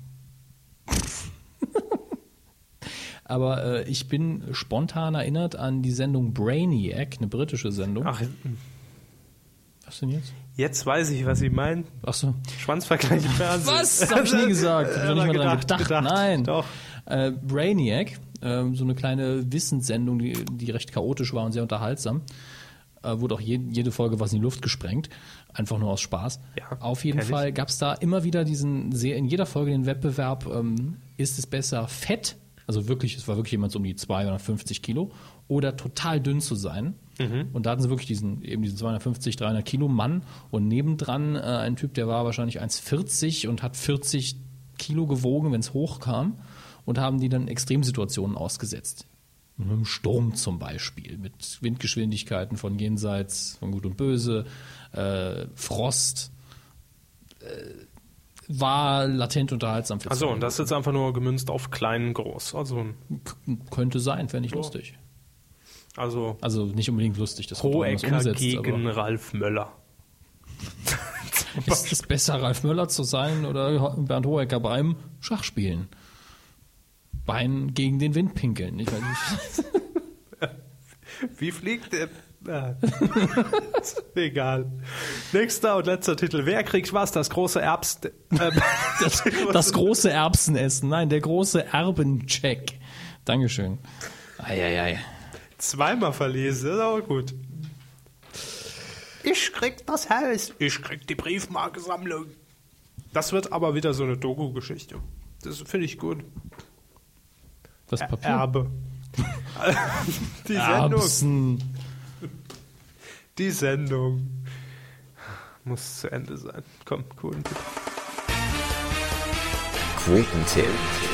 Speaker 2: Aber äh, ich bin spontan erinnert an die Sendung Brainiac, eine britische Sendung.
Speaker 1: Ach,
Speaker 2: Was denn jetzt?
Speaker 1: jetzt weiß ich, was Sie meinen.
Speaker 2: Ach so.
Speaker 1: Schwanzvergleich im Fernsehen.
Speaker 2: Was? Das habe ich nie gesagt. Ich habe
Speaker 1: Äh,
Speaker 2: nicht mal dran
Speaker 1: gedacht,
Speaker 2: gedacht.
Speaker 1: gedacht.
Speaker 2: Nein.
Speaker 1: Doch.
Speaker 2: Äh, Brainiac, äh, so eine kleine Wissenssendung, die, die recht chaotisch war und sehr unterhaltsam. Äh, wurde auch je, jede Folge was in die Luft gesprengt. Einfach nur aus Spaß.
Speaker 1: Ja,
Speaker 2: Auf jeden
Speaker 1: kenn ich.
Speaker 2: Fall gab es da immer wieder diesen, sehr, in jeder Folge den Wettbewerb, ähm, ist es besser fett, also wirklich, es war wirklich jemand so um die zweihundertfünfzig Kilo, oder total dünn zu sein.
Speaker 1: Mhm.
Speaker 2: Und da hatten sie wirklich diesen, eben diesen zweihundertfünfzig, dreihundert Kilo Mann und nebendran äh, ein Typ, der war wahrscheinlich eins vierzig und hat vierzig Kilo gewogen, wenn es hochkam, und haben die dann Extremsituationen ausgesetzt. Mit einem Sturm zum Beispiel, mit Windgeschwindigkeiten von jenseits von Gut und Böse, äh, Frost, äh, war latent unterhaltsam für
Speaker 1: Achso,
Speaker 2: zwei
Speaker 1: und das ist jetzt einfach nur gemünzt auf klein, groß. Also,
Speaker 2: K- könnte sein, fände ich
Speaker 1: Ja.
Speaker 2: lustig.
Speaker 1: also
Speaker 2: Also nicht unbedingt lustig, das kommt drauf an, was
Speaker 1: Hohecker
Speaker 2: umsetzt,
Speaker 1: gegen
Speaker 2: aber
Speaker 1: Ralf Möller.
Speaker 2: ist es besser, Ralf Möller zu sein oder Bernd Hohecker beim Schachspielen? Bein gegen den Wind pinkeln. Ich weiß nicht.
Speaker 1: Wie fliegt der? Ah. Egal. Nächster und letzter Titel. Wer kriegt was? Das große Erbs... Ähm,
Speaker 2: Das, das große Erbsenessen. Nein, der große Erbencheck. Dankeschön. Eieiei.
Speaker 1: zweimal verlesen, das ist aber gut. Ich krieg das Haus. Ich krieg die Briefmarkensammlung. Das wird aber wieder so eine Doku-Geschichte. Das finde ich gut.
Speaker 2: Das Papier.
Speaker 1: Erbe. Die Sendung.
Speaker 2: Erbsen.
Speaker 1: Die Sendung muss zu Ende sein. Komm, cool.
Speaker 5: Quotentipp.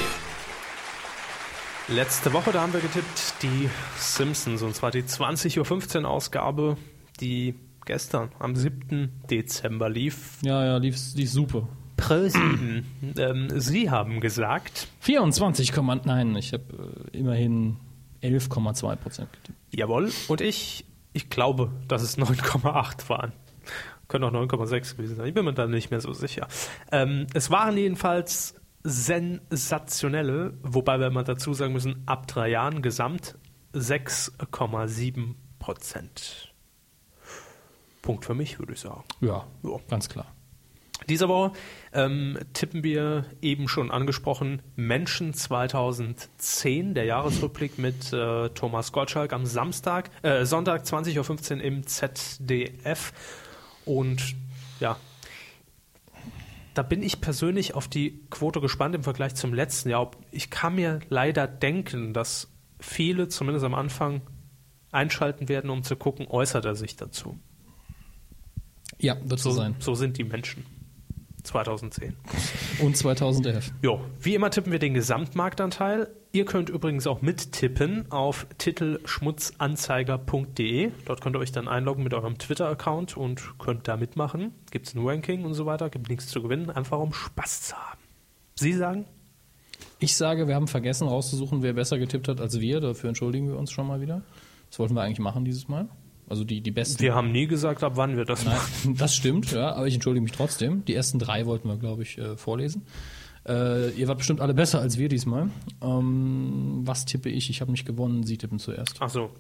Speaker 1: Letzte Woche, da haben wir getippt, die Simpsons, und zwar die zwanzig Uhr fünfzehn Ausgabe, die gestern am siebten Dezember lief.
Speaker 2: Ja, ja, lief, lief super.
Speaker 1: Pro sieben. ähm, Sie haben gesagt,
Speaker 2: vierundzwanzig, nein, ich habe äh, immerhin elf Komma zwei Prozent getippt.
Speaker 1: jawohl, und ich, ich glaube, dass es neun Komma acht waren. Können auch neun Komma sechs gewesen sein, ich bin mir da nicht mehr so sicher. Ähm, es waren jedenfalls sensationelle, wobei wir mal dazu sagen müssen, ab drei Jahren gesamt sechs Komma sieben Prozent. Punkt für mich, würde ich sagen.
Speaker 2: Ja,
Speaker 1: Ja.
Speaker 2: ganz klar.
Speaker 1: Diese Woche ähm, tippen wir eben schon angesprochen Menschen zweitausendzehn, der Jahresrückblick mit äh, Thomas Gottschalk am Samstag, äh, Sonntag zwanzig Uhr fünfzehn im Z D F. Und ja, da bin ich persönlich auf die Quote gespannt im Vergleich zum letzten Jahr. Ich kann mir leider denken, dass viele, zumindest am Anfang, einschalten werden, um zu gucken, äußert er sich dazu.
Speaker 2: Ja, wird so
Speaker 1: So,
Speaker 2: sein.
Speaker 1: so sind die Menschen. zweitausendzehn.
Speaker 2: Und zweitausendelf.
Speaker 1: Jo, wie immer tippen wir den Gesamtmarktanteil. Ihr könnt übrigens auch mittippen auf titelschmutzanzeiger punkt de. Dort könnt ihr euch dann einloggen mit eurem Twitter-Account und könnt da mitmachen. Gibt es ein Ranking und so weiter, gibt nichts zu gewinnen, einfach um Spaß zu haben. Sie sagen?
Speaker 2: Ich sage, wir haben vergessen rauszusuchen, wer besser getippt hat als wir. Dafür entschuldigen wir uns schon mal wieder. Das wollten wir eigentlich machen dieses Mal. Also die, die besten.
Speaker 1: Wir haben nie gesagt, ab wann wir das machen.
Speaker 2: Nein, das stimmt, ja, aber ich entschuldige mich trotzdem. Die ersten drei wollten wir, glaube ich, äh, vorlesen. Äh, ihr wart bestimmt alle besser als wir diesmal. Ähm, was tippe ich? Ich habe nicht gewonnen, Sie tippen zuerst.
Speaker 1: Ach so.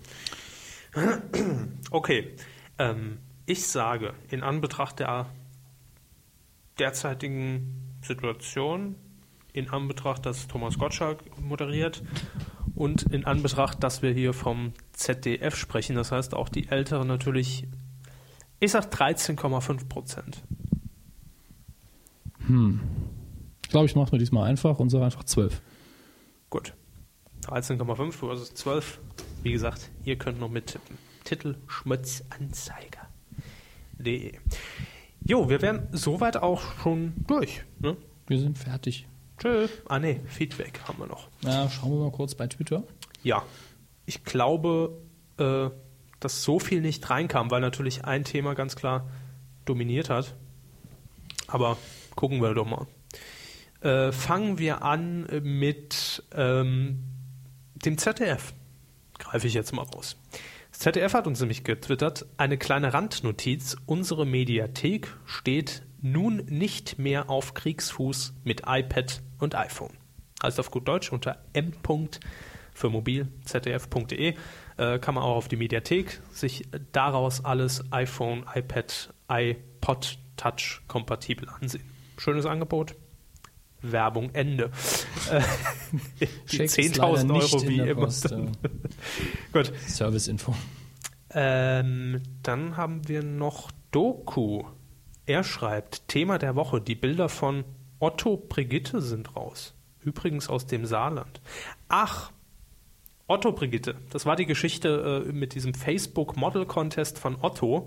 Speaker 1: Okay. Ähm, ich sage, in Anbetracht der derzeitigen Situation, in Anbetracht, dass Thomas Gottschalk moderiert und in Anbetracht, dass wir hier vom Z D F sprechen, das heißt auch die Älteren natürlich, ich sage dreizehn Komma fünf Prozent.
Speaker 2: Ich glaube, ich mache es mir diesmal einfach und sage einfach zwölf.
Speaker 1: Gut. dreizehn Komma fünf versus zwölf. Wie gesagt, ihr könnt noch mittippen. Titel schmutzanzeiger punkt de. Jo, wir wären soweit auch schon durch. Ne?
Speaker 2: Wir sind fertig.
Speaker 1: Tschö. Ah ne, Feedback haben wir noch.
Speaker 2: Ja, schauen wir mal kurz bei Twitter.
Speaker 1: Ja, ich glaube, äh, dass so viel nicht reinkam, weil natürlich ein Thema ganz klar dominiert hat. Aber gucken wir doch mal. Äh, fangen wir an mit ähm, dem Z D F. Greife ich jetzt mal raus. Das Z D F hat uns nämlich getwittert, eine kleine Randnotiz, unsere Mediathek steht nun nicht mehr auf Kriegsfuß mit iPad und iPhone. Heißt auf gut Deutsch unter m. für mobil z d f punkt de äh, kann man auch auf die Mediathek sich daraus alles iPhone, iPad, iPod Touch kompatibel ansehen. Schönes Angebot. Werbung Ende. Äh, die zehntausend Euro wie immer.
Speaker 2: Post, äh,
Speaker 1: Gut.
Speaker 2: Serviceinfo.
Speaker 1: Ähm, dann haben wir noch Doku. Er schreibt, Thema der Woche, die Bilder von Otto Brigitte sind raus. Übrigens aus dem Saarland. Ach, Otto Brigitte, das war die Geschichte äh, mit diesem Facebook-Model-Contest von Otto.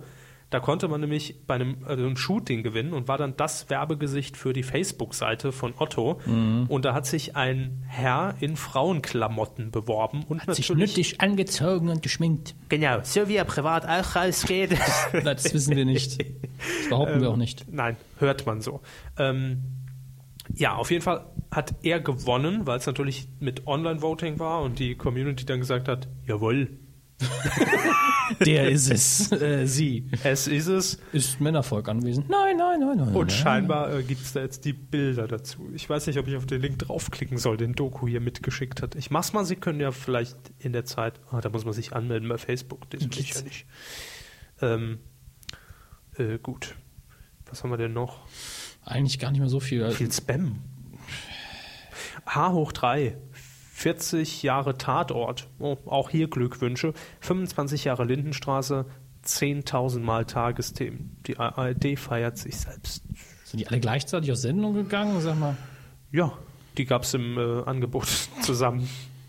Speaker 1: Da konnte man nämlich bei einem also ein Shooting gewinnen und war dann das Werbegesicht für die Facebook-Seite von Otto. Mhm. Und da hat sich ein Herr in Frauenklamotten beworben. Und
Speaker 2: Hat
Speaker 1: natürlich
Speaker 2: sich nötig angezogen und geschminkt.
Speaker 1: Genau, so wie er privat auch rausgeht.
Speaker 2: Das wissen wir nicht. Das behaupten wir auch nicht.
Speaker 1: Nein, hört man so. Ähm, ja, auf jeden Fall hat er gewonnen, weil es natürlich mit Online-Voting war und die Community dann gesagt hat, jawohl,
Speaker 2: Der ist es. Äh, sie.
Speaker 1: es ist es.
Speaker 2: Ist Männervolk anwesend? Nein, nein, nein, nein.
Speaker 1: Und
Speaker 2: nein.
Speaker 1: scheinbar äh, gibt es da jetzt die Bilder dazu. Ich weiß nicht, ob ich auf den Link draufklicken soll, den Doku hier mitgeschickt hat. Ich mach's mal, Sie können ja vielleicht in der Zeit, ah, da muss man sich anmelden bei Facebook, das will ich ja nicht. Ähm, äh, gut. Was haben wir denn noch?
Speaker 2: Eigentlich gar nicht mehr so viel.
Speaker 1: Viel Spam. H hoch drei. vierzig Jahre Tatort. Oh, auch hier Glückwünsche. fünfundzwanzig Jahre Lindenstraße. zehntausend Mal Tagesthemen. Die A R D feiert sich selbst.
Speaker 2: Sind die alle gleichzeitig aus Sendung gegangen? Sag mal.
Speaker 1: Ja, die gab es im äh, Angebot zusammen.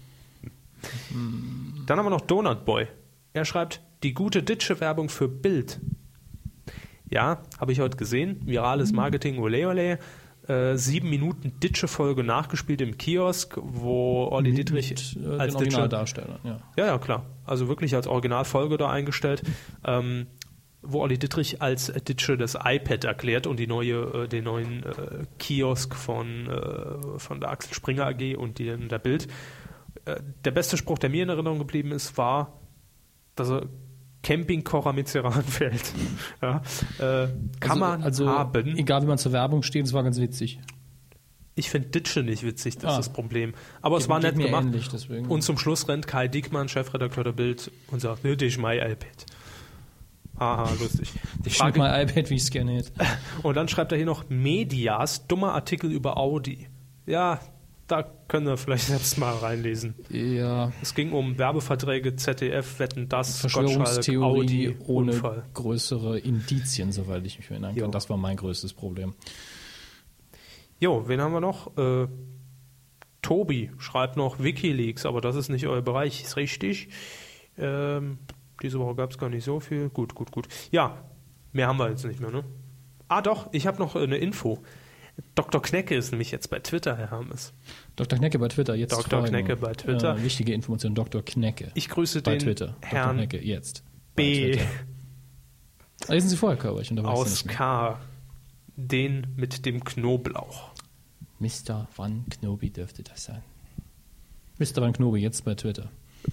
Speaker 1: Dann haben wir noch Donut Boy. Er schreibt, die gute Ditsche-Werbung für Bild. Ja, habe ich heute gesehen. Virales Marketing, ole ole. Äh, sieben Minuten Ditsche-Folge nachgespielt im Kiosk, wo Olli
Speaker 2: Mit,
Speaker 1: Dittrich
Speaker 2: äh,
Speaker 1: als
Speaker 2: den
Speaker 1: Ditsche...
Speaker 2: Originaldarsteller, ja.
Speaker 1: Ja, ja, klar. Also wirklich als Originalfolge da eingestellt, ähm, wo Olli Dittrich als Ditsche das iPad erklärt und die neue, äh, den neuen äh, Kiosk von, äh, von der Axel Springer A G und die, der Bild. Äh, der beste Spruch, der mir in Erinnerung geblieben ist, war, dass er Campingkocher mit Ceranfeld. Ja, äh, kann
Speaker 2: also,
Speaker 1: man
Speaker 2: also,
Speaker 1: haben.
Speaker 2: Egal wie man zur Werbung steht, es war ganz witzig.
Speaker 1: Ich finde Ditsche nicht witzig, das
Speaker 2: Ah.
Speaker 1: ist das Problem. Aber es
Speaker 2: Geht-
Speaker 1: war
Speaker 2: geht
Speaker 1: nett
Speaker 2: mir
Speaker 1: gemacht.
Speaker 2: ähnlich, deswegen.
Speaker 1: Und zum Schluss rennt Kai Diekmann, Chefredakteur der Bild, und sagt, ne, das ist mein iPad. Haha, lustig. Die
Speaker 2: Ich schnapp
Speaker 1: Frage,
Speaker 2: mein iPad, wie ich es gerne hätte.
Speaker 1: und dann schreibt er hier noch Medias, dummer Artikel über Audi. Ja, da können wir vielleicht selbst mal reinlesen.
Speaker 2: Ja,
Speaker 1: Es ging um Werbeverträge, Z D F, Wetten, das, Gottschalk,
Speaker 2: Verschwörungstheorie
Speaker 1: Audi,
Speaker 2: ohne
Speaker 1: Unfall.
Speaker 2: größere Indizien, soweit ich mich erinnern
Speaker 1: Jo.
Speaker 2: kann. Das war mein größtes Problem.
Speaker 1: Jo, wen haben wir noch? Äh, Tobi schreibt noch WikiLeaks, aber das ist nicht euer Bereich, ist richtig. Ähm, diese Woche gab es gar nicht so viel. Gut, gut, gut. Ja, mehr haben wir jetzt nicht mehr, ne? Ah doch, ich habe noch äh, eine Info. Doktor Knecke ist nämlich jetzt bei Twitter, Herr Hermes.
Speaker 2: Doktor Knecke bei Twitter, jetzt
Speaker 1: Doktor
Speaker 2: folgen.
Speaker 1: Knecke bei Twitter.
Speaker 2: Äh, wichtige Information, Doktor Knecke
Speaker 1: Ich grüße
Speaker 2: bei
Speaker 1: den
Speaker 2: Twitter. Doktor
Speaker 1: Herrn
Speaker 2: Knecke, jetzt.
Speaker 1: B.
Speaker 2: Bei Twitter. Ah, Lesen Sie vorher, Körper, ich unterweise
Speaker 1: aus
Speaker 2: nicht mehr.
Speaker 1: K. Den mit dem Knoblauch.
Speaker 2: Mister Van Knobi dürfte das sein. Mister Van Knobi, jetzt bei Twitter.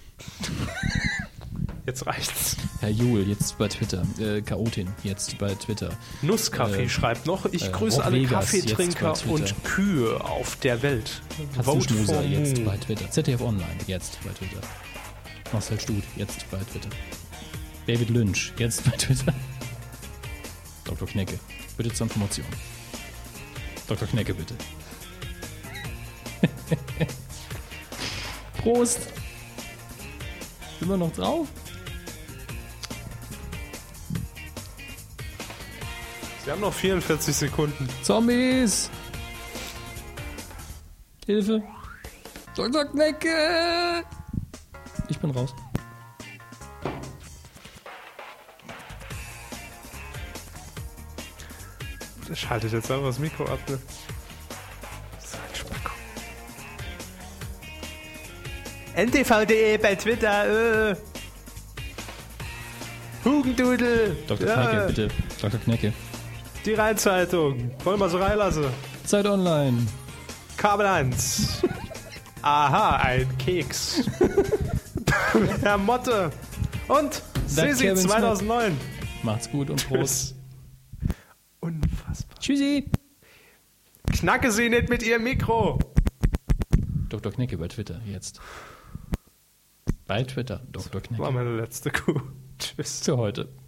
Speaker 1: Jetzt reicht's.
Speaker 2: Herr Juhl, jetzt bei Twitter. Äh, Chaotin, jetzt bei Twitter.
Speaker 1: Nusskaffee
Speaker 2: Äh,
Speaker 1: schreibt noch, ich
Speaker 2: äh,
Speaker 1: grüße
Speaker 2: Rob
Speaker 1: alle
Speaker 2: Vegas, jetzt
Speaker 1: Kaffeetrinker
Speaker 2: bei Twitter.
Speaker 1: und Kühe auf der Welt.
Speaker 2: Katzenschmuser,
Speaker 1: for
Speaker 2: jetzt
Speaker 1: Mu.
Speaker 2: bei Twitter. Z D F Online, jetzt bei Twitter. Marcel Stut, jetzt bei Twitter. David Lynch, jetzt bei Twitter. Doktor Knecke, bitte zur Information. Doktor Knecke, bitte. Prost! Sind wir noch drauf?
Speaker 1: Sie haben noch vierundvierzig Sekunden.
Speaker 2: Zombies! Hilfe! Doktor Knecke! Ich bin raus.
Speaker 1: Das schaltet jetzt einfach das Mikro ab, ne? So ein Spacko. N T V punkt de bei Twitter. Äh. Hugendudel.
Speaker 2: Doktor
Speaker 1: Ja.
Speaker 2: Knecke, bitte. Doktor Knecke.
Speaker 1: Die Rheinzeitung. Wollen wir so reinlassen?
Speaker 2: Zeit Online.
Speaker 1: Kabel eins. Aha, ein Keks. Herr Motte. Und Sisi
Speaker 2: Kevin Smith.
Speaker 1: zweitausendneun.
Speaker 2: Macht's gut und Prost.
Speaker 1: Unfassbar.
Speaker 2: Tschüssi!
Speaker 1: Knacke Sie nicht mit Ihrem Mikro.
Speaker 2: Doktor Knecke bei Twitter, jetzt. Bei Twitter, Doktor Knecke.
Speaker 1: War meine letzte Kuh. Tschüss.
Speaker 2: Für heute.